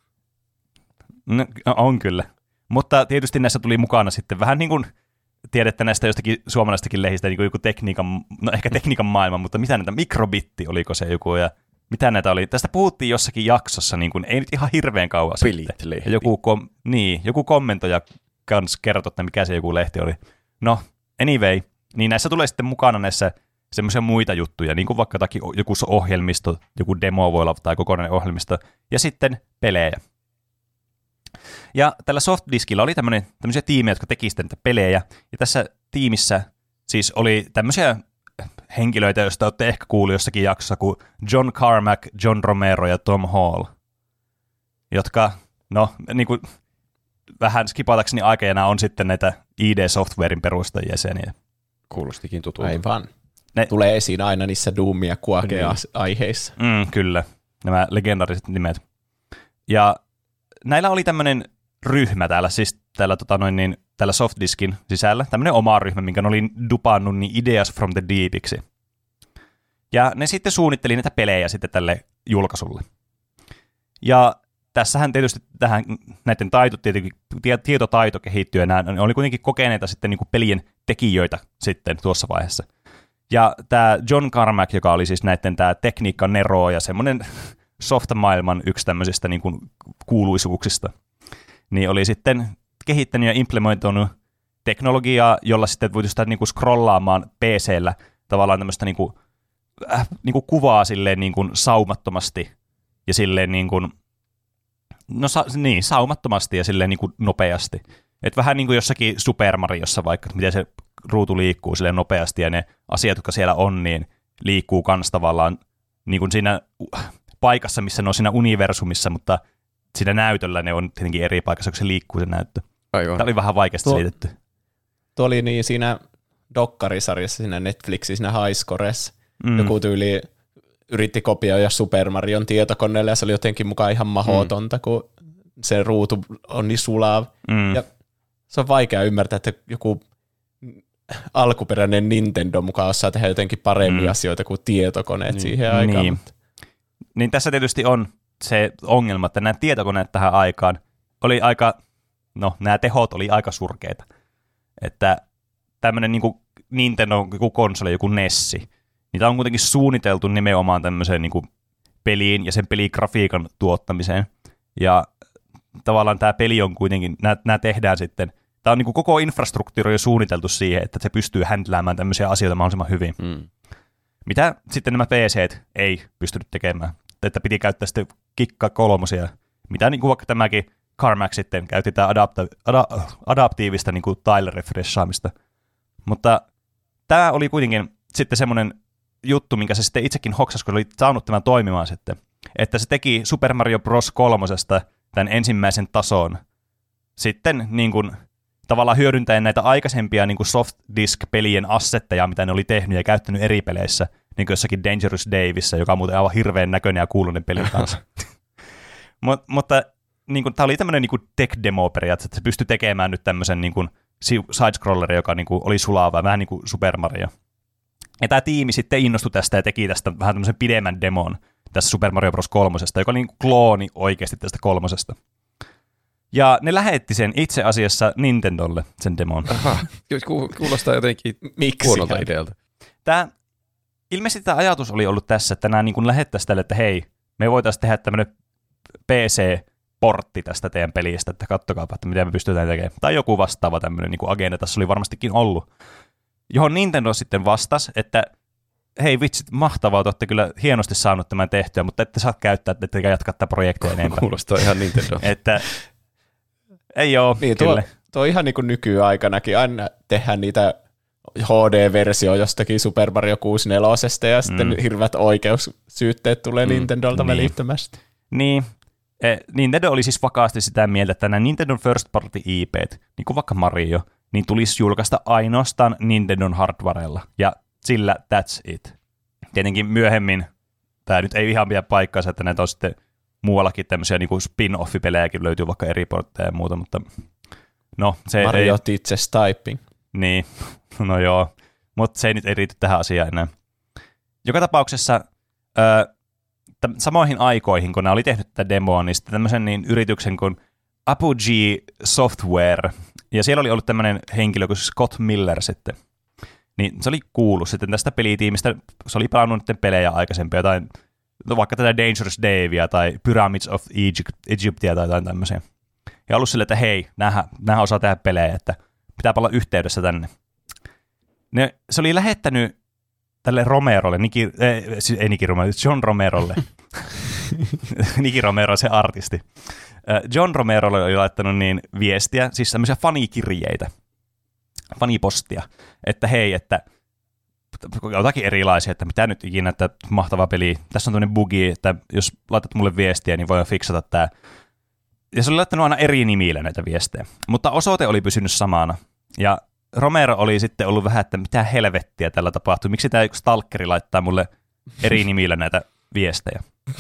[SPEAKER 3] No, on kyllä. Mutta tietysti näissä tuli mukana sitten vähän niin kuin tiedätte näistä jostakin suomalaistakin lehdistä, niin kuin joku ehkä tekniikan maailma, mutta mitä näitä, mikrobitti oliko se joku, ja mitä näitä oli. Tästä puhuttiin jossakin jaksossa, niin kuin, ei nyt ihan hirveän kauan sitten. Joku kommentoija kans kertoi, että mikä se joku lehti oli. No, anyway, niin näissä tulee sitten mukana näissä semmoisia muita juttuja, niin kuin vaikka joku ohjelmisto, joku demo voi olla tai kokonainen ohjelmisto, ja sitten pelejä. Ja tällä Softdiskilla oli tämmöisiä tiimejä, jotka teki sitten näitä pelejä, ja tässä tiimissä siis oli tämmöisiä henkilöitä, joista olette ehkä kuullut jossakin jaksossa, kuin John Carmack, John Romero ja Tom Hall, jotka, no, niin kuin vähän skipatakseni aikana on sitten näitä ID-softwarein perustajia jäseniä.
[SPEAKER 1] Kuulostikin tutulta.
[SPEAKER 2] Aivan. Ne tulee esiin aina niissä Doom- ja Quake-aiheissa.
[SPEAKER 3] Kyllä, nämä legendaariset nimet. Ja näillä oli tämmöinen ryhmä täällä, siis täällä Softdiskin sisällä, tämmöinen oma ryhmä, minkä ne oli dupannut niin Ideas from the Deepiksi. Ja ne sitten suunnitteli näitä pelejä sitten tälle julkaisulle. Ja tässähän tietysti näiden tietotaito kehittyy, ja nämä oli kuitenkin kokeneita sitten niin kuin pelien tekijöitä sitten tuossa vaiheessa. Ja tämä John Carmack, joka oli siis näiden tämä tekniikka nero ja semmoinen soft-maailman yksi tämmöisistä niin kuin kuuluisuuksista, niin oli sitten kehittänyt ja implementoinut teknologiaa, jolla sitten voi sitä niin kuin scrollaamaan PC:llä tavallaan tämmöistä niin kuin kuvaa silleen niin kuin saumattomasti ja silleen niin kuin, saumattomasti ja silleen niin kuin nopeasti. Et vähän niin kuin jossakin Super Mariossa vaikka, miten se ruutu liikkuu silleen nopeasti ja ne asiat, jotka siellä on, niin liikkuu kans tavallaan niin kuin siinä paikassa, missä ne on siinä universumissa, mutta siinä näytöllä ne on tietenkin eri paikassa, kun se liikkuu se näyttö. Aivan. Tämä oli vähän vaikeasti selitetty.
[SPEAKER 2] Tuo oli niin siinä dokkarisarjassa, siinä Netflixissä, siinä Highscoressa. Joku tyyli yritti kopioida Super Marion tietokoneelle, ja se oli jotenkin mukaan ihan mahdotonta, kun se ruutu on niin sulaa. Ja se on vaikea ymmärtää, että joku alkuperäinen Nintendo mukaan osaa tehdä jotenkin paremmin asioita kuin tietokoneet siihen aikaan.
[SPEAKER 3] Niin tässä tietysti on se ongelma, että nämä tietokoneet tähän aikaan oli nämä tehot oli aika surkeita. Että tämmöinen niin kuin Nintendo, joku konsoli, joku Nessi, niitä on kuitenkin suunniteltu nimenomaan tämmöiseen niin kuin peliin ja sen peligrafiikan tuottamiseen. Ja tavallaan tämä peli on kuitenkin, nämä tehdään sitten, tämä on niin kuin koko infrastruktuuri jo suunniteltu siihen, että se pystyy händläämään tämmöisiä asioita mahdollisimman hyvin. Mitä sitten nämä PC:t ei pystynyt tekemään. Että piti käyttää sitten kikka kolmosia, mitä niin kuin vaikka tämäkin Carmack sitten käytti tämä adaptiivista niin kuin tile-refreshaamista. Mutta tämä oli kuitenkin sitten semmoinen juttu, minkä se sitten itsekin hoksasi, kun oli saanut tämän toimimaan sitten. Että se teki Super Mario Bros. 3 tämän ensimmäisen tason sitten niin kuin tavallaan hyödyntäen näitä aikaisempia niin kuin soft-disk-pelien assetteja, mitä ne oli tehnyt ja käyttänyt eri peleissä, niin kuin jossakin Dangerous Davissä, joka on muuten aivan hirveän näköinen ja kuuluinen pelin kanssa. Mutta niin kuin, tämä oli tämmöinen niin kuin tech-demo periaatteessa, että se pystyi tekemään nyt tämmöisen niin kuin side-scrollerin, joka niin kuin oli sulava, vähän niin kuin Super Mario. Ja tämä tiimi sitten innostui tästä ja teki tästä vähän tämmöisen pidemmän demon tässä Super Mario Bros. 3, joka oli niin kuin klooni oikeasti tästä 3. Ja ne lähetti sen itse asiassa Nintendolle, sen demon.
[SPEAKER 1] Aha, kuulostaa jotenkin huonolta idealta.
[SPEAKER 3] Ilmeisesti tämä ajatus oli ollut tässä, että nämä niin lähettäisiin tälle, että hei, me voitaisiin tehdä tämmöinen PC-portti tästä teidän pelistä, että kattokaapa, että miten me pystytään tekemään. Tai joku vastaava tämmöinen niin agenda tässä oli varmastikin ollut. Johon Nintendo sitten vastasi, että hei vitsit, mahtavaa, te olette kyllä hienosti saanut tämän tehtyä, mutta ette saa käyttää, että jatkaa tätä projektia enempää.
[SPEAKER 1] Kuulostaa ihan Nintendo.
[SPEAKER 3] Että ei ole,
[SPEAKER 2] niin,
[SPEAKER 3] kyllä.
[SPEAKER 2] Tuo ihan niin kuin nykyaikanakin aina tehdään niitä HD-versio jostakin Super Mario 64 ja sitten hirveät oikeussyytteet tulee Nintendolta välittömästi.
[SPEAKER 3] Niin. Nintendo oli siis vakaasti sitä mieltä, että nämä Nintendo First Party IPt, niin kuin vaikka Mario, niin tulisi julkaista ainoastaan Nintendon hardwarella. Ja sillä that's it. Tietenkin myöhemmin, tämä nyt ei ihan pidä paikkaansa, että näitä on sitten muuallakin tämmöisiä niin kuin spin-off-pelejäkin löytyy vaikka eri portteja ja muuta, mutta no se
[SPEAKER 2] Mario
[SPEAKER 3] ei...
[SPEAKER 2] teaches typing.
[SPEAKER 3] Niin, no joo, mutta se ei nyt ei riity tähän asiaan enää. Joka tapauksessa samoihin aikoihin, kun nämä oli tehnyt tätä demoa, niin sitten tämmöisen yrityksen kuin Apogee Software, ja siellä oli ollut tämmöinen henkilö kuin Scott Miller sitten, niin se oli kuullut sitten tästä pelitiimistä, se oli pelannut niiden pelejä aikaisempia, tai vaikka tätä Dangerous Davea tai Pyramids of Egyptia tai jotain tämmöisiä. Ja ollut silleen, että hei, näähän osaa tehdä pelejä, että pitää olla yhteydessä tänne. Se oli lähettänyt tälle Romerolle, John Romerolle. Nicky Romero, se artisti. John Romerolle oli laittanut viestiä, siis tämmöisiä fanikirjeitä, fanipostia, että hei, että jotakin erilaisia, että mitä nyt ikinä, että mahtava peli. Tässä on tämmöinen bugi, että jos laitat mulle viestiä, niin voin fiksata tää. Ja se oli laittanut aina eri nimillä näitä viestejä. Mutta osoite oli pysynyt samana. Ja Romero oli sitten ollut vähän, että mitä helvettiä tällä tapahtuu. Miksi tämä stalkeri laittaa mulle eri nimillä näitä viestejä.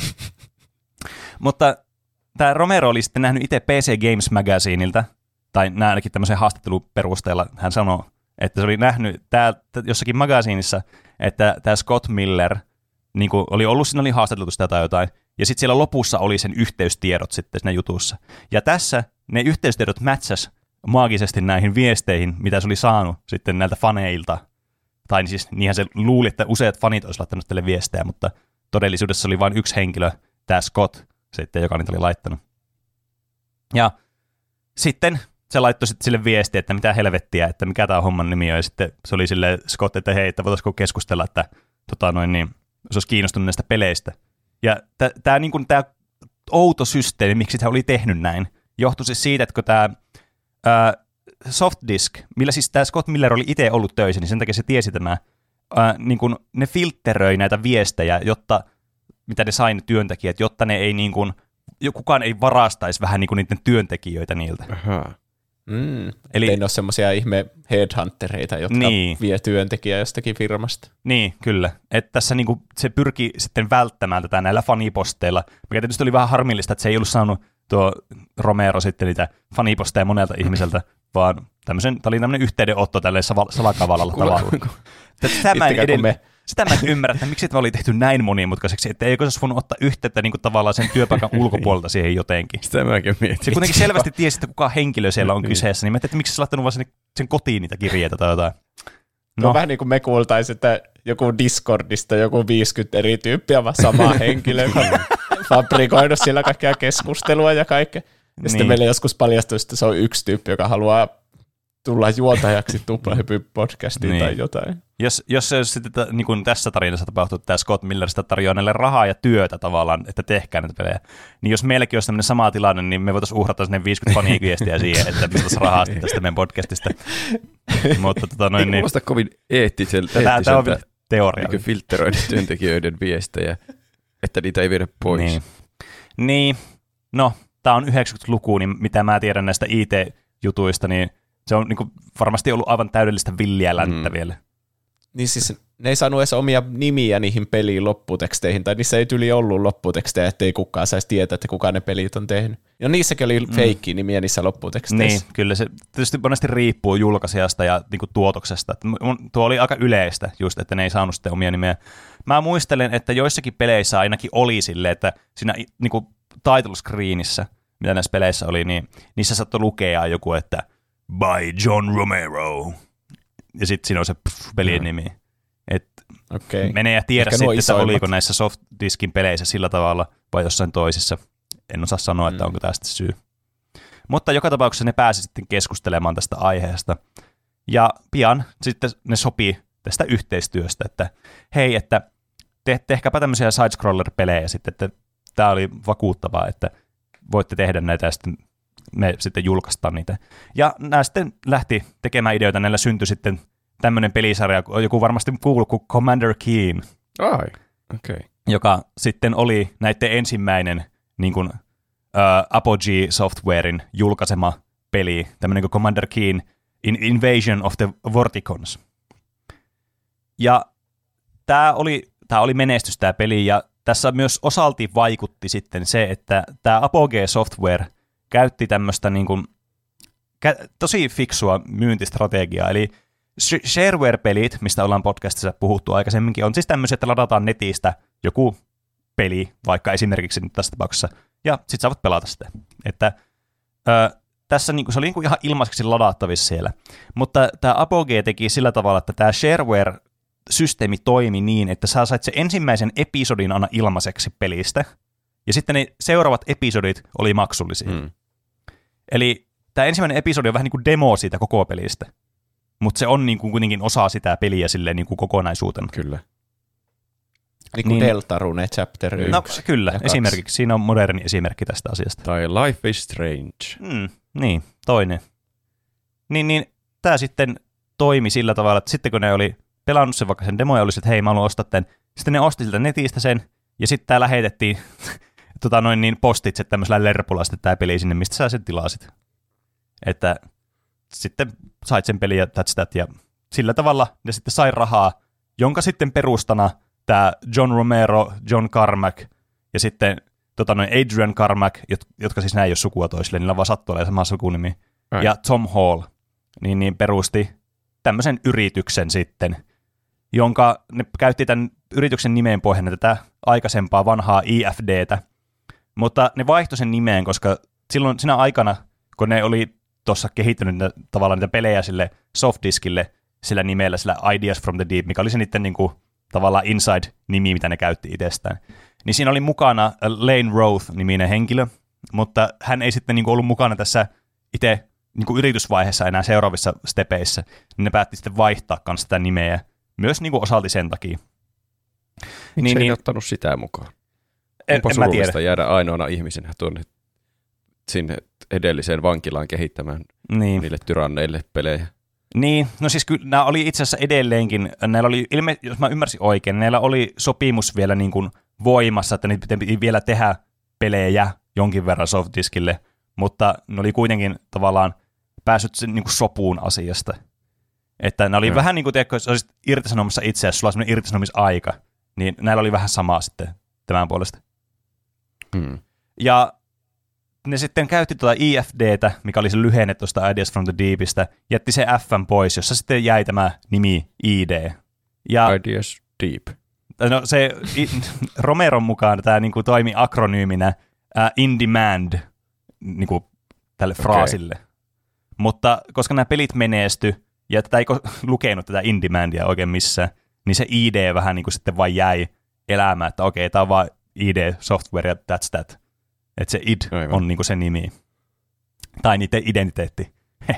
[SPEAKER 3] Mutta tämä Romero oli sitten nähnyt itse PC Games Magazinelta, tai ainakin tämmöisen haastattelun perusteella hän sanoi, että se oli nähnyt jossakin magasiinissa, että tämä Scott Miller niin oli ollut, siinä oli haastateltu sitä tai jotain, ja sitten siellä lopussa oli sen yhteystiedot sitten siinä jutussa. Ja tässä ne yhteystiedot matchas maagisesti näihin viesteihin, mitä se oli saanut sitten näiltä faneilta. Tai siis niinhän se luuli, että useat fanit olisivat laittanut tälle viestejä, mutta todellisuudessa oli vain yksi henkilö, tämä Scott, sitten, joka niitä oli laittanut. Ja sitten se laittoi sitten sille viestiä, että mitä helvettiä, että mikä tämä homman nimi on. Ja sitten se oli sille Scott, että hei, että voitaisiko keskustella, että se olisi kiinnostunut näistä peleistä. Ja tämä outo systeemi, miksi tämä oli tehnyt näin, johtui siis siitä, että kun tämä Softdisk, millä siis tämä Scott Miller oli itse ollut töissä, niin sen takia se tiesi tämä, ne filtteröi näitä viestejä, mitä ne sai ne työntekijät, jotta ne ei kukaan ei varastaisi vähän niiden työntekijöitä niiltä.
[SPEAKER 2] Aha. Eli ei ne ole semmoisia ihme headhuntereita, jotka vie työntekijää jostakin firmasta.
[SPEAKER 3] Niin, kyllä. Että tässä se pyrki sitten välttämään tätä näillä faniposteilla, mikä tietysti oli vähän harmillista, että se ei ollut saanut tuo Romero sitten niitä faniposteja monelta ihmiseltä, vaan tämä oli tämmöinen yhteydenotto tälleen salakavalalla tavalla. Sitä mä en ymmärrä, että miksi tämä oli tehty näin monimutkaiseksi, että eikö se olisi voinut ottaa yhteyttä tavallaan sen työpaikan ulkopuolelta siihen jotenkin.
[SPEAKER 1] Sitä mäkin mietin.
[SPEAKER 3] Se kuitenkin selvästi tiesi, että kuka henkilö siellä on kyseessä, niin mä että miksi se laittanut vaan sen kotiin niitä kirjeitä tai jotain.
[SPEAKER 2] No. On vähän niin kuin me kuultaisiin, että joku Discordista joku 50 eri tyyppiä, vaan sama henkilö, joka on fabrikoinut siellä kaikkea keskustelua ja kaikkea. Ja sitten meille joskus paljastui, että se on yksi tyyppi, joka haluaa tulla juontajaksi Tuplahyppy-podcastiin tai jotain.
[SPEAKER 3] Jos se sitten niin kuin tässä tarinassa tapahtuu, että tämä Scott Miller sitä tarjoaa näille rahaa ja työtä tavallaan, että tehkää näitä pelejä, niin jos meilläkin olisi tämmöinen sama tilanne, niin me voitaisiin uhrata sinne 50 faniviestiä siihen, että me saataisiin rahaa tästä meidän podcastista. Mutta
[SPEAKER 1] ei kuulosta kovin eettiseltä.
[SPEAKER 3] Tämä on teoria.
[SPEAKER 1] Niin filtteröidä työntekijöiden viestejä, että niitä ei viedä pois.
[SPEAKER 3] Niin. No, tämä on 90-luku, niin mitä mä tiedän näistä IT-jutuista, niin se on varmasti ollut aivan täydellistä villiä länttä vielä.
[SPEAKER 2] Niin siis ne ei saanut edes omia nimiä niihin peliin lopputeksteihin, tai niissä ei tyli ollut lopputekstejä, ettei kukaan saisi tietää, että kuka ne pelit on tehnyt. Ja niissäkin oli feikki-nimiä niissä lopputeksteissä.
[SPEAKER 3] Niin, kyllä se tietysti monesti riippuu julkaisijasta ja niin kuin tuotoksesta. Tuo oli aika yleistä just, että ne ei saanut sitten omia nimeä. Mä muistelen, että joissakin peleissä ainakin oli silleen, että siinä niin kuin title screenissä, mitä näissä peleissä oli, niin niissä saattoi lukea joku, että by John Romero. Ja sitten siinä on se pelin nimi. Mene ja tiedä
[SPEAKER 2] ehkä
[SPEAKER 3] sitten, että oliko näissä softdiskin peleissä sillä tavalla vai jossain toisissa. En osaa sanoa, että onko tästä syy. Mutta joka tapauksessa ne pääsi sitten keskustelemaan tästä aiheesta. Ja pian sitten ne sopii tästä yhteistyöstä, että hei, että tehkääpä tämmöisiä side-scroller-pelejä sitten, että tämä oli vakuuttavaa, että voitte tehdä näitä ja sitten me sitten julkaistaan niitä. Ja nämä sitten lähti tekemään ideoita, näillä syntyi sitten tämmöinen pelisarja, joku varmasti kuullut kuin Commander Keen. Joka sitten oli näiden ensimmäinen niin kuin, Apogee Softwarein julkaisema peli, tämmöinen kuin Commander Keen Invasion of the Vorticons. Ja tämä oli menestys tämä peli, ja tässä myös osalti vaikutti sitten se, että tämä Apogee Software käytti tämmöistä niin kuin, tosi fiksua myyntistrategiaa, eli shareware-pelit, mistä ollaan podcastissa puhuttu aikaisemminkin, on siis tämmöisiä, että ladataan netistä joku peli, vaikka esimerkiksi nyt tässä tapauksessa, ja sitten saavat pelata sitä. Että tässä niinku, se oli niinku ihan ilmaiseksi ladattavissa siellä. Mutta tämä Apogee teki sillä tavalla, että tämä shareware-systeemi toimi niin, että sä sait se ensimmäisen episodin aina ilmaiseksi pelistä, ja sitten ne seuraavat episodit oli maksullisia. Eli tämä ensimmäinen episodi on vähän niin kuin demo siitä koko pelistä. Mutta se on niinku kuitenkin osa sitä peliä silleen niinku kokonaisuutena.
[SPEAKER 1] Kyllä.
[SPEAKER 2] Niin Deltarune Chapter 1.
[SPEAKER 3] No kyllä, esimerkiksi. Siinä on moderni esimerkki tästä asiasta.
[SPEAKER 1] Tai Life is Strange.
[SPEAKER 3] Niin, toinen. Niin tämä sitten toimi sillä tavalla, että sitten kun ne oli pelannut sen vaikka sen demoja, oli että hei, mä haluan ostaa tämän. Sitten ne osti siltä netistä sen, ja sitten tämä lähetettiin postitse tämmöisellä lerpulla sitten tämä peli sinne, mistä sä sen tilasit. Että sitten sait sen pelin ja that's that, ja sillä tavalla ne sitten sai rahaa, jonka sitten perustana tämä John Romero, John Carmack ja sitten Adrian Carmack, jotka siis näin ei ole sukua toisille, niillä vaan sattuu olemaan sama sukunimi, ja Tom Hall, niin perusti tämmöisen yrityksen sitten, jonka ne käytti tämän yrityksen nimeen pohjana tätä aikaisempaa vanhaa IFDtä, mutta ne vaihtoi sen nimeen, koska silloin siinä aikana, kun ne oli tuossa kehittänyt tavallaan niitä pelejä sille softdiskille sillä nimellä, sillä Ideas from the Deep, mikä oli se niiden niinku, tavallaan inside-nimi, mitä ne käytti itsestään. Niin siinä oli mukana Lane Roth-niminen henkilö, mutta hän ei sitten niinku ollut mukana tässä itse niinku yritysvaiheessa enää seuraavissa stepeissä, niin ne päätti sitten vaihtaa kanssa sitä nimeä, myös niinku osalti sen takia.
[SPEAKER 1] Miksi ei ottanut sitä mukaan? Onpa surullista jäädä ainoana ihmisenä tuonne sinne edelliseen vankilaan kehittämään niille tyranneille pelejä.
[SPEAKER 3] Niin, no siis kyllä nämä oli itse asiassa edelleenkin, näillä oli, jos mä ymmärsin oikein, näillä oli sopimus vielä niin kuin voimassa, että niitä piti vielä tehdä pelejä jonkin verran softdiskille, mutta ne oli kuitenkin tavallaan päässyt sen niin kuin sopuun asiasta. Että ne oli vähän niin kuin, tiedätkö, jos olisit irtisanomassa itseäsi, sulla on sellainen irtisanomisaika, niin näillä oli vähän samaa sitten tämän puolesta. Ja ne sitten käytti tuota IFDtä, mikä oli se lyhenne tuosta Ideas from the Deepistä, jätti se F:n pois, jossa sitten jäi tämä nimi ID. Ja
[SPEAKER 1] Ideas Deep.
[SPEAKER 3] No se Romeron mukaan tämä niinku toimi akronyyminä in demand niinku tälle fraasille. Mutta koska nämä pelit menesty, ja tätä ei lukenut tätä in demandia oikein missään, niin se ID vähän niinku sitten vain jäi elämään, että okei, tämä on vaan ID software ja that's that. Että se id on niinku se nimi. Tai niiden identiteetti.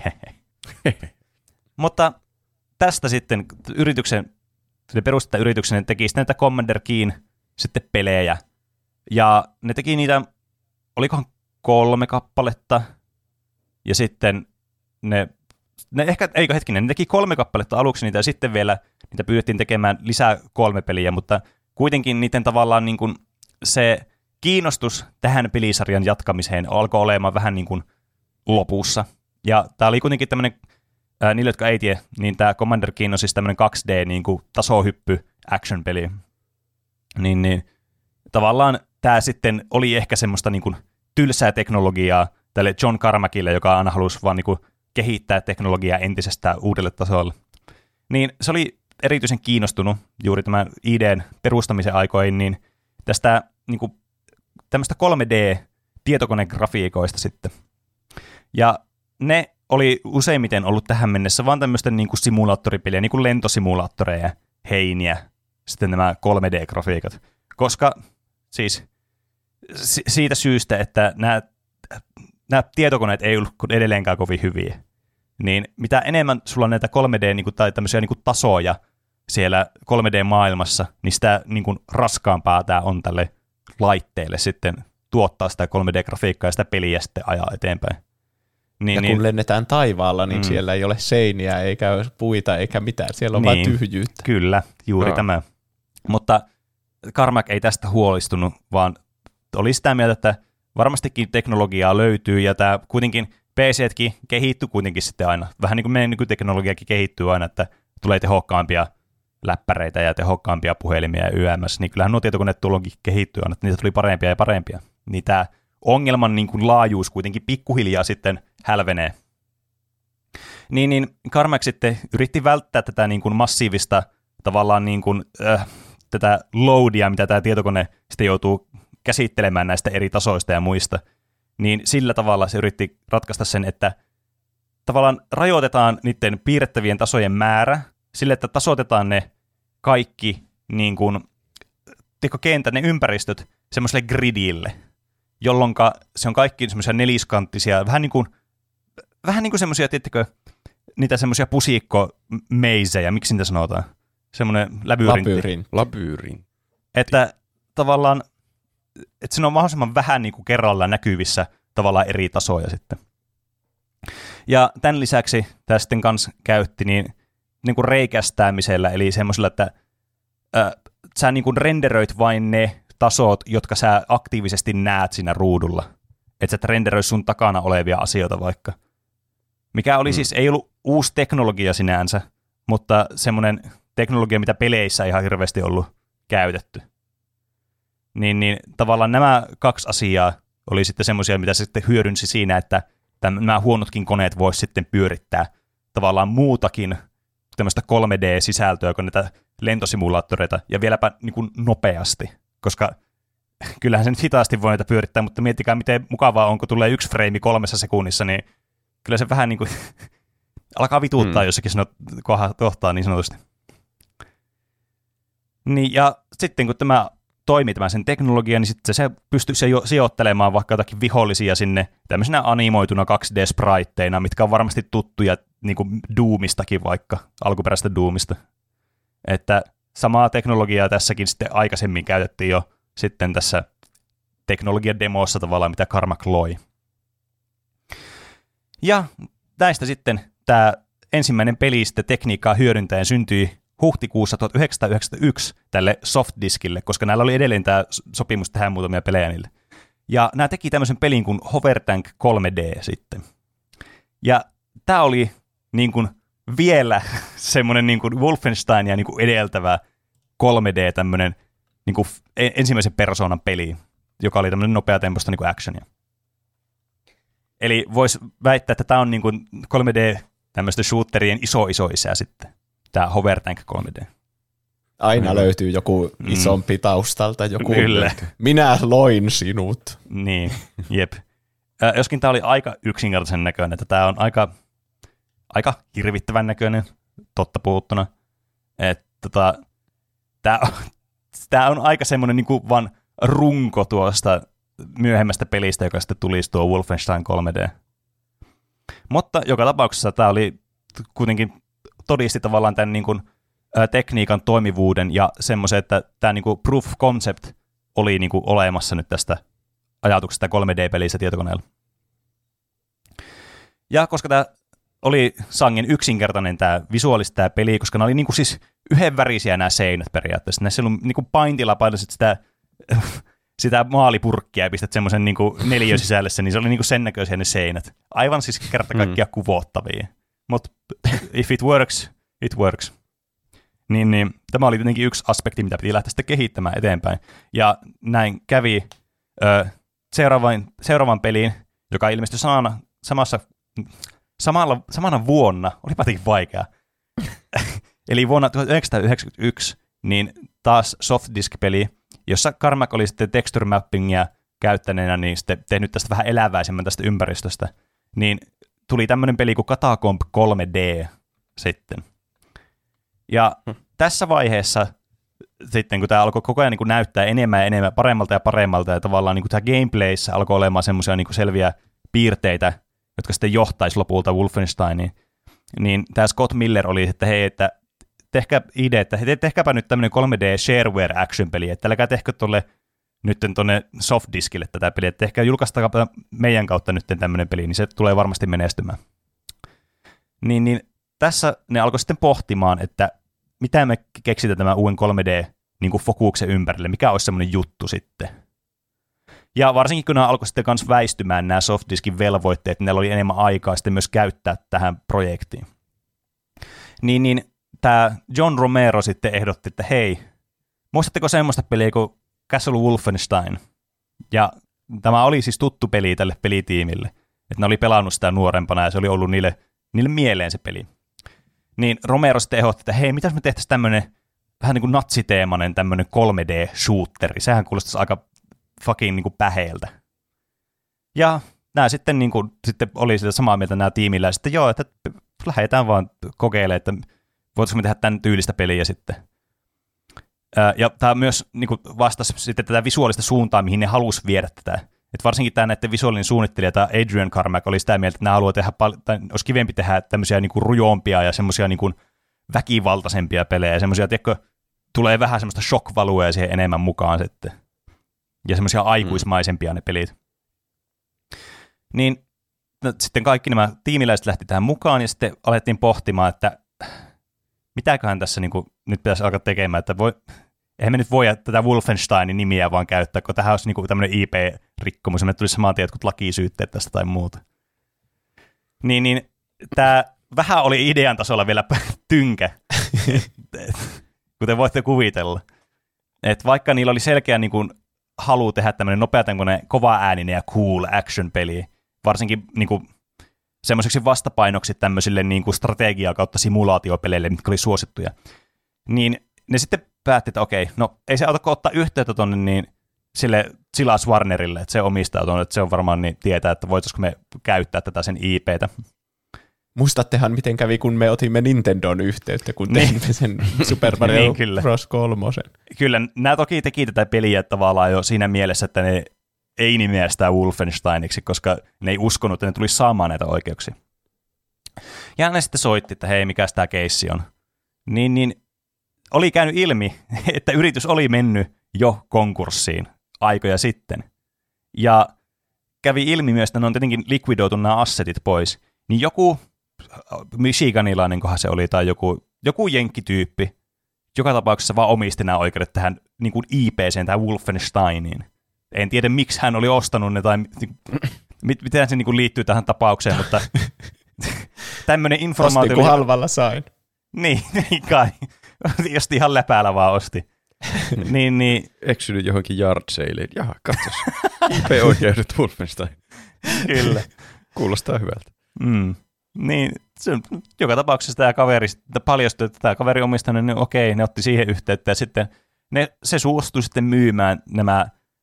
[SPEAKER 3] Mutta tästä sitten ne perusti yrityksen, ne teki sitten näitä Commander Keen sitten pelejä. Ja ne teki niitä, olikohan 3 kappaletta. Ja sitten ne teki 3 kappaletta aluksi niitä, ja sitten vielä niitä pyydettiin tekemään lisää 3 peliä, mutta kuitenkin niiden tavallaan niin kuin se kiinnostus tähän pelisarjan jatkamiseen alkoi olemaan vähän niin kuin lopussa. Ja tämä oli kuitenkin tämmöinen, niille jotka ei tiedä, niin tämä Commander Keen on siis tämmöinen 2D niin kuin tasohyppy action-peli. Niin tavallaan tämä sitten oli ehkä semmoista niin kuin tylsää teknologiaa tälle John Carmackille, joka aina halusi vaan niin kehittää teknologiaa entisestään uudelle tasolle. Niin se oli erityisen kiinnostunut juuri tämän ID:n perustamisen aikoihin, niin tästä niin kuin, tämmöistä 3D-tietokonegrafiikoista sitten. Ja ne oli useimmiten ollut tähän mennessä vaan tämmöisten niin kuin simulaattoripeliä, niin kuin lentosimulaattoreja, heiniä, sitten nämä 3D-grafiikat. Koska siis siitä syystä, että nämä tietokoneet ei ollut edelleenkään kovin hyviä, niin mitä enemmän sulla on näitä 3D niin kuin, tai tämmöisiä niin kuin tasoja siellä 3D-maailmassa, niin sitä niin kuin raskaampaa tämä on tälle laitteelle sitten tuottaa sitä 3D-grafiikkaa ja sitä peliä sitten ajaa eteenpäin.
[SPEAKER 2] Ja kun lennetään taivaalla, niin siellä ei ole seiniä, eikä puita, eikä mitään. Siellä on vain tyhjyyttä.
[SPEAKER 3] Kyllä, juuri tämä. Mutta Carmack ei tästä huolestunut, vaan oli sitä mieltä, että varmastikin teknologiaa löytyy, ja tämä kuitenkin PC:tkin kehittyy kuitenkin sitten aina. Vähän niin kuin meidän nykyteknologiakin kehittyy aina, että tulee tehokkaampia läppäreitä ja tehokkaampia puhelimia ja YMS, niin kyllähän nuo tietokoneet tulonkin kehittyy aina, että niitä tuli parempia ja parempia. Niin tämä ongelman niin kuin laajuus kuitenkin pikkuhiljaa sitten hälvenee. Niin Carmack sitten yritti välttää tätä niin kuin massiivista tavallaan niin kuin, tätä loadia, mitä tämä tietokone sitten joutuu käsittelemään näistä eri tasoista ja muista, niin sillä tavalla se yritti ratkaista sen, että tavallaan rajoitetaan niiden piirrettävien tasojen määrä sille, että tasoitetaan ne kaikki niin kuin, kentät, ne ympäristöt semmoiselle gridille, jolloin se on kaikki semmoisia neliskanttisia, vähän niin kuin semmoisia, tiedättekö, niitä semmoisia pusikkomeisejä, miksi niitä sanotaan? Semmoinen labyyrintti. Että tavallaan, että siinä on mahdollisimman vähän niin kuin kerralla näkyvissä tavallaan eri tasoja sitten. Ja tämän lisäksi tämä sitten kanssa käytti niin kuin reikästäämisellä, eli semmoisella, että sä niin kuin renderöit vain ne tasot, jotka sä aktiivisesti näet siinä ruudulla. Että sä et renderöi sun takana olevia asioita vaikka. Mikä oli siis, ei ollut uusi teknologia sinänsä, mutta semmoinen teknologia, mitä peleissä ei ihan hirveästi ollut käytetty. Niin tavallaan nämä kaksi asiaa oli sitten semmoisia, mitä se sitten hyödynsi siinä, että nämä huonotkin koneet vois sitten pyörittää tavallaan muutakin tämmöistä 3D-sisältöä kuin näitä lentosimulaattoreita, ja vieläpä niin kuin nopeasti, koska kyllähän se nyt hitaasti voi näitä pyörittää, mutta miettikää, miten mukavaa on, kun tulee 1 freimi 3 sekunnissa, niin kyllä se vähän niin kuin alkaa vituuttaa jossakin kohtaa niin sanotusti. Niin, ja sitten kun tämä toimi tämä sen teknologia, niin sitten se pystyy sijoittelemaan vaikka jotakin vihollisia sinne tämmöisenä animoituna 2D-spriteina, mitkä on varmasti tuttuja niin kuin Doomistakin vaikka, alkuperäistä Doomista. Että samaa teknologiaa tässäkin sitten aikaisemmin käytettiin jo sitten tässä teknologiademossa tavallaan, mitä Carmack loi. Ja näistä sitten tämä ensimmäinen peli sitten tekniikkaa hyödyntäen syntyi huhtikuussa 1991 tälle softdiskille, koska näillä oli edelleen tämä sopimus tehdä muutamia pelejä niille. Ja nämä teki tämmöisen pelin kuin Hovertank 3D sitten. Ja tämä oli niin kuin vielä semmoinen niin kuin Wolfensteinia niin kuin edeltävä 3D tämmöinen niin kuin ensimmäisen persoonan peli, joka oli tämmöinen nopeatempoista niin kuin actionia. Eli voisi väittää, että tämä on niin kuin 3D tämmöistä shooterien iso isä sitten. Tämä Hovertank 3D.
[SPEAKER 2] Aina löytyy joku isompi taustalta, joku minä loin sinut.
[SPEAKER 3] Niin, jep. Joskin tämä oli aika yksinkertaisen näköinen, että tämä on aika hirvittävän näköinen, totta puhuttuna. Tämä on aika semmoinen niin kuin vaan runko tuosta myöhemmästä pelistä, joka sitten tulisi tuo Wolfenstein 3D. Mutta joka tapauksessa tämä oli kuitenkin todisti tavallaan tämän niin kuin, tekniikan toimivuuden ja semmoisen, että tämä niin kuin proof of concept oli niin kuin olemassa nyt tästä ajatuksesta 3D-pelissä tietokoneella. Ja koska tämä oli sangen yksinkertainen tämä visuaalisesti tämä peli, koska nämä oli niin kuin siis yhdenvärisiä nämä seinät periaatteessa. Näissä oli niin kuin paintilla painoisit sitä maalipurkkia ja pistät semmoisen niin kuin neliön sisälle sen, niin se oli niin kuin sen näköisiä ne seinät. Aivan siis kerta kaikkiaan kuvottavia. Mutta if it works, it works. Niin, tämä oli tietenkin yksi aspekti, mitä piti lähteä sitten kehittämään eteenpäin. Ja näin kävi seuraavaan peliin, joka ilmestyi samana vuonna, olipa jotenkin vaikea, eli vuonna 1991, niin taas softdisk-peli, jossa Carmack oli sitten texture mappingia käyttäneenä, niin sitten tehnyt tästä vähän eläväisemmän tästä ympäristöstä, niin tuli tämmöinen peli kuin Catacomb 3D sitten. Ja tässä vaiheessa sitten, kun tämä alkoi koko ajan niin kuin näyttää enemmän ja enemmän paremmalta ja paremmalta, ja tavallaan niin kuin tämä gameplayssä alkoi olemaan semmoisia niin kuin selviä piirteitä, jotka sitten johtaisi lopulta Wolfensteiniin, niin tämä Scott Miller oli, että hei, että tehkääpä nyt tämmöinen 3D shareware action-peli, että älkää tehkö nyt tuonne softdiskille tätä peliä, että ehkä julkaistakaa meidän kautta nyt tämmöinen peli, niin se tulee varmasti menestymään. Niin tässä ne alkoi sitten pohtimaan, että mitä me keksitään tämän uuden 3D-fokuksen ympärille, mikä olisi semmoinen juttu sitten. Ja varsinkin kun nämä alkoi sitten myös väistymään nämä softdiskin velvoitteet, niin näillä oli enemmän aikaa sitten myös käyttää tähän projektiin. Niin tämä John Romero sitten ehdotti, että hei, muistatteko semmoista peliä kuin Castle Wolfenstein? Ja tämä oli siis tuttu peli tälle pelitiimille, että ne oli pelannut sitä nuorempana ja se oli ollut niille mieleen se peli. Niin Romero sitten ehdotti, että hei, mitäs me tehtäisiin tämmöinen vähän niin kuin natsiteemainen tämmöinen 3D-shooteri. Sehän kuulostaisi aika fucking niin kuin päheeltä. Ja nämä sitten, niin kuin, sitten oli sitä samaa mieltä nämä tiimillä, ja sitten joo, että lähdetään vaan kokeilemaan, että voitaisiinko me tehdä tämän tyylistä peliä sitten. Ja tämä myös niin kuin vastasi sitten tätä visuaalista suuntaa, mihin ne halusi viedä tätä. Et varsinkin tämä näiden visuaalinen suunnittelija, tämä Adrian Carmack, oli sitä mieltä, että nämä haluaa tehdä tai olisi kivempi tehdä tämmöisiä niin kuin rujompia ja semmoisia niin kuin väkivaltaisempia pelejä, ja semmoisia, tiedätkö, tulee vähän semmoista shock-valuea siihen enemmän mukaan sitten. Ja semmoisia aikuismaisempia ne pelit. Niin sitten kaikki nämä tiimiläiset lähti tähän mukaan, ja sitten alettiin pohtimaan, että mitäköhän tässä niin kuin nyt pitäisi alkaa tekemään, että eihän me nyt voi tätä Wolfensteinin nimiä vaan käyttää, kun tähän olisi niin kuin tämmöinen IP-rikkomus, ja me tulisi samaan tien jotkut lakisyytteet tästä tai muuta. Niin tämä vähän oli idean tasolla vielä tynkä, kuten voitte kuvitella. Et vaikka niillä oli selkeä niin kuin halu tehdä tämmöinen nopeatempoinen, kova-ääninen ja cool action-peli, varsinkin niin kuin semmoiseksi vastapainoksi tämmöisille niin kuin strategia- kautta simulaatiopeleille, mitkä oli suosittuja, niin ne sitten päätti, että okei, no ei se auta ottaa yhteyttä tuonne niin sille Silas Warnerille, että se omistaa tuonne, että se on varmaan niin tietää, että voitaisiko me käyttää tätä sen IPtä.
[SPEAKER 2] Muistattehan, miten kävi, kun me otimme Nintendon yhteyttä, kun teimme sen Super Mario Bros. 3.
[SPEAKER 3] Kyllä, nämä toki teki tätä peliä tavallaan jo siinä mielessä, että ne ei nimeä sitä Wolfensteiniksi, koska ne ei uskonut, että ne tulisi saamaan näitä oikeuksia. Ja ne sitten soitti, että hei, mikäs tämä keissi on. Niin oli käynyt ilmi, että yritys oli mennyt jo konkurssiin aikoja sitten. Ja kävi ilmi myös, että ne on tietenkin likvidoitu nämä assetit pois. Niin joku michiganilainenkohan se oli, tai joku jenkkityyppi, joka tapauksessa vaan omisti nämä oikeudet tähän niin kuin IP:seen, tähän Wolfensteiniin. En tiedä, miksi hän oli ostanut ne, tai miten se niin kuin liittyy tähän tapaukseen, mutta tämmöinen informaatio...
[SPEAKER 2] Osti, kun halvalla sain.
[SPEAKER 3] Niin kai. Josti ihan läpäällä vaan osti. niin.
[SPEAKER 1] Eksynyt johonkin yard saleen. Jaha, katsos. IP-oikeudet Wolfenstein.
[SPEAKER 3] Kyllä.
[SPEAKER 1] Kuulostaa hyvältä.
[SPEAKER 3] Niin, joka tapauksessa tämä kaveri paljastui, että tämä kaveri omistanut, niin okei, ne otti siihen yhteyttä, ja sitten se suostui sitten myymään nämä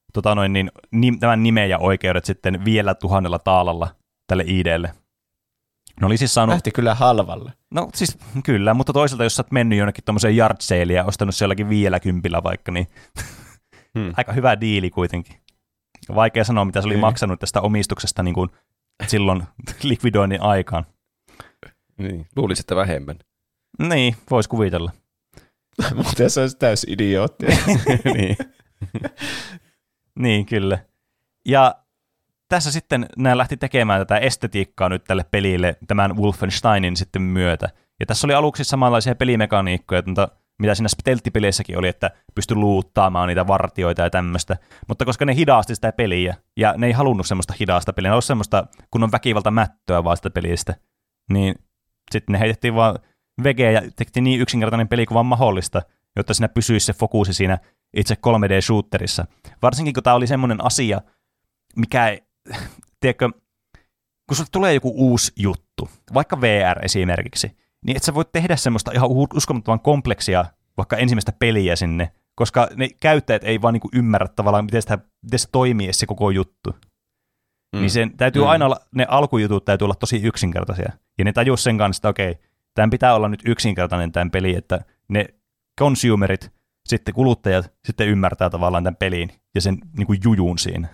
[SPEAKER 3] tämän nimen ja oikeudet sitten vielä 1,000 taalalla tälle ID:lle. Ne oli siis saanut...
[SPEAKER 2] Lähti kyllä halvalla.
[SPEAKER 3] No siis kyllä, mutta toisaalta jos sä oot mennyt jonnekin tommoseen yard saleen ja ostanut se jollakin 50 vaikka, niin aika hyvä diili kuitenkin. Vaikea sanoa, mitä se oli maksanut tästä omistuksesta niin kuin silloin likvidoinnin aikaan.
[SPEAKER 1] Niin, luulisin, että vähemmän.
[SPEAKER 3] Niin, vois kuvitella.
[SPEAKER 2] Mutta se olisi täys idiootti.
[SPEAKER 1] Niin.
[SPEAKER 3] Niin, kyllä. Ja tässä sitten nämä lähti tekemään tätä estetiikkaa nyt tälle pelille tämän Wolfensteinin sitten myötä. Ja tässä oli aluksi samanlaisia pelimekaniikkoja, mitä siinä stealth-peleissäkin oli, että pystyi luuttaamaan niitä vartioita ja tämmöistä. Mutta koska ne hidasti sitä peliä, ja ne ei halunnut semmoista hidasta peliä, ne olisi semmoista kunnon väkivalta mättöä vaan sitä pelistä, niin sitten ne heitettiin vaan vegeä ja tehtiin niin yksinkertainen peli kuin vaan mahdollista, jotta siinä pysyisi se fokusi siinä itse 3D-shooterissa. Varsinkin kun tämä oli semmoinen asia, mikä, tiedätkö, kun sulle tulee joku uusi juttu, vaikka VR esimerkiksi, niin et sä voit tehdä semmoista ihan uskomattoman kompleksia vaikka ensimmäistä peliä sinne, koska ne käyttäjät ei vaan niinku ymmärrä tavallaan, miten se toimii se koko juttu. Niin sen täytyy aina olla, ne alkujutut täytyy olla tosi yksinkertaisia. Ja ne tajus sen kanssa, että okei, tämän pitää olla nyt yksinkertainen tämän peli, että ne consumerit, sitten kuluttajat, sitten ymmärtää tavallaan tämän pelin ja sen niin kuin jujun siinä.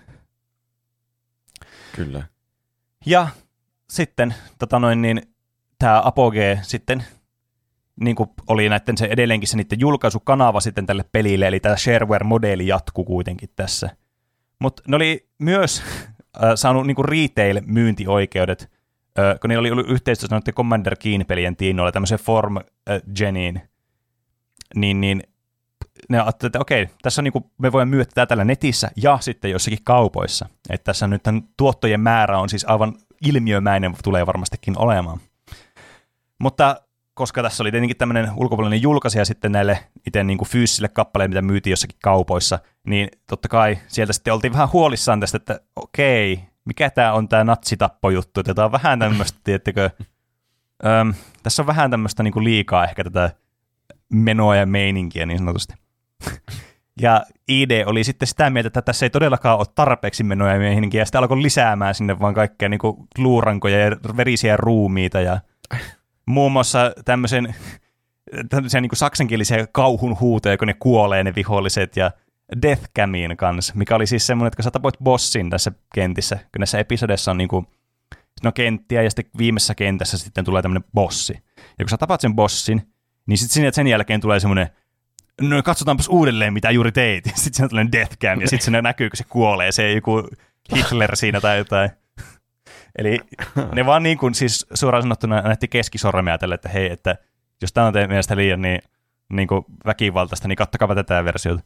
[SPEAKER 1] Kyllä.
[SPEAKER 3] Ja sitten tämä Apogee sitten niin kuin oli näiden se edelleenkin se niiden julkaisukanava sitten tälle pelille, eli tämä shareware-modeeli jatkuu kuitenkin tässä. Mutta ne oli myös saanut niin kuin retail-myyntioikeudet, kun niillä oli ollut yhteistyössä noiden Commander Keen-pelien tiinoilla tämmöisen Form Geniin, niin ne ajattelivat, että okei, tässä on niin kuin, me voimme myydä tätä tällä netissä ja sitten jossakin kaupoissa. Että tässä nyt tuottojen määrä on siis aivan ilmiömäinen, tulee varmastikin olemaan. Mutta koska tässä oli tietenkin tämmöinen ulkopuolinen julkaisija sitten näille itse niin kuin fyysisille kappaleille, mitä myytiin jossakin kaupoissa, niin totta kai sieltä sitten oltiin vähän huolissaan tästä, että okei, mikä tämä on tämä natsitappojuttu, että tämä on vähän tämmöistä, tiettekö, tässä on vähän tämmöistä niin kuin liikaa ehkä tätä menoa ja meininkiä niin sanotusti. Ja ID oli sitten sitä mieltä, että tässä ei todellakaan ole tarpeeksi menoa ja meininkiä, ja sitten alkoi lisäämään sinne vaan kaikkea niin kuin luurankoja ja verisiä ruumiita ja muun muassa tämmöisiä niin kuin saksankielisiä kauhun huutoja, kun ne kuolee ne viholliset, ja Deathcamin kanssa, mikä oli siis semmoinen, että kun sä tapoit bossin tässä kentissä, kun näissä episodissa on niin kuin, no kenttiä, ja sitten viimeisessä kentässä sitten tulee tämmöinen bossi. Ja kun sä tapat sen bossin, niin sitten sen jälkeen tulee semmoinen, no katsotaanpas uudelleen, mitä juuri teit. Sitten siinä tulee Deathcam, ja sitten se näkyy, kun se kuolee, se ei joku Hitler siinä tai jotain. Eli ne vaan niin kuin siis suoraan sanottuna näytti keskisormea tälle, että hei, että jos tämä on teidän mielestä liian niin kuin väkivaltaista, niin kattokaa tätä versiota.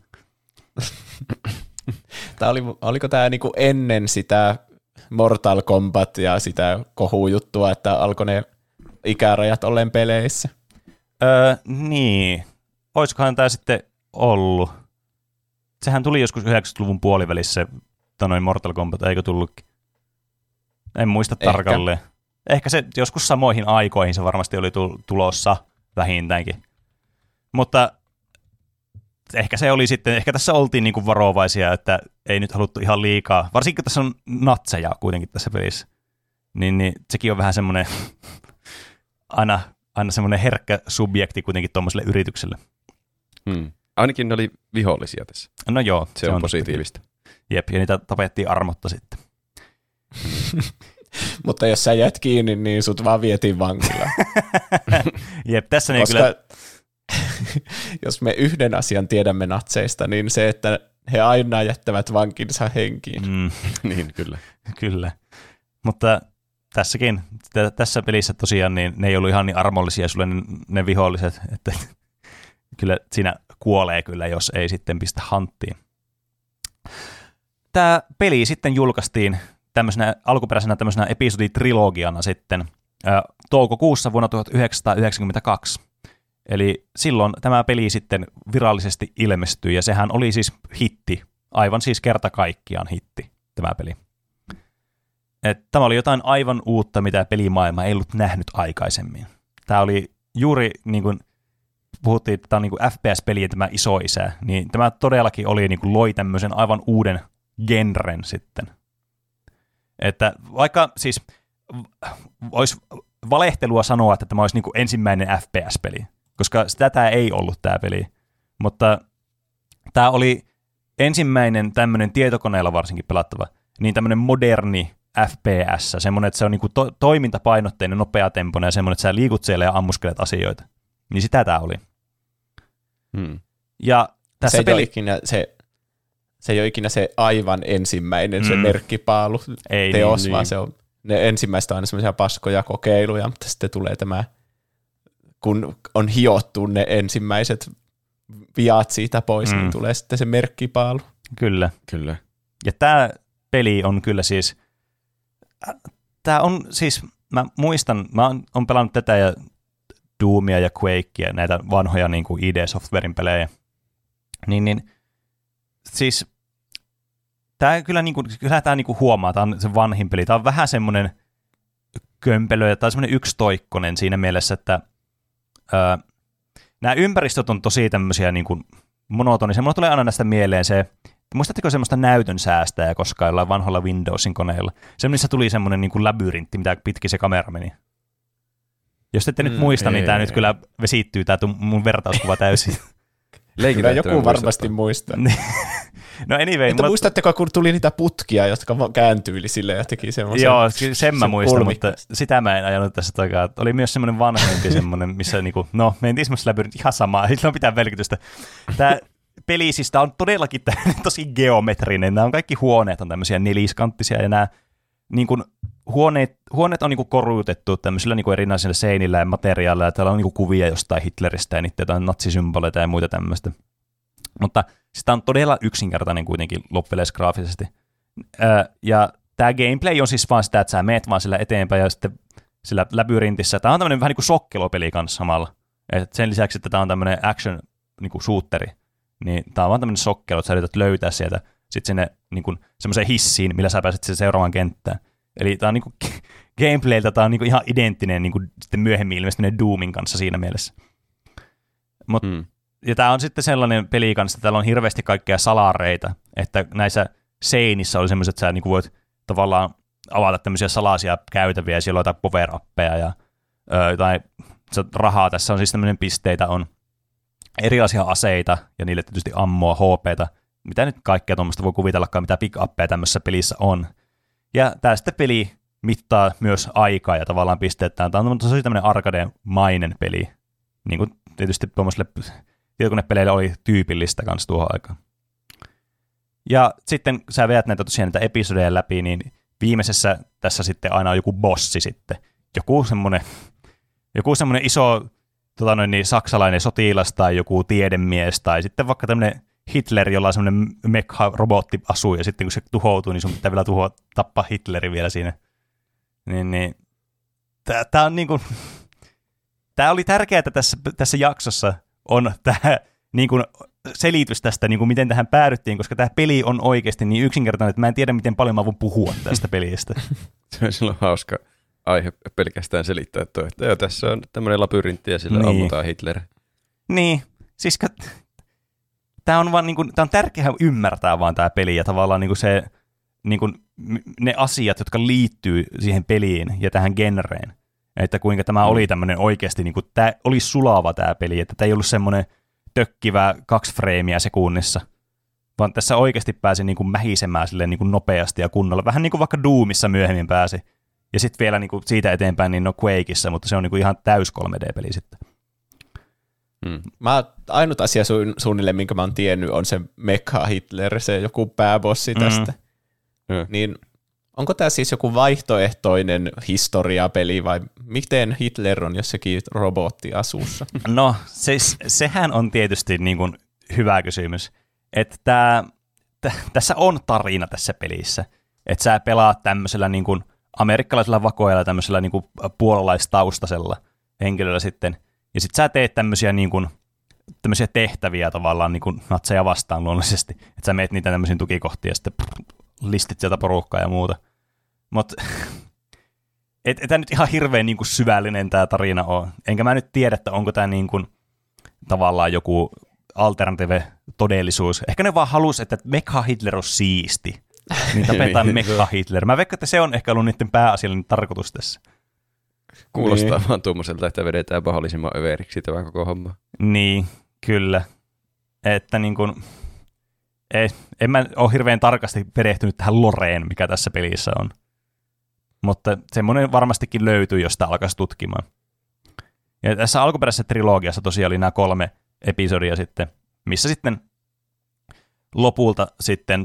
[SPEAKER 2] Oliko tämä niinku ennen sitä Mortal Kombat ja sitä kohujuttua, että alkoi ne ikärajat olleen peleissä?
[SPEAKER 3] Niin. Olisikohan tämä sitten ollut? Sehän tuli joskus 90-luvun puolivälissä noin Mortal Kombat, eikö tullutkin? En muista tarkalleen. Ehkä se joskus samoihin aikoihin se varmasti oli tulossa vähintäänkin. Mutta ehkä se oli sitten, ehkä tässä oltiin niin kuin varovaisia, että ei nyt haluttu ihan liikaa. Varsinkin tässä on natseja kuitenkin tässä pelissä. Niin sekin on vähän semmoinen aina semmoinen herkkä subjekti kuitenkin tuommoiselle yritykselle.
[SPEAKER 1] Ainakin ne oli vihollisia tässä.
[SPEAKER 3] No joo.
[SPEAKER 1] Se on positiivista.
[SPEAKER 3] Jep, ja niitä tapettiin armotta sitten.
[SPEAKER 2] Mutta jos sä jäät kiinni, niin sut vaan vietiin vankilaan.
[SPEAKER 3] Jep, tässä ne
[SPEAKER 2] koska
[SPEAKER 3] kyllä
[SPEAKER 2] jos me yhden asian tiedämme natseista, niin se, että he aina jättävät vankinsa henkiin.
[SPEAKER 1] Niin, kyllä.
[SPEAKER 3] Kyllä. Mutta tässäkin, tässä pelissä tosiaan, niin ne ei ollut ihan niin armollisia sulle ne viholliset, että kyllä siinä kuolee kyllä, jos ei sitten pistä hanttiin. Tämä peli sitten julkaistiin alkuperäisenä tämmöisenä episoditrilogiana sitten toukokuussa vuonna 1992. Eli silloin tämä peli sitten virallisesti ilmestyi, ja sehän oli siis hitti, aivan siis kerta kaikkiaan hitti, tämä peli. Tämä oli jotain aivan uutta, mitä pelimaailma ei ollut nähnyt aikaisemmin. Tämä oli juuri, niin kuin puhuttiin, että tämä on niin kuin FPS-pelien tämä isoisä, niin tämä todellakin oli, niin kuin loi tämmöisen aivan uuden genren sitten. Että vaikka siis olisi valehtelua sanoa, että tämä olisi niin kuin ensimmäinen FPS-peli, koska tätä ei ollut tämä peli, mutta tämä oli ensimmäinen tämmöinen tietokoneella varsinkin pelattava, niin tämmöinen moderni FPS, semmoinen, että se on niinku toimintapainotteinen, nopeatempoinen ja semmoinen, että sä liikut siellä ja ammuskelet asioita. Niin sitä tämä oli. Ja tässä
[SPEAKER 2] se ei ole ikinä se aivan ensimmäinen, se merkkipaalu teos, niin. Vaan se on, ne ensimmäistä on aina semmoisia paskoja kokeiluja, mutta sitten tulee tämä, kun on hiottu ne ensimmäiset viat siitä pois, niin tulee sitten se merkkipaalu.
[SPEAKER 3] Kyllä. Ja tämä peli on kyllä siis, mä muistan, mä oon pelannut tätä ja Doomia ja Quakea, näitä vanhoja niin kuin ID Softwarein pelejä, niin siis Tämä kyllä, niin kuin, kyllä tämä niin kuin huomaa, tämä on se vanhin peli. Tämä on vähän semmoinen kömpelö, ja tämä on semmoinen yksitoikkonen siinä mielessä, että nämä ympäristöt on tosi tämmöisiä niin kuin monotonisia. Mulla tulee aina näistä mieleen se, muistatteko semmoista näytön säästäjää koskaan jollain vanhoilla Windowsin koneilla? Se, missä tuli semmoinen niin kuin labyrintti, mitä pitkin se kamera meni. Jos ette nyt muista, niin tämä nyt kyllä vesittyy, tämä mun vertauskuva täysin.
[SPEAKER 2] Kyllä joku varmasti muistaa.
[SPEAKER 3] No anyway.
[SPEAKER 2] Muistatteko, kun tuli niitä putkia, jotka kääntyili silleen ja teki semmoisen...
[SPEAKER 3] Joo, sen mä muistan, mutta sitä mä en ajanut tässä takaa. Oli myös semmoinen vanhempi semmoinen, missä niinku, no mentiin semmoisessa labyrintti ihan samaa, ei sillä ole mitään merkitystä. Tämä peli siis on todellakin tosi geometrinen. Nämä on kaikki huoneet on tämmöisiä neliskanttisia ja nämä niin kuin, huoneet on niin kuin koruutettu tämmöisillä niin kuin erinäisillä seinillä ja materiaaleilla. Täällä on niin kuin kuvia jostain Hitleristä ja niitä jotain natsisymboleita ja muita tämmöistä. Mutta sitä on todella yksinkertainen kuitenkin loppujen graafisesti. Ja tämä gameplay on siis vaan sitä, että sä meet vaan sillä eteenpäin ja sitten sillä labyrintissä. Tämä on tämmöinen vähän niin kuin sokkelopeli kanssa samalla. Et sen lisäksi, että tämä on tämmöinen action niin kuin shooteri, niin tämä on vaan tämmöinen sokkelo, että sä yrität löytää sieltä sitten sinne niin kuin semmoiseen hissiin, millä sä pääset sen seuraavaan kenttään. Eli tämä on niin kuin gameplayltä tämä on niin kuin ihan identtinen niin kuin sitten myöhemmin ilmestyneen Doomin kanssa siinä mielessä. Ja tämä on sitten sellainen peli kanssa, että täällä on hirveästi kaikkea salareita, että näissä seinissä oli semmoiset, että sä niin kuin voit tavallaan avata tämmöisiä salaisia käytäviä, ja siellä on jotain power-appeja ja jotain rahaa. Tässä on siis tämmöinen pisteitä, on erilaisia aseita ja niille tietysti ammoa, HP:tä, mitä nyt kaikkea tuommoista voi kuvitellakaan, mitä pick-uppeja tämmöisessä pelissä on. Ja tämä sitten peli mittaa myös aikaa ja tavallaan pisteet. Tämä on tosi tämmöinen arcade-mainen peli, niin kuin tietysti tuommoiselle tietokonepeleille oli tyypillistä kanssa tuohon aikaan. Ja sitten sä veät näitä tosiaan näitä episodeja läpi, niin viimeisessä tässä sitten aina on joku bossi sitten. Joku semmoinen iso saksalainen sotilas tai joku tiedemies tai sitten vaikka tämmöinen Hitler, jolla on semmoinen mekha-robotti asuu ja sitten kun se tuhoutuu, niin sun pitää vielä tappaa Hitleri vielä siinä. Niin. Tää on niinku... Tää oli tärkeää, että tässä jaksossa on tämä niinku selitys tästä, niinku miten tähän päädyttiin, koska tämä peli on oikeasti niin yksinkertainen, että mä en tiedä, miten paljon mä voin puhua tästä pelistä.
[SPEAKER 1] Se on silloin hauska aihe pelkästään selittää, että joo, tässä on tämmöinen labyrintti ja sillä ammutaan Hitler.
[SPEAKER 3] Niin, siis tämä on vaan niinku, tää on tärkeää ymmärtää vaan tämä peli ja tavallaan niinku se niinku ne asiat, jotka liittyy siihen peliin ja tähän genreen. Että kuinka tämä oli tämmöinen oikeasti niinku tämä oli sulava tämä peli, että tämä ei ollut semmoinen tökkivä 2 freimiä sekunnissa, vaan tässä oikeasti pääsi niinku mähisemään silleen niinku nopeasti ja kunnolla, vähän niin kuin vaikka Doomissa myöhemmin pääsi. Ja sitten vielä niinku siitä eteenpäin niin Quakeissa, mutta se on niinku ihan täys 3D-peli sitten.
[SPEAKER 2] Ainut asia suunnilleen, minkä mä oon tiennyt, on se Mecha Hitler, se joku pääbossi tästä. Niin onko tämä siis joku vaihtoehtoinen historiapeli vai miten Hitler on jossakin robottiasussa?
[SPEAKER 3] No, sehän on tietysti niin kuin hyvä kysymys. Että tässä on tarina tässä pelissä. Että sä pelaat tämmöisellä niin kuin amerikkalaisella vakoajalla, tämmöisellä niin kuin puolalaistaustaisella henkilöllä sitten. Ja sitten sä teet tämmöisiä tehtäviä tavallaan niin kuin natseja vastaan luonnollisesti. Että sä meet niitä tämmöisiin tukikohtiin ja sitten listit sieltä porukkaa ja muuta. Mutta tämä nyt ihan hirveän niin kuin syvällinen tämä tarina on. Enkä mä nyt tiedä, että onko tämä niin kuin tavallaan joku alternative todellisuus. Ehkä ne vaan halusi, että Mecha Hitler on siisti. Niin tapetaan Mecha Hitler. Mä veikkaan, että se on ehkä ollut niiden pääasiallinen tarkoitus tässä.
[SPEAKER 1] Kuulostaa vaan tuommoiselta, että vedetään mahdollisimman överiksi tämä koko homma.
[SPEAKER 3] Niin, kyllä. Että niin kuin... En mä ole hirveän tarkasti perehtynyt tähän loreen, mikä tässä pelissä on. Mutta semmoinen varmastikin löytyy, jos sitä alkaisi tutkimaan. Ja tässä alkuperäisessä trilogiassa tosiaan oli nämä 3 episodia sitten, missä sitten lopulta sitten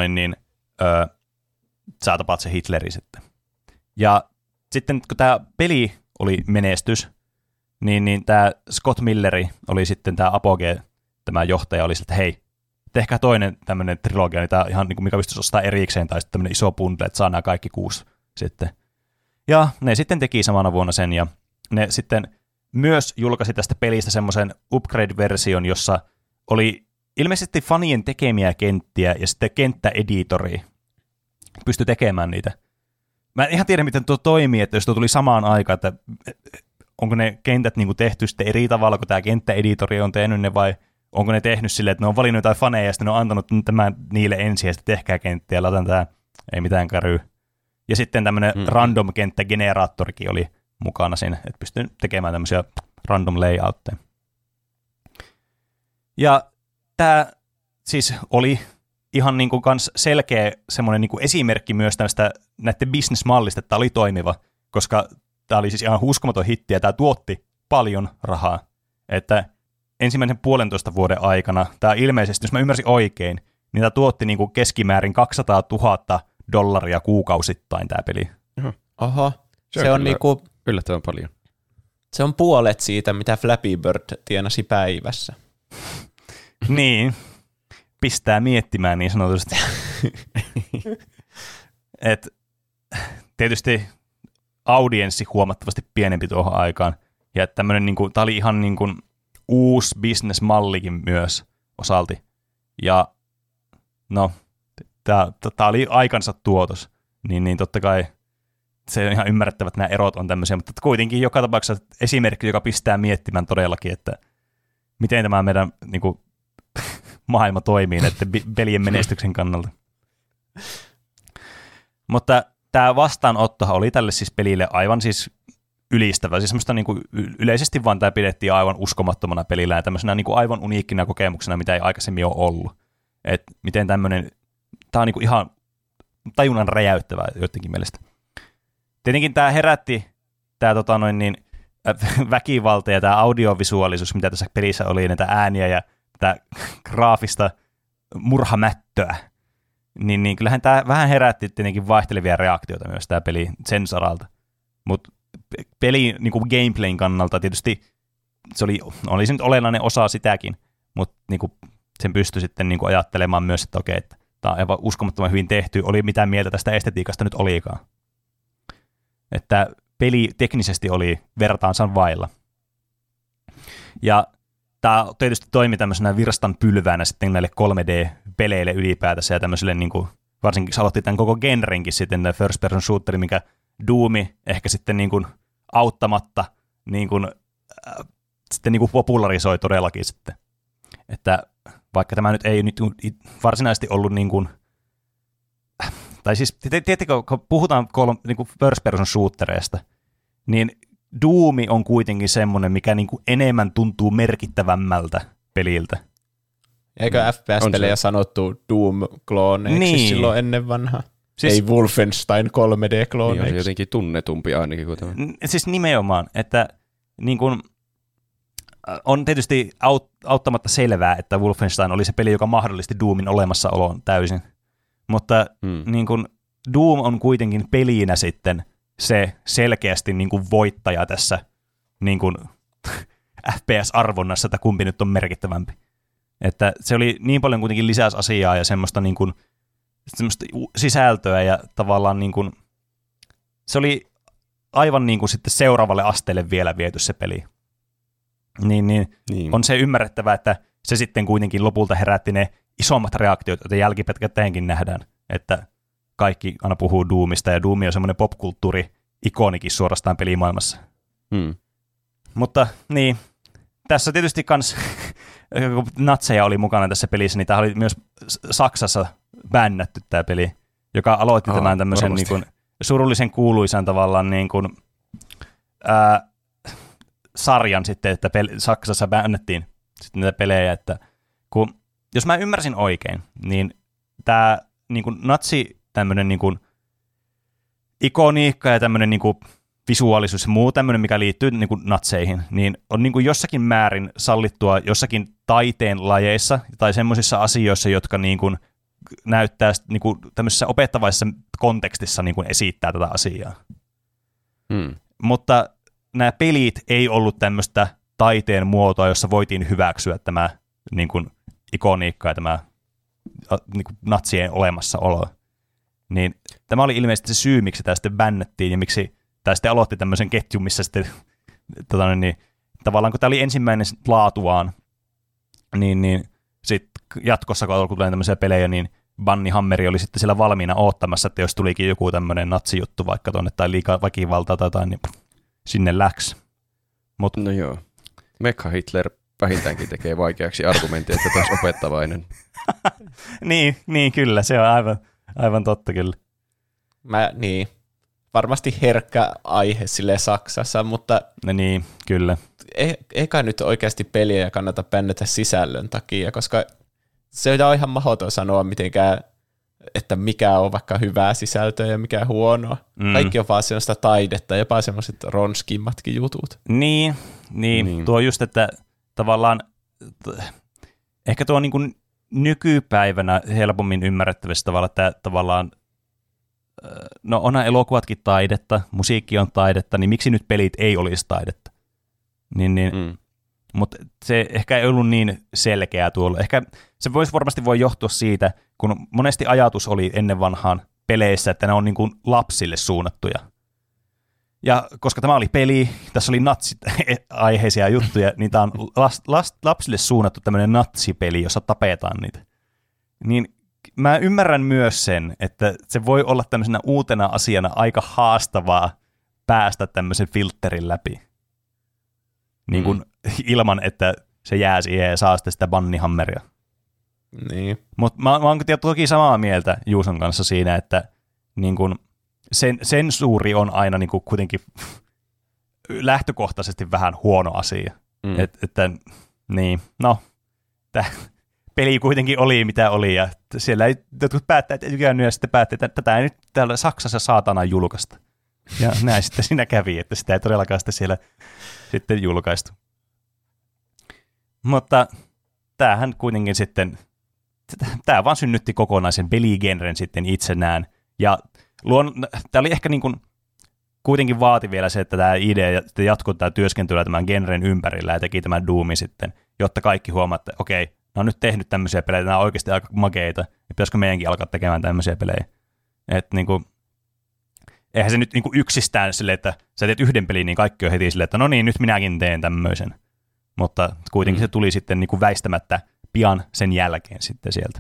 [SPEAKER 3] sä tapaat se Hitleri sitten. Ja sitten kun tämä peli oli menestys, niin tämä Scott Milleri oli sitten tämä Apogee, tämä johtaja oli sitten, että hei, tehkää toinen tämmöinen trilogia, niin tämä ihan niin kuin mikä pystyisi ostaa erikseen, tai sitten tämmöinen iso bundle, että saa nämä kaikki 6 sitten. Ja ne sitten teki samana vuonna sen, ja ne sitten myös julkaisi tästä pelistä semmoisen upgrade-version, jossa oli ilmeisesti fanien tekemiä kenttiä ja sitten kenttäeditori pystyi tekemään niitä. Mä en ihan tiedä, miten tuo toimii, että jos tuo tuli samaan aikaan, että onko ne kentät niin kuin tehty sitten eri tavalla, kun tämä kenttäeditori on tehnyt ne, vai onko ne tehnyt silleen, että ne on valinnut jotain faneja ja sitten ne on antanut tämän niille ensin ja sitten tehkää kenttiä ja laitan tämä, ei mitään käryy. Ja sitten tämmöinen random kenttägeneraattorikin oli mukana siinä, että pystyy tekemään tämmöisiä random layoutteja. Ja tämä siis oli ihan niin kuin kans selkeä semmoinen niin kuin esimerkki myös tästä näiden business-mallista, että tämä oli toimiva, koska tämä oli siis ihan uskomaton hitti ja tämä tuotti paljon rahaa. Että ensimmäisen 1,5 vuoden aikana tämä ilmeisesti, jos mä ymmärsin oikein, niin tämä tuotti niin kuin keskimäärin $200,000 kuukausittain tämä peli.
[SPEAKER 2] Oho, se on niinku
[SPEAKER 1] yllättävän paljon.
[SPEAKER 2] Se on puolet siitä, mitä Flappy Bird tienasi päivässä.
[SPEAKER 3] Niin, pistää miettimään niin sanotusti. Et, tietysti audienssi huomattavasti pienempi tuohon aikaan. Ja tämmöinen, niin tämä oli ihan niin kuin uusi business-mallikin myös osalti. Ja no, tämä oli aikansa tuotos. Niin totta kai se on ihan ymmärrettävä, että nämä erot on tämmöisiä, mutta kuitenkin joka tapauksessa esimerkki, joka pistää miettimään todellakin, että miten tämä meidän niin kuin, maailma toimii näiden pelien menestyksen kannalta. Mutta tämä vastaanottohan oli tälle siis pelille aivan siis ylistävä. Siis semmoista niin kuin yleisesti vaan tämä pidettiin aivan uskomattomana pelillä ja tämmöisenä niin kuin aivan uniikkina kokemuksena, mitä ei aikaisemmin ole ollut. Että miten tämmöinen, tämä on niin kuin ihan tajunnan räjäyttävää jotenkin mielestä. Tietenkin tämä herätti tämä väkivalta ja tämä audiovisuaalisuus, mitä tässä pelissä oli, näitä ääniä ja tätä graafista murhamättöä, niin kyllähän tämä vähän herätti tietenkin vaihtelevia reaktioita myös tämä peli sen saralta. Mutta peli niin kuin gameplayn kannalta tietysti se oli se nyt olennainen osa sitäkin, mutta niin kuin sen pystyi sitten niin kuin ajattelemaan myös, että okei, että tämä on aivan uskomattoman hyvin tehty, oli mitä mieltä tästä estetiikasta nyt olikaan. Että peli teknisesti oli vertaansa vailla. Ja tämä tietysti toimi tämmöisenä virstan pylväänä sitten näille 3D-peleille ylipäätänsä ja tämmöiselle, niin kuin, varsinkin se aloitti tämän koko genrenkin sitten, tämä first person shooter, mikä Doomi ehkä sitten niin kuin auttamatta niin kuin, sitten niin kuin popularisoi todellakin sitten. Että vaikka tämä nyt ei nyt varsinaisesti ollut niin kuin, tai siis tiedättekö, kun puhutaan niin kuin first person shootereista, niin Doomi on kuitenkin semmoinen, mikä niin kuin enemmän tuntuu merkittävämmältä peliltä.
[SPEAKER 2] Eikö FPS-pelejä sanottu Doom-klooneiksi niin silloin ennen vanhaa? Siis, ei Wolfenstein 3D-klooneiksi.
[SPEAKER 1] Niin on jotenkin tunnetumpi ainakin kuin tämä.
[SPEAKER 3] Siis nimenomaan, että niin kuin, on tietysti auttamatta selvää, että Wolfenstein oli se peli, joka mahdollisti Doomin olemassaolon täysin. Mutta niin kuin, Doom on kuitenkin pelinä sitten se selkeästi niin kuin voittaja tässä niin kuin FPS-arvonnassa, että kumpi nyt on merkittävämpi. Että se oli niin paljon kuitenkin lisäsi asiaa ja semmoista, niin kuin, semmoista sisältöä ja tavallaan niin kuin, se oli aivan niin kuin sitten seuraavalle asteelle vielä viety se peli. Niin. On se ymmärrettävää, että se sitten kuitenkin lopulta herätti ne isommat reaktiot, joita jälkipätkättäinkin nähdään, että kaikki aina puhuu Doomista, ja Doom on semmoinen popkulttuuri-ikonikin suorastaan pelimaailmassa. Mutta niin, tässä tietysti kans, kun natseja oli mukana tässä pelissä, niin tämä oli myös Saksassa bännätty tämä peli, joka aloitti tämän tämmöisen niin kuin, surullisen kuuluisan tavallaan niin kuin, sarjan sitten, että Saksassa bännättiin sitten näitä pelejä, että kun, jos mä ymmärsin oikein, niin tämä niin kuin natsi tämmöinen niin kuin ikoniikka ja tämmöinen niin kuin visuaalisuus ja muu tämmöinen, mikä liittyy niin kuin natseihin, niin on niin kuin jossakin määrin sallittua jossakin taiteen lajeissa tai semmoisissa asioissa, jotka niin kuin näyttää niin kuin tämmöisessä opettavaisessa kontekstissa niin kuin esittää tätä asiaa. Mutta nämä pelit ei ollut tämmöistä taiteen muotoa, jossa voitiin hyväksyä tämä niin kuin ikoniikka ja tämä niin kuin natsien olemassaolo. Niin tämä oli ilmeisesti se syy, miksi tämä sitten bännättiin ja miksi tämä sitten aloitti tämmöisen ketjun, missä sitten tavallaan kun tämä oli ensimmäinen laatuaan, niin sitten jatkossa, kun tulee tämmöisiä pelejä, niin bannihammeri oli sitten siellä valmiina oottamassa, että jos tulikin joku tämmöinen natsijuttu vaikka tuonne tai liikaa väkivaltaa tai jotain, niin sinne läks.
[SPEAKER 1] No joo. Mekha Hitler vähintäänkin tekee vaikeaksi argumentin, että taas opettavainen.
[SPEAKER 3] niin, kyllä, se on aivan totta kyllä.
[SPEAKER 2] Niin, varmasti herkkä aihe sille Saksassa, mutta
[SPEAKER 3] No niin, kyllä.
[SPEAKER 2] Eikä nyt oikeasti peliä kannata bännätä sisällön takia, koska se on ihan mahdoton sanoa mitenkään, että mikä on vaikka hyvää sisältöä ja mikä huonoa. Kaikki on vaan sellaista taidetta, jopa semmoiset ronskimmatkin jutut.
[SPEAKER 3] Niin, tuo just, että tavallaan ehkä tuo niin kuin nykypäivänä helpommin ymmärrettävissä tavalla, että tavallaan no onhan elokuvatkin taidetta, musiikki on taidetta, niin miksi nyt pelit ei olisi taidetta? Mutta se ehkä ei ollut niin selkeää tuolla. Ehkä se varmasti voi johtua siitä, kun monesti ajatus oli ennen vanhaan peleissä, että ne on niin kuin lapsille suunnattuja. Ja koska tämä oli peli, tässä oli natsit-aiheisia juttuja, niin tämä on lapsille suunnattu tämmöinen natsipeli, jossa tapetaan niitä. Niin mä ymmärrän myös sen, että se voi olla tämmöisenä uutena asiana aika haastavaa päästä tämmöisen filterin läpi. Niin kuin ilman, että se jää siihen ja saa sitä bannihammeria.
[SPEAKER 2] Niin.
[SPEAKER 3] Mutta mä oon toki samaa mieltä Juuson kanssa siinä, että niin kun sensuuri on aina niin kun kuitenkin lähtökohtaisesti vähän huono asia. Että niin, no, tämä peli kuitenkin oli mitä oli, ja siellä ei jotkut päättäjät ja sitten päätti, että tätä ei nyt täällä Saksassa saatana julkaista. Ja näin sitten siinä kävi, että sitä ei todellakaan sitten siellä sitten julkaistu. Mutta tämähän kuitenkin sitten, tämä vaan synnytti kokonaisen peligenren sitten itsenään. Ja tämä oli ehkä niin kuin, kuitenkin vaati vielä se, että tämä idea jatkoi tämä työskentelyä tämän genren ympärillä ja teki tämän Doomin sitten, jotta kaikki huomaa, että okei, ne on nyt tehnyt tämmöisiä pelejä, nämä on oikeasti aika makeita, ja pitäisikö meidänkin alkaa tekemään tämmöisiä pelejä. Että niin kuin, eihän se nyt niin kuin yksistään silleen, että sä teet yhden pelin, niin kaikki on heti silleen, että no niin, nyt minäkin teen tämmöisen. Mutta kuitenkin se tuli sitten niin kuin väistämättä pian sen jälkeen sitten sieltä.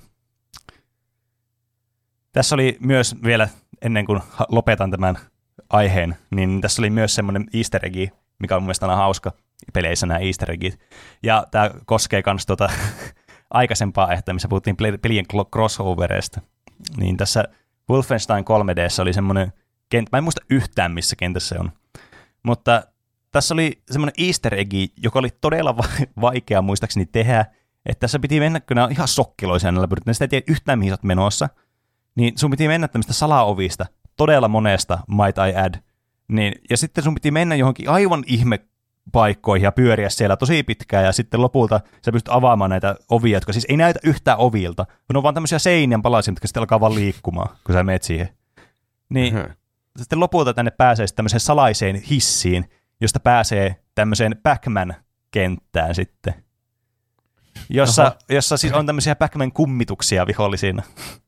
[SPEAKER 3] Tässä oli myös vielä, ennen kuin lopetan tämän aiheen, niin tässä oli myös semmoinen easter egg, mikä on mun mielestä aina hauska peleissä nämä easter eggit. Ja tämä koskee myös aikaisempaa aihetta, missä puhuttiin pelien crossoverista. Niin tässä Wolfenstein 3D:ssä oli semmoinen kenttä, mä en muista yhtään missä kentässä se on, mutta tässä oli semmoinen easter egg, joka oli todella vaikea muistaakseni tehdä, että tässä piti mennä, kun nämä on ihan sokkiloisia näillä pyritään, niin sitä ei tiedä yhtään mihin sä oot menossa, niin sun piti mennä tämmöistä salaovista, todella monesta, might I add, niin, ja sitten sun piti mennä johonkin aivan ihme paikkoihin ja pyöriä siellä tosi pitkään, ja sitten lopulta sä pystyt avaamaan näitä ovia, jotka siis ei näytä yhtään ovilta, kun on vaan tämmöisiä seinien palasia, jotka sitten alkaa vaan liikkumaan, kun sä menet siihen. Niin sitten lopulta tänne pääsee tämmöiseen salaiseen hissiin, josta pääsee tämmöiseen Pac-Man-kenttään sitten, jossa siis on tämmöisiä Pac-Man-kummituksia vihollisina.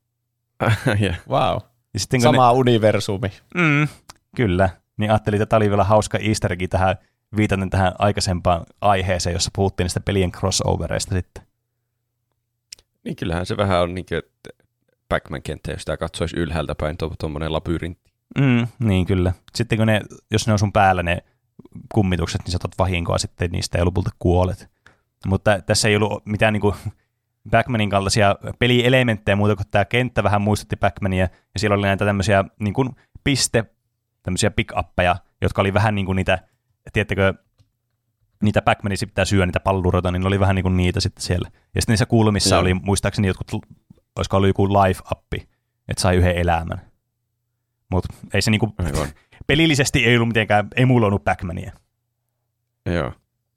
[SPEAKER 2] Wow.
[SPEAKER 3] Sitten,
[SPEAKER 2] sama universumi.
[SPEAKER 3] Kyllä. Niin ajattelin, että tämä oli vielä hauska easter egg tähän, viitaten tähän aikaisempaan aiheeseen, jossa puhuttiin niistä pelien crossovereista sitten.
[SPEAKER 1] Niin kyllähän se vähän on niin kuin Pac-Man-kenttä, jos sitä katsoisi ylhäältä päin, tuommoinen labyrintti.
[SPEAKER 3] Niin kyllä. Sitten kun jos ne on sun päällä ne kummitukset, niin sä otat vahinkoa sitten niistä ja lopulta kuolet. Mutta tässä ei ollut mitään niin kuin Pac-Manin kaltaisia pelielementtejä muuta kuin tämä kenttä vähän muistutti Pac-Mania, ja siellä oli näitä tämmöisiä niin kuin tämmöisiä pick-uppeja, jotka oli vähän niin kuin niitä, tiedättekö, niitä Pac-Manissa pitää syödä niitä palluroita, niin ne oli vähän niin kuin niitä sitten siellä. Ja sitten niissä kulmissa oli muistaakseni jotkut, olisiko ollut joku life-appi, että sai yhden elämän. Mutta ei se niinku, pelillisesti ei ollut mitenkään emuloinut Pac-Mania.
[SPEAKER 1] Joo.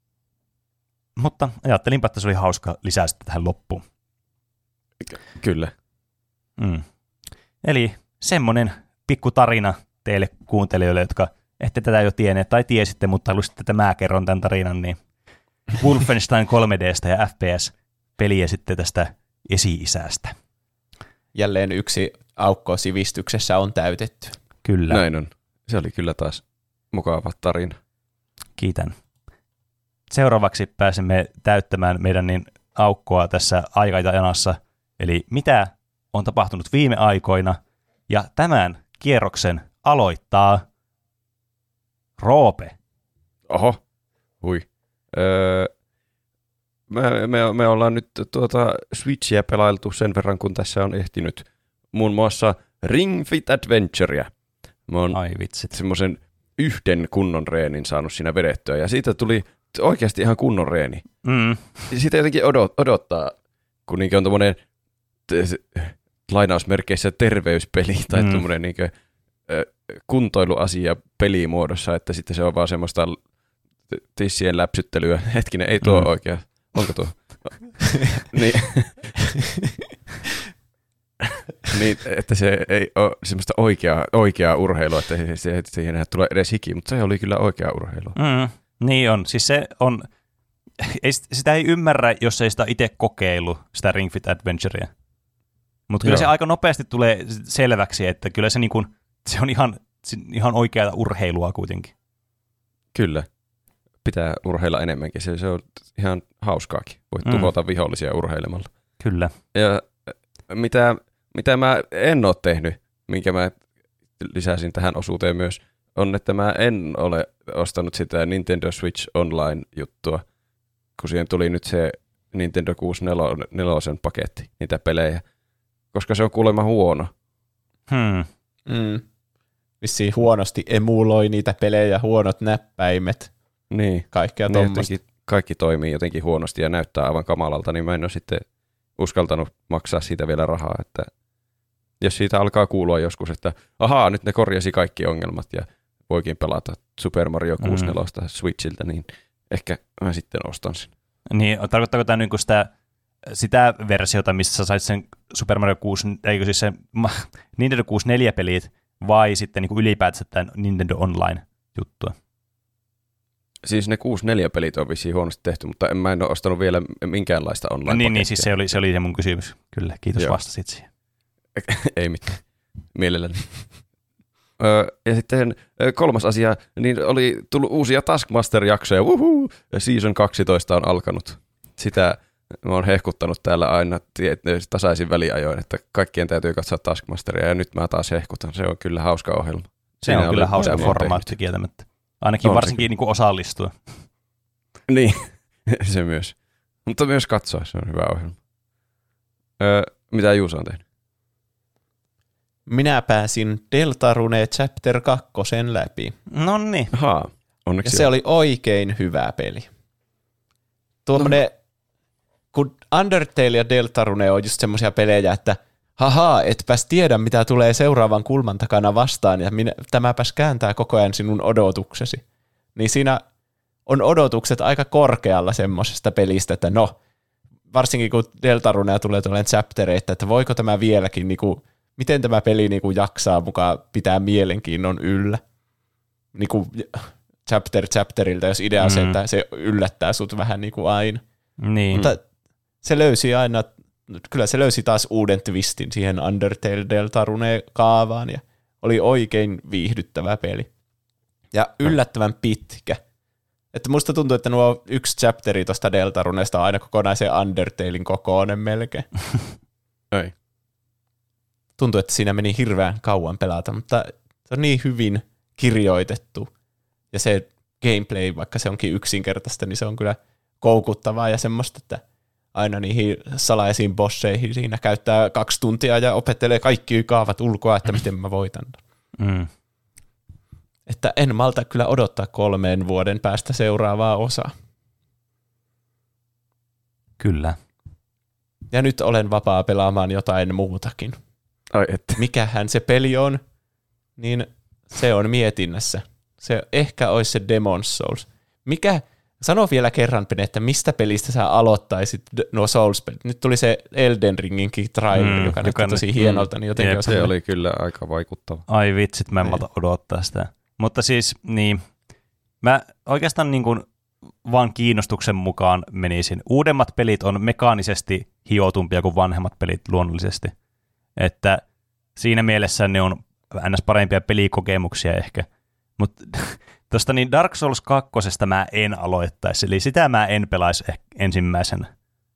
[SPEAKER 3] Mutta ajattelinpa, että se oli hauska lisäys tähän loppuun.
[SPEAKER 1] Kyllä.
[SPEAKER 3] Eli semmoinen pikku tarina teille kuuntelijoille, jotka ette tätä jo tienneet tai tiesitte, mutta haluaisitte, että mä kerron tämän tarinan, niin Wolfenstein 3D:stä ja FPS-peliä sitten tästä esi-isästä.
[SPEAKER 2] Jälleen yksi aukko sivistyksessä on täytetty.
[SPEAKER 3] Kyllä.
[SPEAKER 1] Näin on. Se oli kyllä taas mukava tarina.
[SPEAKER 3] Kiitän. Seuraavaksi pääsemme täyttämään meidän niin aukkoa tässä aikajanassa, eli mitä on tapahtunut viime aikoina, ja tämän kierroksen aloittaa Roope.
[SPEAKER 1] Oho, hui. Me ollaan nyt Switchiä pelailtu sen verran, kun tässä on ehtinyt muun muassa Ring Fit Adventurea. Mä oon semmoisen yhden kunnon reenin saanut siinä vedettyä, ja siitä tuli oikeasti ihan kunnon reeni. Sitä jotenkin odottaa, kun niinkin on tommonen lainausmerkeissä terveyspeli tai tommonen niinkö kuntoiluasia pelimuodossa, että sitten se on vaan semmoista tissien läpsyttelyä. Hetkinen, ei tuo oikea. Onko tuo? Niin. Niin, että se ei ole semmoista oikeaa urheilua, että siihen ei tule edes hiki, mutta se oli kyllä oikeaa urheilua.
[SPEAKER 3] Niin on. Siis se on, sitä ei ymmärrä, jos ei sitä itse kokeillut, sitä Ring Fit Adventurea. Mutta kyllä se aika nopeasti tulee selväksi, että kyllä se, niinku, se on ihan oikeaa urheilua kuitenkin.
[SPEAKER 1] Kyllä. Pitää urheilla enemmänkin. Se on ihan hauskaakin. Voit tuhota vihollisia urheilemalla.
[SPEAKER 3] Kyllä.
[SPEAKER 1] Ja mitä mä en ole tehnyt, minkä mä lisäsin tähän osuuteen myös, on, että mä en ole ostanut sitä Nintendo Switch Online-juttua, kun siihen tuli nyt se Nintendo 64 paketti, niitä pelejä, koska se on kuulemma huono.
[SPEAKER 2] Vissiin huonosti emuloi niitä pelejä, huonot näppäimet.
[SPEAKER 1] Niin.
[SPEAKER 2] Kaikkea tuommoista.
[SPEAKER 1] Kaikki toimii jotenkin huonosti ja näyttää aivan kamalalta, niin mä en ole sitten uskaltanut maksaa siitä vielä rahaa, että jos siitä alkaa kuulua joskus, että ahaa, nyt ne korjasi kaikki ongelmat ja voikin pelata Super Mario 64 Switchiltä, niin ehkä mä sitten ostan sen.
[SPEAKER 3] Niin, tarkoittaako tämä niin sitä versiota, missä sä sait sen Super Mario 6, eikö siis se Nintendo 64-pelit, vai sitten niin ylipäätänsä tämän Nintendo Online-juttua?
[SPEAKER 1] Siis ne 64-pelit on vissiin huonosti tehty, mutta mä en ole ostanut vielä minkäänlaista online-pakettia.
[SPEAKER 3] Niin, siis se oli se mun kysymys. Kyllä, kiitos vastasit siihen.
[SPEAKER 1] Ei mitään. Mielelläni. Ja sitten kolmas asia, niin oli tullut uusia Taskmaster-jaksoja. Season 12 on alkanut. Sitä mä oon hehkuttanut täällä aina tasaisin väliajoin, että kaikkien täytyy katsoa Taskmasteria, ja nyt mä taas hehkutan. Se on kyllä hauska ohjelma.
[SPEAKER 3] Se on kyllä hauska formaatti kieltämättä. Ainakin varsinkin niin osallistua.
[SPEAKER 1] Niin, se myös. Mutta myös katsoa, se on hyvä ohjelma. Mitä Juuso on tehnyt?
[SPEAKER 2] Minä pääsin Deltarune Chapter 2 läpi.
[SPEAKER 3] Nonni.
[SPEAKER 1] Onneksi
[SPEAKER 2] ja se oli oikein hyvä peli. Tuommoinen, kun Undertale ja Deltarune on just semmoisia pelejä, että etpäs tiedä, mitä tulee seuraavan kulman takana vastaan, ja tämäpäs kääntää koko ajan sinun odotuksesi. Niin siinä on odotukset aika korkealla semmoisesta pelistä, että varsinkin kun Deltarunea tulee tuollainen chaptereita, että voiko tämä vieläkin, niinku, miten tämä peli niinku jaksaa mukaan pitää mielenkiinnon yllä. Niinku chapterilta, jos idea on se, että se yllättää sut vähän niinku aina.
[SPEAKER 3] Niin.
[SPEAKER 2] Mutta se löysi aina, kyllä se löysi taas uuden twistin siihen Undertale Deltarune-kaavaan, ja oli oikein viihdyttävä peli. Ja yllättävän pitkä. Että musta tuntuu, että nuo yksi chapteri tuosta Deltarunesta on aina kokonaisen Undertalein kokoinen melkein.
[SPEAKER 1] Ei.
[SPEAKER 2] Tuntuu, että siinä meni hirveän kauan pelata, mutta se on niin hyvin kirjoitettu. Ja se gameplay, vaikka se onkin yksinkertaista, niin se on kyllä koukuttavaa ja semmoista, että aina niihin salaisiin bosseihin siinä käyttää 2 tuntia ja opettelee kaikki kaavat ulkoa, että miten mä voitan. Että en malta kyllä odottaa 3 vuoden päästä seuraavaa osaa.
[SPEAKER 3] Kyllä.
[SPEAKER 2] Ja nyt olen vapaa pelaamaan jotain muutakin.
[SPEAKER 1] Ai että.
[SPEAKER 2] Mikähän se peli on, niin se on mietinnässä. Se ehkä olisi se Demon's Souls. Sano vielä kerran, Pene, että mistä pelistä sä aloittaisit nuo Souls-pelit? Nyt tuli se Elden Ringinkin trailer, joka näytti tosi hienolta. Niin
[SPEAKER 1] se oli kyllä aika vaikuttava.
[SPEAKER 3] Ai vitsit, mä en malta odottaa sitä. Mutta siis, niin, mä oikeastaan niin kuin vaan kiinnostuksen mukaan menisin. Uudemmat pelit on mekaanisesti hiotumpia kuin vanhemmat pelit luonnollisesti. Että siinä mielessä ne on ns. Parempia pelikokemuksia ehkä. Mutta tuosta niin Dark Souls 2 mä en aloittaisi, eli sitä mä en pelaisi ensimmäisenä.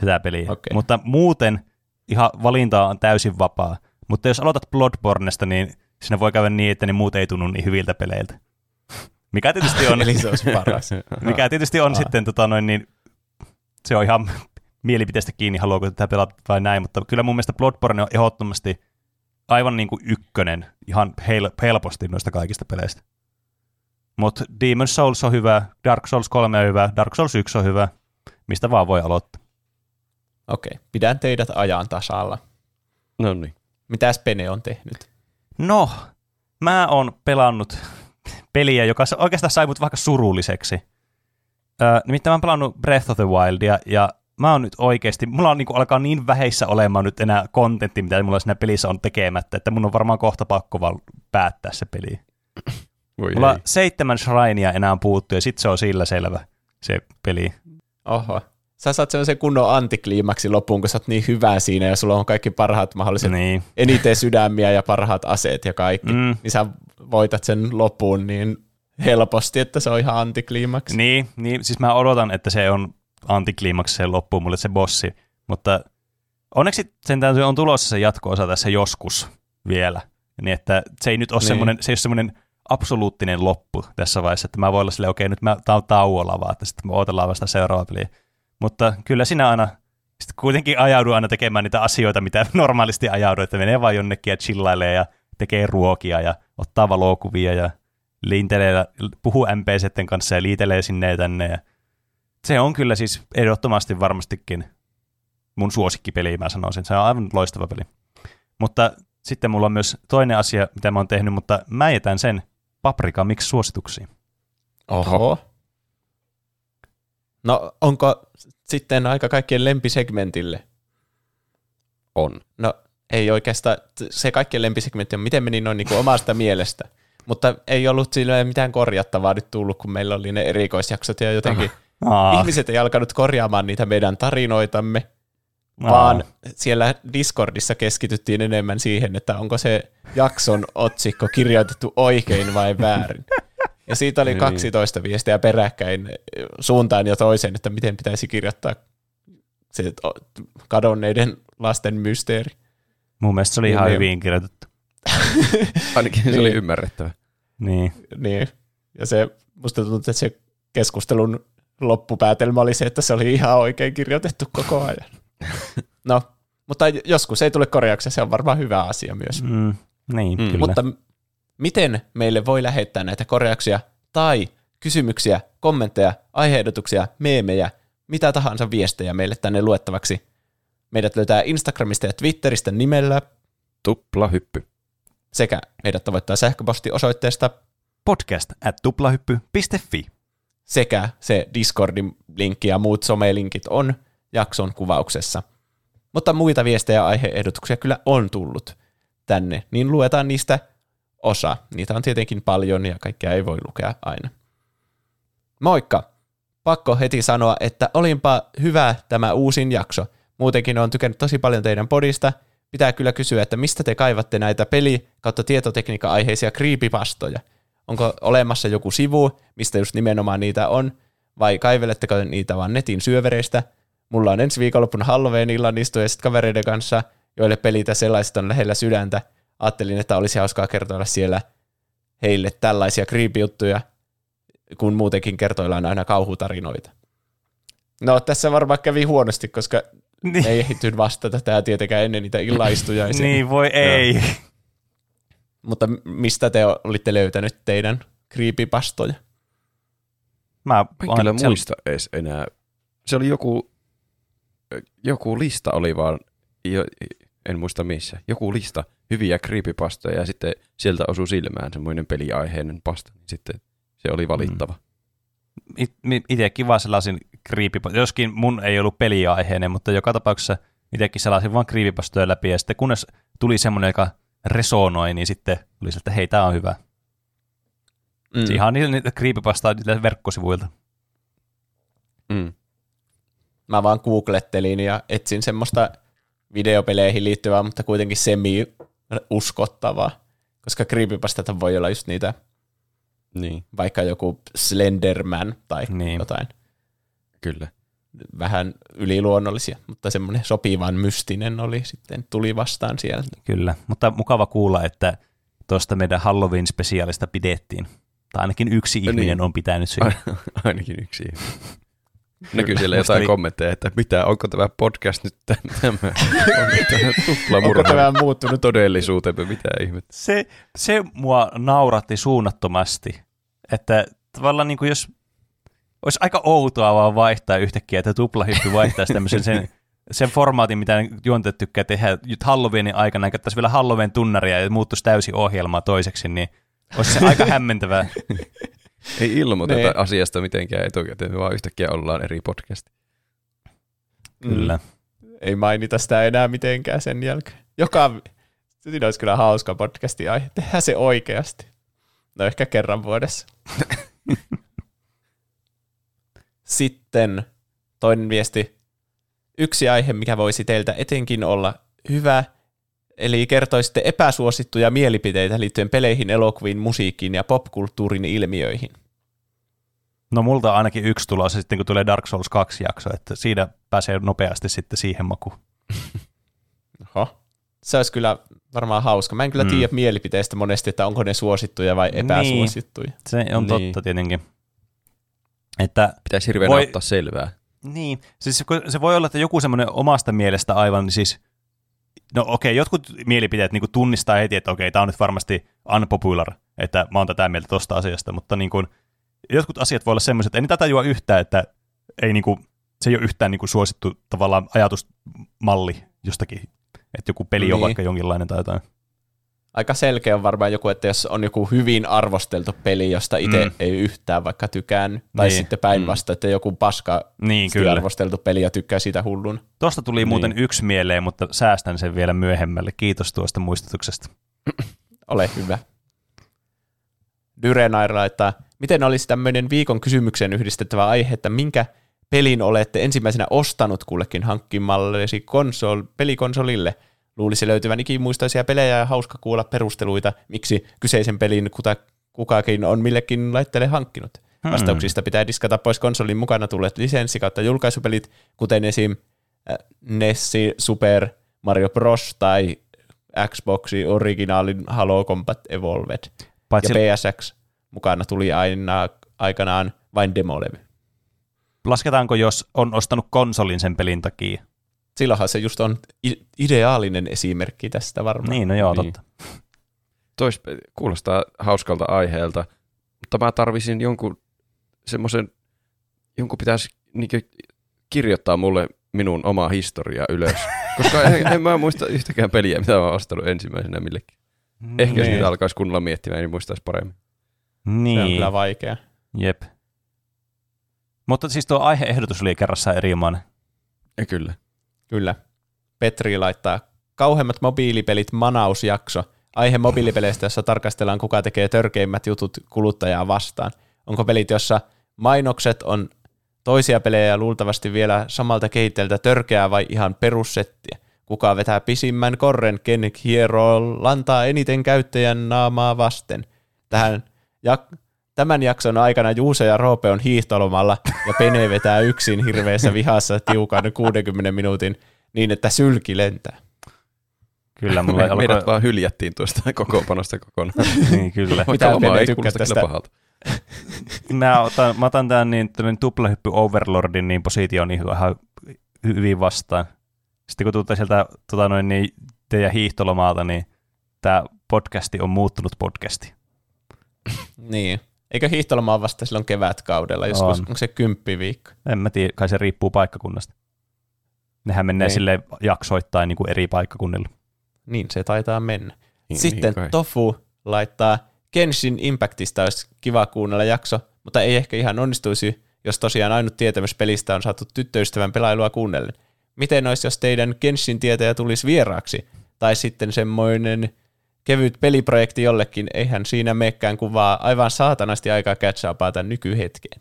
[SPEAKER 3] sitä peliä.
[SPEAKER 2] Okei.
[SPEAKER 3] Mutta muuten ihan valinta on täysin vapaa. Mutta jos aloitat Bloodbornesta, niin siinä voi käydä niin, että ne muut ei tunnu niin hyviltä peleiltä. Mikä tietysti on,
[SPEAKER 2] Eli se olisi paras.
[SPEAKER 3] mikä tietysti on sitten, niin, se on ihan mielipiteestä kiinni, haluaako tätä pelata vai näin, mutta kyllä mun mielestä Bloodborne on ehdottomasti aivan niin kuin ykkönen ihan helposti noista kaikista peleistä. Mutta Demon's Souls on hyvä, Dark Souls 3 on hyvä, Dark Souls 1 on hyvä, mistä vaan voi aloittaa.
[SPEAKER 2] Okei, pidän teidät ajan tasalla.
[SPEAKER 1] No niin.
[SPEAKER 2] Mitäs Pene on tehnyt?
[SPEAKER 3] No, mä oon pelannut peliä, joka oikeastaan sai mut vaikka surulliseksi. Nimittäin mä oon pelannut Breath of the Wildia, ja mä oon nyt oikeasti, mulla on niinku alkaa niin väheissä olemaan nyt enää kontentti, mitä mulla siinä pelissä on tekemättä, että mun on varmaan kohta pakko vaan päättää se peli. Mulla 7 shrinea enää puuttuu, ja sit se on sillä selvä, se peli.
[SPEAKER 2] Oho. Sä saat sellaisen kunnon antikliimaksi loppuun, kun sä oot niin hyvä siinä, ja sulla on kaikki parhaat mahdolliset, eniten sydämiä ja parhaat aseet ja kaikki. Niin sä voitat sen loppuun niin helposti, että se on ihan antikliimaksi.
[SPEAKER 3] Niin, siis mä odotan, että se on antikliimaksi se loppuun mulle se bossi, mutta onneksi sentään on tulossa se jatko-osa tässä joskus vielä, niin että se ei nyt ole semmoinen absoluuttinen loppu tässä vaiheessa, että mä voin olla silleen, okei, nyt mä tauolla vaan, että sitten me odotellaan vasta seuraava peliä. Mutta kyllä sinä aina sitten kuitenkin ajaudun aina tekemään niitä asioita, mitä normaalisti ajaudun, että menee vaan jonnekin ja chillailee ja tekee ruokia ja ottaa valokuvia ja puhuu NPC:ten kanssa ja liitelee sinne ja tänne. Ja se on kyllä siis ehdottomasti varmastikin mun suosikkipeli, mä sanoisin. Se on aivan loistava peli. Mutta sitten mulla on myös toinen asia, mitä mä oon tehnyt, mutta mä jätän sen Paprika Mix-suosituksiin.
[SPEAKER 2] Oho. No onko sitten aika kaikkien lempisegmentille?
[SPEAKER 1] On.
[SPEAKER 2] No ei oikeastaan, se kaikkien lempisegmentti on, miten meni noin niin kuin omasta mielestä. Mutta ei ollut silleen mitään korjattavaa nyt tullut, kun meillä oli ne erikoisjaksot ja jotenkin ihmiset ei alkanut korjaamaan niitä meidän tarinoitamme, vaan siellä Discordissa keskityttiin enemmän siihen, että onko se jakson otsikko kirjoitettu oikein vai väärin. Ja siitä oli 12 viestiä peräkkäin suuntaan ja toiseen, että miten pitäisi kirjoittaa se kadonneiden lasten mysteeri.
[SPEAKER 3] Mun mielestä se oli ihan hyvin kirjoitettu.
[SPEAKER 1] Ainakin se oli ymmärrettävä.
[SPEAKER 2] Niin. Ja se, musta tuntuu, että se keskustelun loppupäätelmä oli se, että se oli ihan oikein kirjoitettu koko ajan. No, mutta joskus ei tule korjauksia, se on varmaan hyvä asia myös.
[SPEAKER 3] Kyllä.
[SPEAKER 2] Mutta miten meille voi lähettää näitä korjauksia tai kysymyksiä, kommentteja, aihe-ehdotuksia, meemejä, mitä tahansa viestejä meille tänne luettavaksi? Meidät löytää Instagramista ja Twitteristä nimellä
[SPEAKER 1] Tuplahyppy.
[SPEAKER 2] Sekä meidät tavoittaa sähköpostiosoitteesta
[SPEAKER 3] podcast@tuplahyppy.fi.
[SPEAKER 2] Sekä se Discordin linkki ja muut somelinkit on jakson kuvauksessa. Mutta muita viestejä ja aihe-ehdotuksia kyllä on tullut tänne, niin luetaan niistä osa. Niitä on tietenkin paljon ja kaikkea ei voi lukea aina. Moikka! Pakko heti sanoa, että olinpa hyvä tämä uusin jakso. Muutenkin olen tykännyt tosi paljon teidän podista. Pitää kyllä kysyä, että mistä te kaivatte näitä peli- kautta tietotekniikka-aiheisia creepypastoja? Onko olemassa joku sivu, mistä just nimenomaan niitä on? Vai kaiveletteko niitä vaan netin syövereistä? Mulla on ensi viikonloppuna Halloween-illan istujaiset kavereiden kanssa, joille pelitä sellaiset on lähellä sydäntä. Ajattelin, että olisi hauskaa kertoilla siellä heille tällaisia creepy-juttuja, kun muutenkin kertoillaan aina kauhutarinoita. No, tässä varmaan kävi huonosti, koska ei ehditty vastata tähän tietenkään ennen niitä illaistujaisia.
[SPEAKER 3] Niin, voi ei.
[SPEAKER 2] Mutta mistä te olitte löytänyt teidän creepypastoja?
[SPEAKER 1] Mä en kyllä muista edes enää. Se oli joku lista oli vaan, en muista missä, joku lista hyviä creepypastoja ja sitten sieltä osui silmään semmoinen peliaiheinen pasta, niin sitten se oli valittava.
[SPEAKER 3] Itsekin vaan sellaisin creepypastoja, joskin mun ei ollut peliaiheinen, mutta joka tapauksessa itsekin sellaisin vaan creepypastoja läpi ja sitten kunnes tuli semmoinen, joka resonoi, niin sitten tuli se, että hei, tää on hyvä. Ihan niitä creepypastaa niitä verkkosivuilta.
[SPEAKER 2] Mä vaan googlettelin ja etsin semmoista videopeleihin liittyvää, mutta kuitenkin semi-uskottavaa, koska creepypastata voi olla just niitä, vaikka joku Slenderman tai jotain.
[SPEAKER 1] Kyllä.
[SPEAKER 2] vähän yliluonnollisia, mutta semmoinen sopivan mystinen tuli vastaan sieltä.
[SPEAKER 3] Kyllä, mutta mukava kuulla, että tuosta meidän Halloween-spesiaalista pidettiin. Tai ainakin yksi ihminen on pitänyt siihen.
[SPEAKER 1] Ainakin yksi ihminen. Näkyy siellä jotain kommentteja, että onko tämä podcast nyt tämä tuplamurha?
[SPEAKER 2] Onko tämä muuttunut
[SPEAKER 1] todellisuuteen, mitä ihmettä?
[SPEAKER 3] Se mua nauratti suunnattomasti, että tavallaan niin kuin jos olisi aika outoa vaan vaihtaa yhtäkkiä, että tuplahyppy vaihtaisi tämmöisen sen formaatin, mitä juontajat tykkää tehdä nyt Halloweenin aikana, käyttäisi vielä Halloween-tunnaria ja muuttuisi täysin ohjelmaa toiseksi, niin olisi se aika hämmentävää.
[SPEAKER 1] Ei ilmoiteta asiasta mitenkään etukäteen, vaan yhtäkkiä ollaan eri podcasti.
[SPEAKER 3] Kyllä.
[SPEAKER 2] Ei mainita sitä enää mitenkään sen jälkeen. Siinä olisi kyllä hauska podcasti aihe. Tehdään se oikeasti. No ehkä kerran vuodessa. Sitten toinen viesti. Yksi aihe, mikä voisi teiltä etenkin olla hyvä, eli kertoisitte epäsuosittuja mielipiteitä liittyen peleihin, elokuviin, musiikkiin ja popkulttuurin ilmiöihin.
[SPEAKER 3] No multa ainakin yksi tulossa sitten, kun tulee Dark Souls 2 jakso, että siinä pääsee nopeasti sitten siihen makuun.
[SPEAKER 2] Oho. Se olisi kyllä varmaan hauska. Mä en kyllä tiedä mielipiteistä monesti, että onko ne suosittuja vai epäsuosittuja.
[SPEAKER 3] Niin, se on totta tietenkin. Että
[SPEAKER 1] pitäisi hirveän ottaa selvää.
[SPEAKER 3] Niin, siis se voi olla, että joku semmoinen omasta mielestä aivan siis, no okei, jotkut mielipiteet niin kuin tunnistaa heti, että okei, tämä on nyt varmasti unpopular, että mä oon tätä mieltä tosta asiasta, mutta niin kuin, jotkut asiat voi olla semmoiset, että ei niitä tajua yhtään, että ei, niin kuin, se ei ole yhtään niin kuin suosittu tavallaan ajatusmalli jostakin, että joku peli on vaikka jonkinlainen tai jotain.
[SPEAKER 2] Aika selkeä on varmaan joku, että jos on joku hyvin arvosteltu peli, josta itse ei yhtään vaikka tykään, tai sitten päinvastoin, että joku paska arvosteltu peli ja tykkää siitä hullun.
[SPEAKER 3] Tuosta tuli muuten yksi mieleen, mutta säästän sen vielä myöhemmälle. Kiitos tuosta muistutuksesta.
[SPEAKER 2] Ole hyvä. Dyrenair laittaa, miten olisi tämmöinen viikon kysymykseen yhdistettävä aihe, että minkä pelin olette ensimmäisenä ostanut kullekin hankkimallesi pelikonsolille? Luulisi löytyvän ikimuistoisia pelejä ja hauska kuulla perusteluita, miksi kyseisen pelin kukakin on millekin laitteelle hankkinut. Vastauksista pitää diskata pois konsolin mukana tulleet lisenssi kautta julkaisupelit, kuten esim. Nessi, Super Mario Bros. Tai Xboxin originaalin Halo Combat Evolved. Ja PSX mukana tuli aikanaan vain demolevy.
[SPEAKER 3] Lasketaanko, jos on ostanut konsolin sen pelin takia?
[SPEAKER 2] Silloinhan se just on ideaalinen esimerkki tästä varmaan.
[SPEAKER 3] Niin, no joo, totta.
[SPEAKER 1] Kuulostaa hauskalta aiheelta, mutta mä tarvisin jonkun pitäisi kirjoittaa mulle minun omaa historiaa ylös, koska en mä muista yhtäkään peliä, mitä mä oon ostanut ensimmäisenä millekin. Ehkä jos niitä alkaisi kunnolla miettimään, niin muistaisi paremmin.
[SPEAKER 3] Niin.
[SPEAKER 2] Se on kyllä vaikea.
[SPEAKER 3] Jep. Mutta siis tuo aihe-ehdotus oli kerrassaan erinomainen.
[SPEAKER 1] Ja kyllä.
[SPEAKER 2] Kyllä. Petri laittaa kauheimmat mobiilipelit Manaus-jakso. Aihe mobiilipeleistä, jossa tarkastellaan, kuka tekee törkeimmät jutut kuluttajaa vastaan. Onko pelit, jossa mainokset on toisia pelejä ja luultavasti vielä samalta kehittäjältä törkeää vai ihan perussettiä? Kuka vetää pisimmän korren, ken hieroo lantaa eniten käyttäjän naamaa vasten? Tämän jakson aikana Juuse ja Roope on hiihtolomalla ja Pene vetää yksin hirveässä vihassa tiukan 60 minuutin niin, että sylki lentää.
[SPEAKER 3] Kyllä,
[SPEAKER 1] meidät vaan hyljättiin tuosta kokoonpanosta kokonaan.
[SPEAKER 3] Niin, kyllä.
[SPEAKER 2] Mitä Pene tykkää tästä?
[SPEAKER 3] Mä otan tämän tuplahyppy Overlordin niin positioon ihan hyvin vastaan. Sitten kun tultaan sieltä teidän hiihtolomalta, niin tämä podcasti on muuttunut podcasti.
[SPEAKER 2] Niin. Eikö hiihtoloma ole vasta silloin kevätkaudella? Joskus, onko se 10 viikko?
[SPEAKER 3] En mä tiedä, kai se riippuu paikkakunnasta. Nehän menee silleen jaksoittain niin kuin eri paikkakunnilla.
[SPEAKER 2] Niin, se taitaa mennä. Sitten Tofu laittaa Genshin Impactista, olisi kiva kuunnella jakso, mutta ei ehkä ihan onnistuisi, jos tosiaan ainut tietämys pelistä on saatu tyttöystävän pelailua kuunnellen. Miten olisi, jos teidän Genshin-tietäjä tulisi vieraaksi? Tai sitten semmoinen kevyt peliprojekti jollekin, eihän siinä meekään kuvaa aivan saatanasti aikaa catch-upata nykyhetkeen.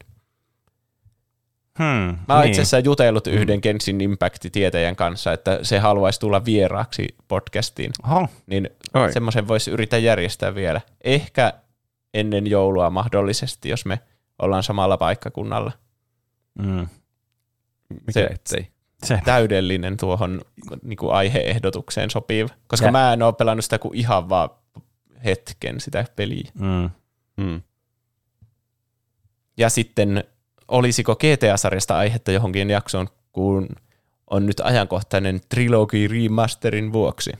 [SPEAKER 2] Mä oon itse asiassa jutellut yhden Genshin Impact-tietäjän kanssa, että se haluaisi tulla vieraaksi podcastiin. Niin semmoisen voisi yrittää järjestää vielä. Ehkä ennen joulua mahdollisesti, jos me ollaan samalla paikkakunnalla.
[SPEAKER 1] Mikä ettei?
[SPEAKER 3] Se.
[SPEAKER 2] Täydellinen tuohon niin kuin aihe-ehdotukseen sopiva. Koska mä en ole pelannut sitä kuin ihan vaan hetken sitä peliä. Ja sitten olisiko GTA-sarjasta aihetta johonkin jaksoon, kun on nyt ajankohtainen Trilogy Remasterin vuoksi?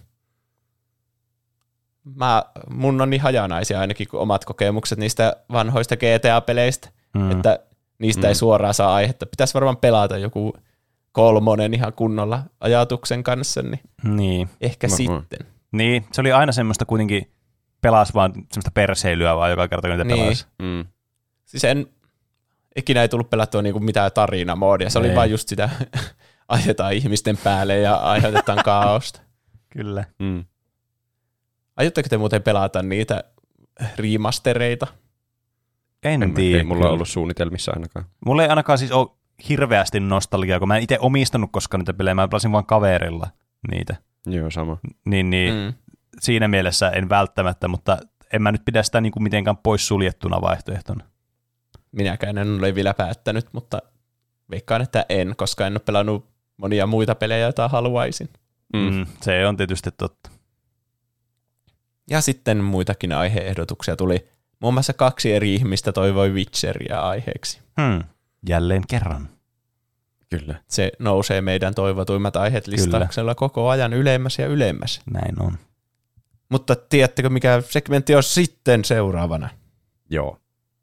[SPEAKER 2] Mun on niin hajanaisia ainakin kuin omat kokemukset niistä vanhoista GTA-peleistä, että niistä ei suoraan saa aihetta. Pitäisi varmaan pelata joku 3 ihan kunnolla ajatuksen kanssa, niin ehkä sitten.
[SPEAKER 3] Niin, se oli aina semmoista kuitenkin pelasi vaan semmoista perseilyä vaan joka kerta, kun niitä pelasi.
[SPEAKER 2] Siis ikinä ei tullut pelattua niinku mitään tarinamoodia. Se oli vaan just sitä, ajetaan ihmisten päälle ja aiheutetaan kaaosta.
[SPEAKER 3] Kyllä.
[SPEAKER 2] Aiotteko te muuten pelata niitä remastereita?
[SPEAKER 3] En tiedä.
[SPEAKER 1] Ei mulla ollut suunnitelmissa ainakaan.
[SPEAKER 3] Mulla ei ainakaan siis ole hirveästi nostalgiaa, kun mä en itse omistanut koskaan niitä pelejä. Mä pelasin vaan kaverilla niitä.
[SPEAKER 1] Joo, sama.
[SPEAKER 3] Siinä mielessä en välttämättä, mutta en mä nyt pidä sitä niin kuin mitenkään poissuljettuna vaihtoehtona.
[SPEAKER 2] Minäkään en ole vielä päättänyt, mutta veikkaan, että en, koska en ole pelannut monia muita pelejä, joita haluaisin.
[SPEAKER 3] Se on tietysti totta.
[SPEAKER 2] Ja sitten muitakin aihe-ehdotuksia tuli. Muun muassa 2 eri ihmistä toivoi Witcheria aiheeksi.
[SPEAKER 3] Jälleen kerran.
[SPEAKER 1] Kyllä.
[SPEAKER 2] Se nousee meidän toivotuimmat aiheet listauksella koko ajan ylemmäs ja ylemmäs.
[SPEAKER 3] Näin on.
[SPEAKER 2] Mutta tiedättekö, mikä segmentti on sitten seuraavana?
[SPEAKER 1] Joo.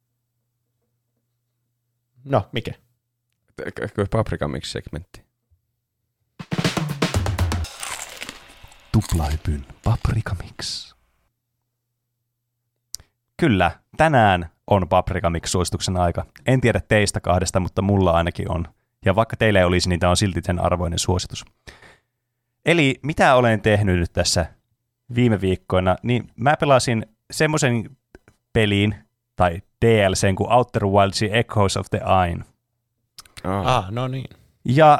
[SPEAKER 2] No, mikä?
[SPEAKER 1] Paprika Mix-segmentti.
[SPEAKER 3] Tuplahypyn Paprika Mix. Kyllä, tänään on Paprika Mix-suosituksen aika. En tiedä teistä 2, mutta mulla ainakin on. Ja vaikka teillä ei olisi, niin tämä on silti sen arvoinen suositus. Eli mitä olen tehnyt nyt tässä viime viikkoina, niin mä pelasin semmoisen pelin, tai DLCn kuin Outer Wilds Echoes of the Ain.
[SPEAKER 2] No niin.
[SPEAKER 3] Ja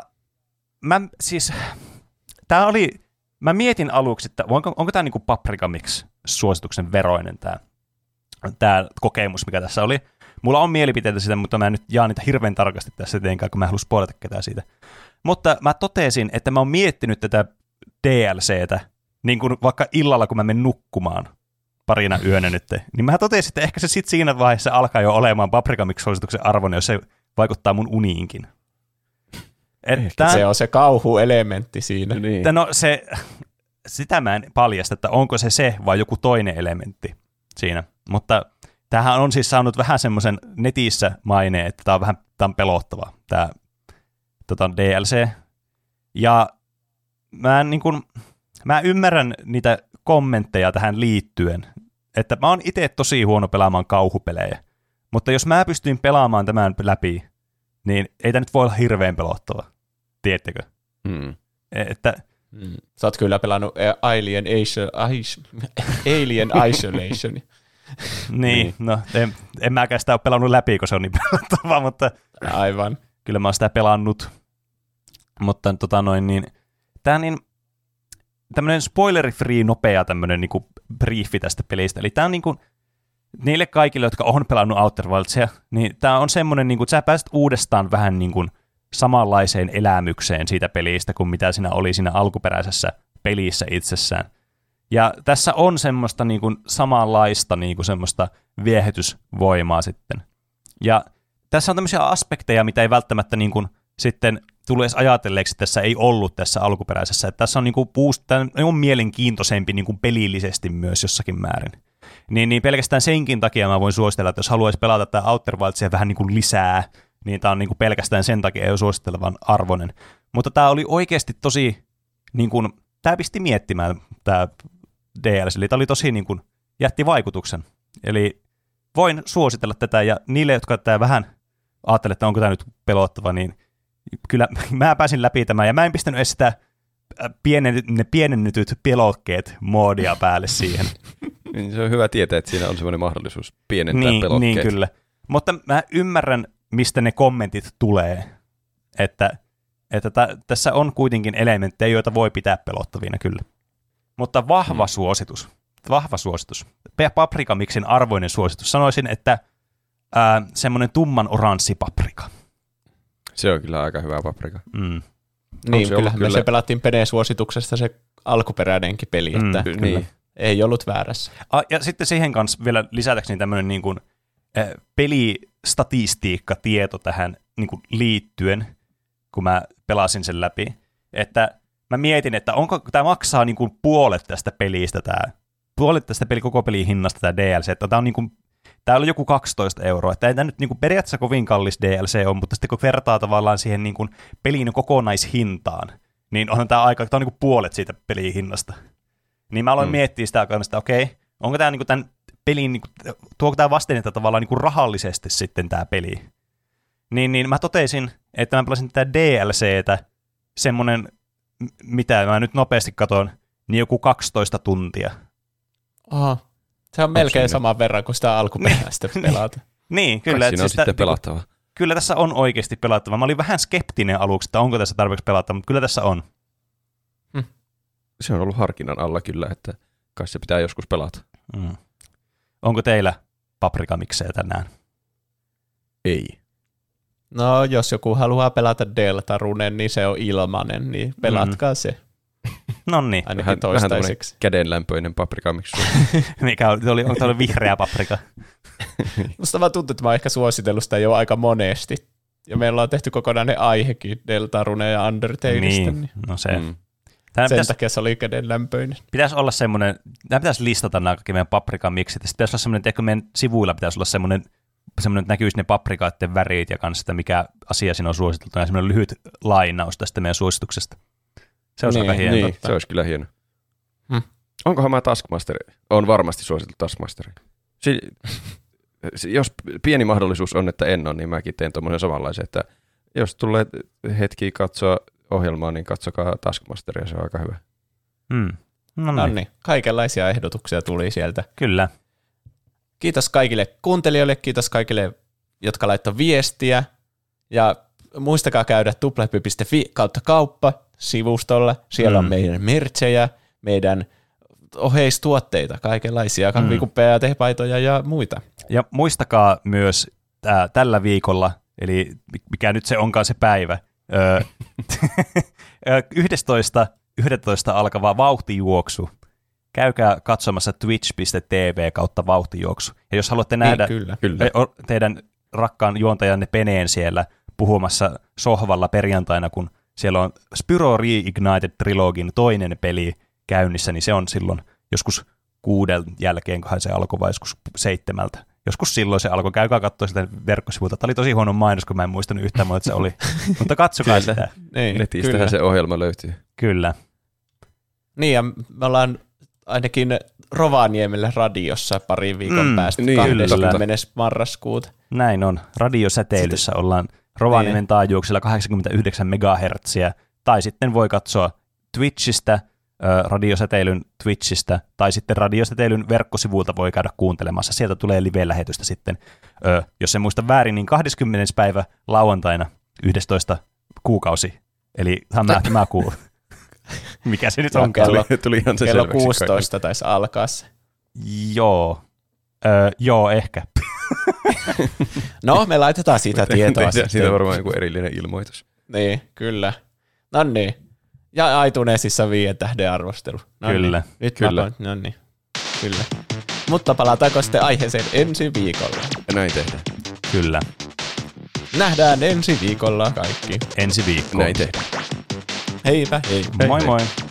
[SPEAKER 3] mä mietin aluksi, että onko tämä niinku Paprika Mix-suosituksen veroinen tämä kokemus, mikä tässä oli. Mulla on mielipiteitä siitä, mutta mä en nyt jaa niitä hirveän tarkasti tässä eteenpäin, kun mä en halua spoilata ketään siitä. Mutta mä totesin, että mä oon miettinyt tätä DLCtä, niin kuin vaikka illalla, kun mä menen nukkumaan parina yönä nyt, niin mä totesin, että ehkä se sitten siinä vaiheessa alkaa jo olemaan Paprika Mix-suosituksen arvoinen, jos se vaikuttaa mun uniinkin.
[SPEAKER 2] Se on se kauhuelementti siinä.
[SPEAKER 1] Niin.
[SPEAKER 3] No sitä mä en paljasta, että onko se vai joku toinen elementti siinä. Mutta tämähän on siis saanut vähän semmoisen netissä maineen, että tämä on pelottava, tämä DLC. Ja mä ymmärrän niitä kommentteja tähän liittyen, että mä oon itse tosi huono pelaamaan kauhupelejä. Mutta jos mä pystyin pelaamaan tämän läpi, niin ei tämä nyt voi olla hirveän pelottava. Tiedättekö?
[SPEAKER 2] Sä oot kyllä pelannut Alien Isolation.
[SPEAKER 3] Niin, no en mäkään sitä ole pelannut läpi, kun se on niin pelottavaa, mutta
[SPEAKER 2] aivan.
[SPEAKER 3] Kyllä mä oon sitä pelannut. Mutta tää tämmönen spoileri-free nopea tämmönen niinku briefi tästä pelistä. Eli tää on niinku niille kaikille, jotka on pelannut Outer Wildsia, niin tää on semmonen niinku, että sä pääset uudestaan vähän niinku samanlaiseen elämykseen siitä pelistä kuin mitä siinä oli siinä alkuperäisessä pelissä itsessään. Ja tässä on semmoista niinku samanlaista niinku semmoista viehätysvoimaa sitten. Ja tässä on tämmöisiä aspekteja, mitä ei välttämättä niinku sitten tullut edes ajatelleeksi, että tässä ei ollut tässä alkuperäisessä. Että tässä on niinku tämä on mielenkiintoisempi niinku pelillisesti myös jossakin määrin. Niin pelkästään senkin takia mä voin suositella, että jos haluaisi pelata tätä Outer Wildsia vähän niinku lisää, niin tämä on niinku pelkästään sen takia ei ole suosittelevan arvoinen. Mutta tämä oli oikeasti tosi, niinku, tämä pisti miettimään tämä DLC, eli tämä oli tosi niinku, jätti vaikutuksen. Eli voin suositella tätä, ja niille, jotka tämä vähän ajattelee, että onko tämä nyt pelottava, niin kyllä mä pääsin läpi tämän, ja mä en pistänyt edes sitä pienennetyt pelokkeet moodia päälle siihen.
[SPEAKER 1] Niin se on hyvä tietää, että siinä on semmoinen mahdollisuus pienentää pelokkeet.
[SPEAKER 3] Niin kyllä. Mutta mä ymmärrän, mistä ne kommentit tulee, että tässä on kuitenkin elementtejä, joita voi pitää pelottavina kyllä. Mutta vahva suositus. Paprika Mixin arvoinen suositus. Sanoisin, että semmoinen tumman oranssi paprika.
[SPEAKER 1] Se on kyllä aika hyvä paprika.
[SPEAKER 2] Niin, kyllähän me se pelattiin Pene-suosituksesta se alkuperäinenkin peli, että
[SPEAKER 1] niin.
[SPEAKER 2] ei ollut väärässä.
[SPEAKER 3] Ja sitten siihen kanssa vielä lisätäkseni tämmöinen niin kuin pelistatistiikkatieto tähän niin kuin liittyen, kun mä pelasin sen läpi, että mä mietin, että onko tämä maksaa niin kuin puolet tästä pelistä, koko pelin hinnasta tämä DLC, että tämä on niin kuin, täällä on joku 12 €, että ei tämä nyt niin kuin periaatteessa kovin kallis DLC on, mutta sitten kun vertaa tavallaan siihen niin kuin pelin kokonaishintaan, niin onhan tämä aika, tämä on niin kuin puolet siitä pelin hinnasta. Niin mä aloin miettiä sitä, että okei, onko tämä niin kuin tämän pelin, niin kuin, tuoko tämä vastinetta tavallaan niin kuin rahallisesti sitten tämä peli. Niin mä totesin, että mä pelasin tätä DLCtä semmoinen, mitä mä nyt nopeasti katson, niin joku 12 tuntia.
[SPEAKER 2] Aha. Se on melkein saman verran kuin sitä alkuperäistä pelata.
[SPEAKER 3] Niin, kyllä.
[SPEAKER 1] Siinä on sitten pelattava.
[SPEAKER 3] Kyllä tässä on oikeasti pelattava. Mä olin vähän skeptinen aluksi, että onko tässä tarpeeksi pelattava, mutta kyllä tässä on.
[SPEAKER 1] Se on ollut harkinnan alla kyllä, että kai se pitää joskus pelata.
[SPEAKER 3] Onko teillä paprikamiksejä tänään?
[SPEAKER 1] Ei.
[SPEAKER 2] No, jos joku haluaa pelata Deltarunen, niin se on ilmanen, niin pelatkaa se.
[SPEAKER 3] Noniin.
[SPEAKER 2] Ainakin toistaiseksi.
[SPEAKER 1] Vähän kädenlämpöinen paprikamiksu.
[SPEAKER 3] Mikä oli vihreä paprika?
[SPEAKER 2] Musta vaan tuntuu, että mä oon ehkä suositellut sitä jo aika monesti. Ja meillä on tehty kokonainen aihekin Deltarune ja Undertaleista.
[SPEAKER 3] Niin, no se.
[SPEAKER 2] Sen takia se oli kädenlämpöinen.
[SPEAKER 3] Pitäisi olla semmoinen, nämä pitäisi listata nämä kaikki meidän paprikamiksit. Sitten pitäisi olla semmoinen, että meidän sivuilla pitäisi olla semmoinen, että näkyisi ne paprikaiden värit ja kanssa, mikä asia siinä on suositeltu. Ja semmoinen lyhyt lainaus tästä meidän suosituksesta. Se olisi aika hieno.
[SPEAKER 1] Niin, se olisi kyllä hieno. Onkohan mä Taskmaster? On varmasti suositeltu Taskmasteri. Jos pieni mahdollisuus on, että en ole, niin mäkin teen tuommoisen samanlaisen, että jos tulee hetki katsoa ohjelmaa, niin katsokaa Taskmasteria, se on aika hyvä.
[SPEAKER 2] No niin, kaikenlaisia ehdotuksia tuli sieltä.
[SPEAKER 3] Kyllä.
[SPEAKER 2] Kiitos kaikille kuuntelijoille, kiitos kaikille, jotka laittoi viestiä, ja muistakaa käydä tuplahyppy.fi/kauppa sivustolla. Siellä on meidän merchejä, meidän oheistuotteita, kaikenlaisia kahvikuppeja ja teepaitoja ja muita.
[SPEAKER 3] Ja muistakaa myös tällä viikolla, eli mikä nyt se onkaan se päivä, 11.11. alkava vauhtijuoksu. Käykää katsomassa twitch.tv/vauhtijuoksu. Ja jos haluatte nähdä teidän rakkaan juontajanne Peneen siellä puhumassa sohvalla perjantaina, kun siellä on Spyro Reignited Trilogin toinen peli käynnissä, niin se on silloin joskus 6 jälkeen, kunhan se alkoi, vai joskus 7. Joskus silloin se alkoi. Käykää katsoa sitä verkkosivulta. Tämä oli tosi huono mainos, kun mä en muistanut yhtään, että se oli. Mutta katsokaa sitä.
[SPEAKER 1] Netistähän se ohjelma löytyy.
[SPEAKER 3] Kyllä.
[SPEAKER 2] Niin, ja me ollaan ainakin Rovaniemellä radiossa pari viikon päästä 20. marraskuuta.
[SPEAKER 3] Näin on. Radiosäteilyssä ollaan Rovaniemen taajuuksilla 89 MHz, tai sitten voi katsoa Twitchistä, radiosäteilyn Twitchistä, tai sitten radiosäteilyn verkkosivuilta voi käydä kuuntelemassa. Sieltä tulee live-lähetystä sitten, jos en muista väärin, niin 20. päivä lauantaina 11. kuukausi, eli tämä kuu. Mikä se nyt on?
[SPEAKER 1] Tuli ihan se
[SPEAKER 2] kello 16 taisi alkaa se.
[SPEAKER 3] Joo, ehkä.
[SPEAKER 2] No, me laitetaan siitä tietoa sitten.
[SPEAKER 1] Siitä varmaan joku erillinen ilmoitus.
[SPEAKER 2] Niin, kyllä. No niin. Ja iTunesissa 5 tähden arvostelu.
[SPEAKER 3] Kyllä.
[SPEAKER 2] Nyt kyllä. No niin. Kyllä. Mutta palataanko sitten aiheeseen ensi viikolla?
[SPEAKER 1] Näin tehdään.
[SPEAKER 3] Kyllä.
[SPEAKER 2] Nähdään ensi viikolla kaikki.
[SPEAKER 3] Ensi viikolla.
[SPEAKER 1] Näin tehdään.
[SPEAKER 2] Heipä hei.
[SPEAKER 3] Moi moi.